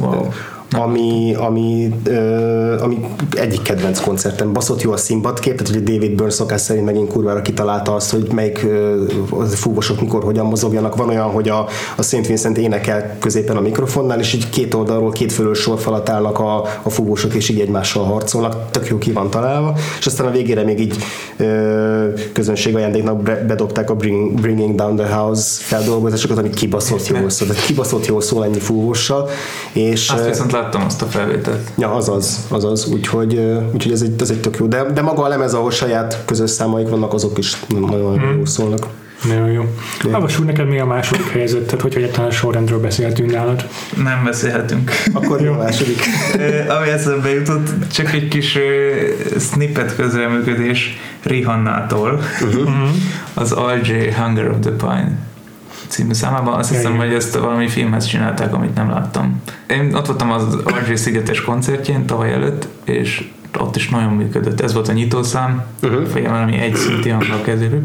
ami egyik kedvenc koncertem. Baszott jó a színpadkép, tehát ugye David Byrne szokás szerint megint kurvára kitalálta azt, hogy melyik fúvosok mikor hogyan mozogjanak. Van olyan, hogy a St. Vincent énekel középen a mikrofonnál, és így 2 oldalról 2 fölös sorfalat állnak a fúvosok, és így egymással harcolnak. Tök jó ki van találva. És aztán a végére még így közönség ajándéknak bedobták a Bringing Down the House feldolgozásokat, ami kibaszott jól szól. Tehát kibaszott jól szól ennyi fúvossal. És azt viszont láttam azt a felvételt. Ja, azaz. Úgyhogy ez egy tök jó. De maga a lemez, ahol saját közös számaik vannak, azok is nagyon jól szólnak. Nagyon jó. Havas úr, neked mi a második helyzet? Tehát hogy egyáltalán sorrendről beszéltünk nálad? Nem beszélhetünk. Akkor jó a második. Ami eszembe jutott, csak egy kis snippet közreműködés Rihannától. Az RJ Hunger of the Pine című számában. Azt hiszem, hogy ezt valami filmhez csinálták, amit nem láttam. Én ott voltam az RJ szigetes koncertjén tavaly előtt, és ott is nagyon működött. Ez volt a nyitószám, vagy valami egy szinti hanggal kezdődő,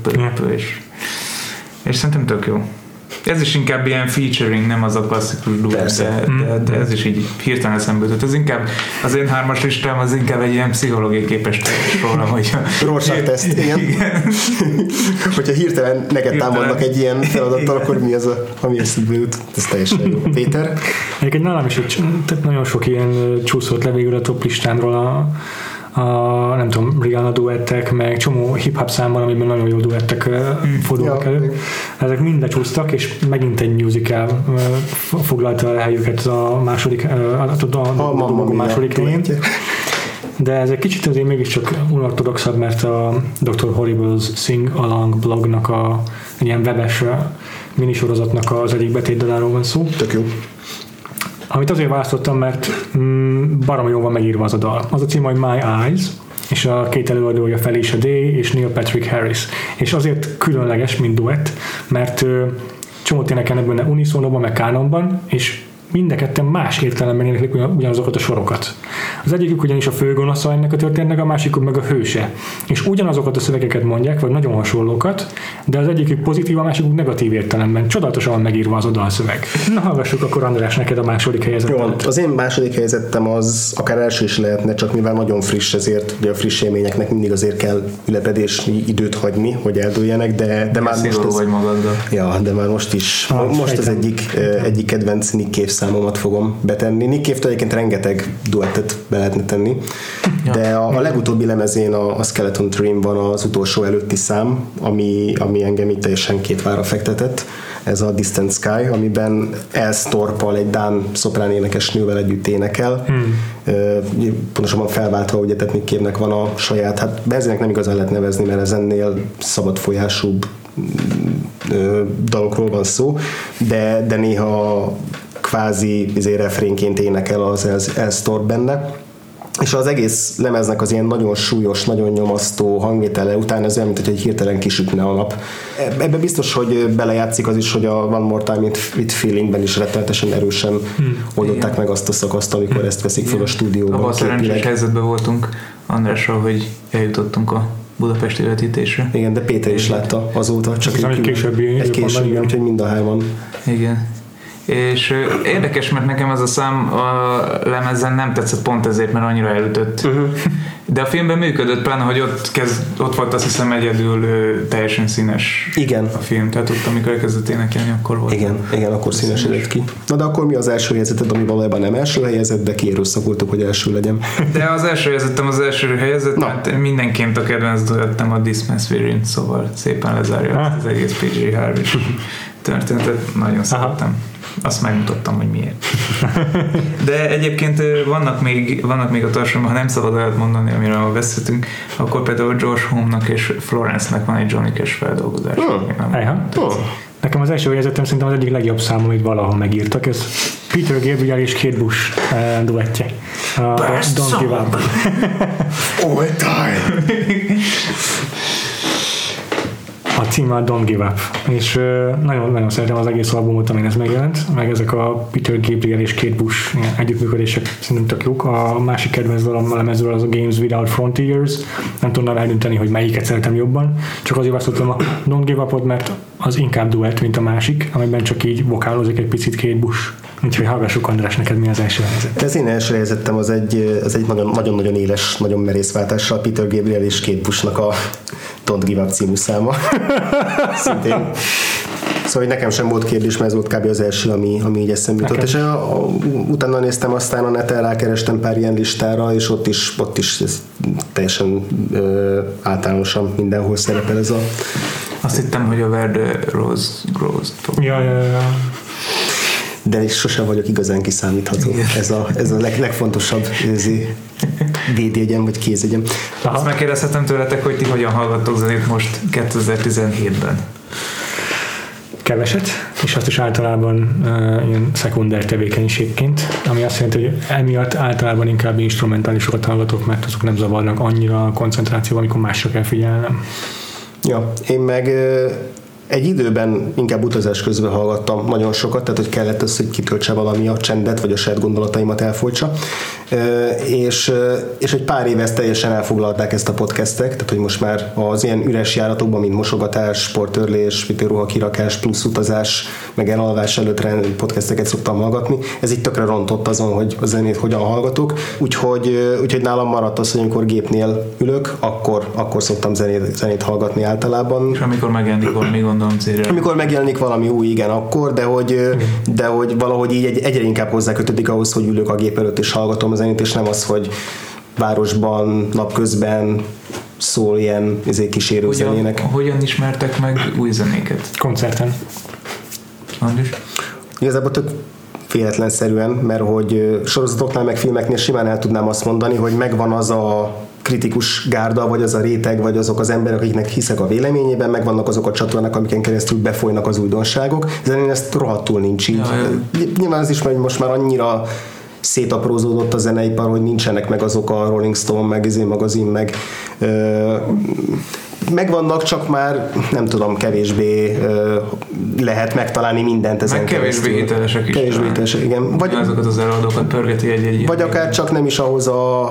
és szerintem tök jó. Ez is inkább ilyen featuring, nem az a klasszikus duett, de ez is így hirtelen eszembe jutott. Ez inkább, az én 3-as listám az inkább egy ilyen pszichológiai képes róla, hogy Rorschach-teszt, igen. Hogyha hirtelen neked támadnak egy ilyen feladattal, akkor mi az, ami eszedbe jut? Ez teljesen jó. Péter? Egyébként nálam is tehát nagyon sok ilyen csúszott le végül a top listámról a nem tudom, Rihanna duettek, meg csomó hip-hop számban, amiben nagyon jó duettek fordulnak elő. Ezek mind lecsúsztak, és megint egy musical foglalta el helyüket a második, a második helyén. De ez egy kicsit azért mégiscsak unortodoxabb, mert a Dr. Horrible's Sing Along blognak egy ilyen webes minisorozatnak az egyik betétdaláról van szó. Tök jó. Amit azért választottam, mert baromi jól van megírva az a dal. Az a cím, hogy My Eyes, és a két előadója Felicia Day és Neil Patrick Harris. És azért különleges, mint duett, mert csomót énekelnek benne uniszónóban, meg kánonban, és mind a ketten más értelemben éneklik ugyanazokat a sorokat. Az egyikük ugyanis a főgonosza ennek a történetnek, a másikuk meg a hőse. És ugyanazokat a szövegeket mondják, vagy nagyon hasonlókat, de az egyikük pozitív, a másikuk negatív értelemben. Csodálatosan van megírva az a dalszöveg. Na, hallgassuk akkor, András, neked a második helyezetet. Jó, az én második helyezettem az akár első is lehetne, csak mivel nagyon friss, ezért ugye a friss élményeknek mindig azért kell ülepedésnyi időt hagyni, hogy eldőljenek, de már most ez, vagy magaddal. Ja, de már most is. Most az egyik kedvenc Nick Cave számomat fogom betenni. Nick Cave-től egyébként rengeteg duettet be lehetne tenni, de a legutóbbi lemezén a Skeleton Dream van az utolsó előtti szám, ami engem így teljesen két vára fektetett. Ez a Distant Sky, amiben Els Torppal, egy dán szoprán énekesnővel együtt énekel. Pontosabban felváltva, ugye tehát Nick Cave-nek van a saját, hát benzinek nem igazán lehet nevezni, mert ez ennél szabad folyásúbb dalokról van szó, de néha kvázi refrénként énekel az Els Torp benne. És az egész lemeznek az ilyen nagyon súlyos, nagyon nyomasztó hangvétele után ez olyan, mint hogy hirtelen kisütne a nap. Ebben biztos, hogy belejátszik az is, hogy a One More Time with Feelingben is rettenetesen erősen oldották meg azt a szakaszt, amikor ezt veszik fel a stúdióban. Abban a szerencsés helyzetben voltunk Andrással, hogy eljutottunk a budapesti vetítésre. Igen, de Péter is látta azóta, csak egy későbbi, úgyhogy mind a hárman. Igen. És érdekes, mert nekem ez a szám a lemezen nem tetszett pont ezért, mert annyira elütött. De a filmben működött, pláne, hogy ott volt azt hiszem egyedül teljesen színes a film, tehát ott amikor elkezdett énekelni, akkor volt. Igen, akkor színesedett ki. Na de akkor mi az első helyezeted, ami valójában nem első helyezett, de kierőszakoltuk, hogy első legyen. De az első helyezettem az első helyezet, mert mindenként a kedvenc duettem a This Man's Virin, szóval szépen lezárja az egész PJ Harvey történetet, nagyon szerettem. Azt megmutattam, hogy miért. De egyébként vannak még a tartalomban, ha nem szabad olyat mondani, amiről beszéltünk, akkor például George Holmnak és Florence-nek van egy Johnny Cash feldolgozás. Nekem az első helyezettem szerintem az egyik legjobb szám, amit valaha megírtak. Ez Peter Gabriel és Kate Bush duettje. Don't Give Up. All time! A címe a Don't Give Up, és nagyon szeretem az egész albumot, amin ez megjelent, meg ezek a Peter Gabriel és Kate Bush együttműködések szerintem tök jók. A másik kedvenc dalom a lemezről az a Games Without Frontiers, nem tudnám eldönteni, hogy melyiket szeretem jobban, csak azért választottam a Don't Give Up-ot, mert az inkább duett, mint a másik, amiben csak így vokálozik egy picit Kate Bush. Úgyhogy hallgassuk, András, neked mi az első helyzet? Az én első helyzetem az egy nagyon-nagyon éles, nagyon merész váltással Peter Gabriel és Kate Bushnak a Don't Give Up című száma. Szintén. Szóval nekem sem volt kérdés, mert ez volt kb. Az első, ami így eszembe jutott. És utána néztem, aztán a neten rákerestem pár ilyen listára, és ott is ez teljesen általánosan mindenhol szerepel ez a... Azt hittem, hogy a Where the Rose Grows. Ja. De is sosem vagyok igazán kiszámítható. Ez a legfontosabb védjegyem, vagy kézjegyem. Azt megkérdezhetem tőletek, hogy ti hogyan hallgattok zenét most 2017-ben? Keveset, és azt is általában ilyen szekunder tevékenységként, ami azt jelenti, hogy emiatt általában inkább instrumentálisokat hallgatok, mert azok nem zavarnak annyira a koncentrációban, amikor másra kell figyelnem. Ja, én meg egy időben inkább utazás közben hallgattam nagyon sokat, tehát hogy kellett az, hogy kitöltse valami a csendet, vagy a saját gondolataimat elfolytsa. És egy pár éve ezt teljesen elfoglalták ezt a podcastek, tehát hogy most már az ilyen üres járatokban, mint mosogatás, sporttörlés, ruhakirakás, plusz utazás, meg elalvás előtt podcasteket szoktam hallgatni. Ez így tökre rontott azon, hogy a zenét hogyan hallgatok. Úgyhogy nálam maradt az, hogy amikor gépnél ülök, akkor szoktam zenét hallgatni általában. És amikor megjelenik valami, gondolom célra. Amikor megjelenik valami új, igen, akkor, de hogy valahogy így egyre inkább hozzákötődik ahhoz, hogy ülök a gép előtt és hallgatom a zenét, és nem az, hogy városban, napközben szól ilyen kísérő zenének. Hogyan ismertek meg új zenéket? Koncerten. Andris? Igazából tök véletlenszerűen, mert hogy sorozatoknál meg filmeknél simán el tudnám azt mondani, hogy megvan az a kritikus gárda, vagy az a réteg, vagy azok az emberek, akiknek hiszek a véleményében, megvannak azok a csatornák, amiken keresztül befolynak az újdonságok. Zenén ezt rohadtul nincs így. Nyilván az is, hogy most már annyira szétaprózódott a zeneipar, hogy nincsenek meg azok a Rolling Stone, meg magazin, meg megvannak, csak már nem tudom, kevésbé lehet megtalálni mindent ezen meg kevésbé hitelesek is. Kevésbé hitelesek, igen. Vagy azokat az előadókat pörgeti egy vagy akár csak nem is ahhoz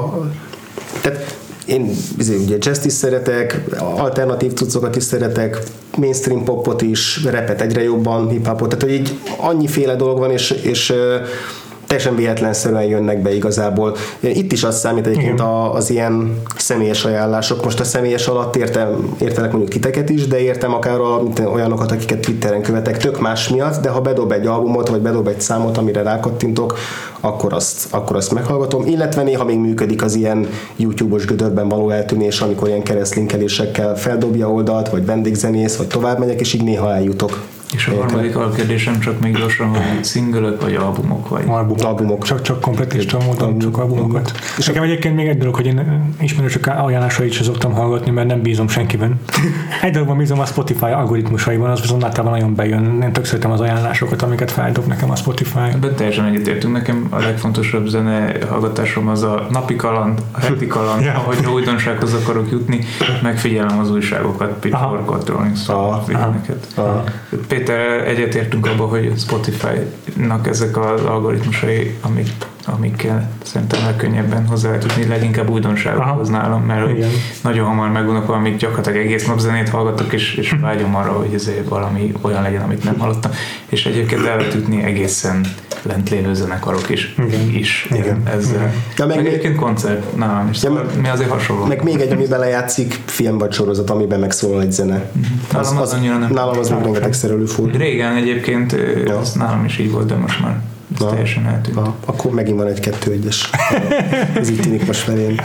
tehát én ugye jazzt is szeretek, alternatív cuccokat is szeretek, mainstream popot is, rapet egyre jobban, hip-hopot, tehát hogy így annyiféle dolog van, és teljesen véletlenszerűen jönnek be igazából. Itt is az számít egyébként az ilyen személyes ajánlások. Most a személyes alatt értelek mondjuk titeket is, de értem akár olyanokat, akiket Twitteren követek tök más miatt, de ha bedob egy albumot, vagy bedob egy számot, amire rákattintok, akkor azt meghallgatom. Illetve néha még működik az ilyen YouTube-os gödörben való eltűnés, amikor ilyen keresztlinkelésekkel feldobja oldalt, vagy vendégzenész, vagy tovább megyek, és így néha eljutok. És a harmadik alkérdésem csak még gyorsan, hogy szingölök vagy albumok vagy? Albumok. Csak kompletista módon, csak albumokat. És nekem egyébként még egy dolog, hogy én ismerősök ajánlásait is szoktam hallgatni, mert nem bízom senkiben. Egy dologban bízom a Spotify algoritmusaiban, az viszont általában nagyon bejön. Én tök szeretem az ajánlásokat, amiket feldob nekem a Spotify. Ebben teljesen egyetértünk. Nekem a legfontosabb zene hallgatásom az a napi kaland, a heti kaland, ahogy újdonsághoz akarok jutni, megfigyelem az újságokat, Pitchforkot, Rolling Stone, filmeket. Péter, egyetértünk abban, hogy Spotify-nak ezek az algoritmusai, amikkel szerintem legkönnyebben hozzá lehet jutni, leginkább újdonságokhoz nálam, mert nagyon hamar megvannak valamit, gyakorlatilag egész nap zenét hallgatok, és vágyom arra, hogy ez valami olyan legyen, amit nem hallottam. És egyébként el lehet jutni egészen lent lévő zenekarok is. Igen. Ezzel. Ja, meg egyébként koncert nálam is. Szóval mi azért hasonló. Meg még egy, amiben lejátszik film vagy sorozat, amiben megszólal egy zene. Nálam az még rengetegszer előfordul. Régen egyébként az nálam is így volt, de most már ez teljesen eltűnt. Akkor megint van egy 2-1-es. Ez így tűnik most felén.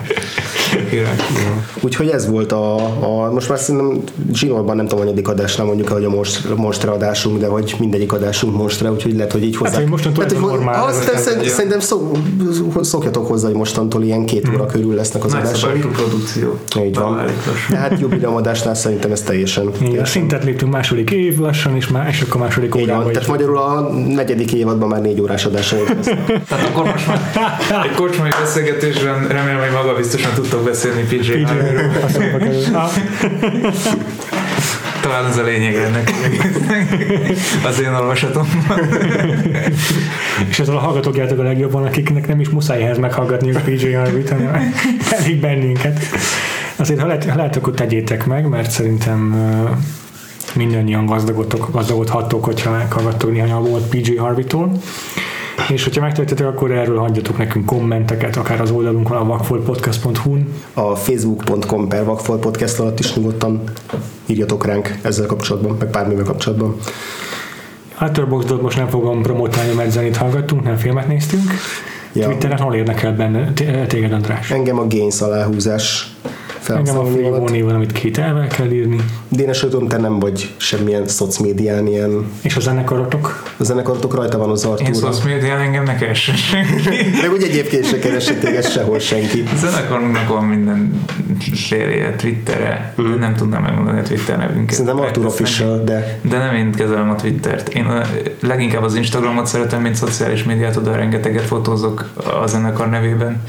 Úgyhogy ez volt most már szerintem zsinórban nem tudom, hogy egyik adásnál mondjuk, hogy a monstra adásunk, de hogy mindegyik adásunk monstra, úgyhogy lehet, hogy így hozzá. Hát, hogy mostantól ez normál. Szerintem szokjatok hozzá, hogy mostantól ilyen 2 óra körül lesznek az adások. Produkció. Így van. De hát jubileum-adásnál szerintem ez teljesen. Szintet léptünk második év lassan, és akkor második órában. Tehát magyarul a 4. évadban már 4 órás adásra volt. Tehát akkor most már egy kocsmai beszélgetésben remélem, hogy maga biztosan tudtok beszélni PJ Harveyről. Talán ez a lényeg ennek az én olvasatomban. És ezzel a hallgatókjátok a legjobban, akiknek nem is muszáj ehhez meghallgatniuk PJ Harveyt, hanem elég bennünket. Azért, ha lehet, akkor tegyétek meg, mert szerintem mindannyian gazdagodhattok, hogyha meghallgattok néhány albumot PJ Harveytól. És hogyha megtehetetek, akkor erről hagyjatok nekünk kommenteket, akár az oldalunkon, a vakfoltpodcast.hu-n. A facebook.com/vakfoltpodcast alatt is nyugodtan írjatok ránk ezzel kapcsolatban, meg bármivel kapcsolatban. Letterboxdot most nem fogom promotálni, mert zenét hallgattunk, nem filmet néztünk. Ja. Twitteren hol érnek el benne téged, András? Engem a Gains aláhúzás Engem a felhasználó Freebo néven, amit két elvel kell írni. Dénes Ödön, te nem vagy semmilyen szocmédián ilyen... És a zenekaratok? A zenekaratok rajta van az Én Artúra. szocmédián engem ne keressen senki. De úgy egyébként se keresett téged sehol senki. Zenekarunknak van minden sérje, Twittere, de nem tudnám megmondani a Twitter nevünket. Szerintem Artúr Official, de... De nem én kezelem a Twittert. Én leginkább az Instagramot szeretem, mint szociális médiát, oda rengeteget fotózok a zenekar nevében.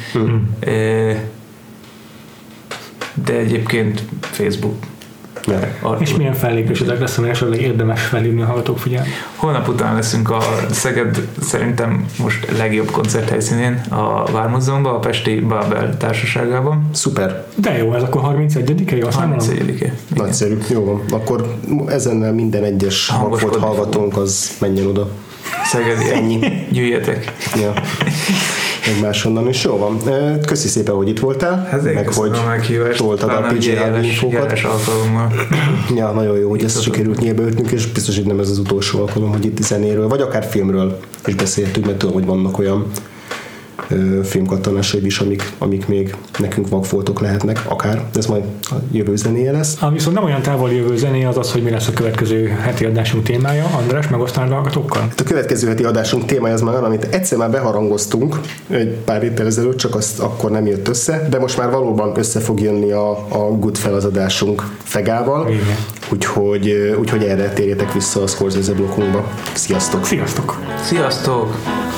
De egyébként Facebook. És milyen fellépésetek lesz, amire esetleg érdemes felhívni a hallgatók figyelmet? Holnap után leszünk a Szeged szerintem most legjobb koncerthelyszínén, a Vármúzeumban, a Pesti Bábel társaságában. Szuper. De jó, ez akkor 31-e, jó? 31-e. Nagyszerű. Jó van. Akkor ezennel minden egyes Vagfolt hallgatónk az menjen oda. Szegedi, Ennyi. Gyűjjetek. Ja. Meg máshonnan is. Jó van. Köszi szépen, hogy itt voltál. Meg hogy toltad a PJ infókat. Ja, nagyon jó, hogy ezt sikerült nyilvánultnünk, és biztos, hogy nem ez az utolsó alkalom, hogy itt zenéről, vagy akár filmről is beszélhetünk, mert tudom, hogy vannak olyan filmkattanásaid is, amik még nekünk Vagfoltok lehetnek, akár, ez majd a jövő zenéje lesz. Viszont nem olyan távoli jövő zené az, hogy mi lesz a következő heti adásunk témája. András, megosztálod a hallgatókkal? A következő heti adásunk témája az már olyan, amit egyszer már beharangoztunk egy pár héttel ezelőtt, csak azt akkor nem jött össze, de most már valóban össze fog jönni a Goodfellas adásunk Fegával, úgyhogy erre térjetek vissza a Scorsese blokkunkba. Sziasztok! Sziasztok! Sziasztok!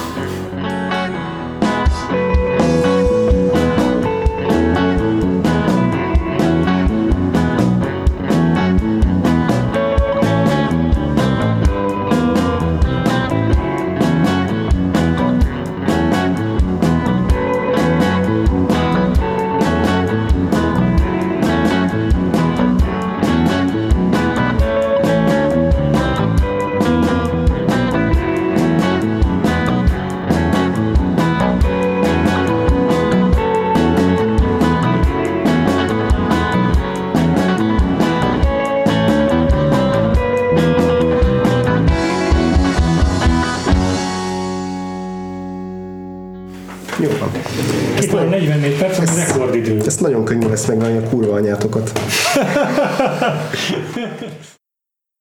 Itt van 44 perc, ami rekordidő. Ezt nagyon könnyű lesz megvenni a kurva anyátokat.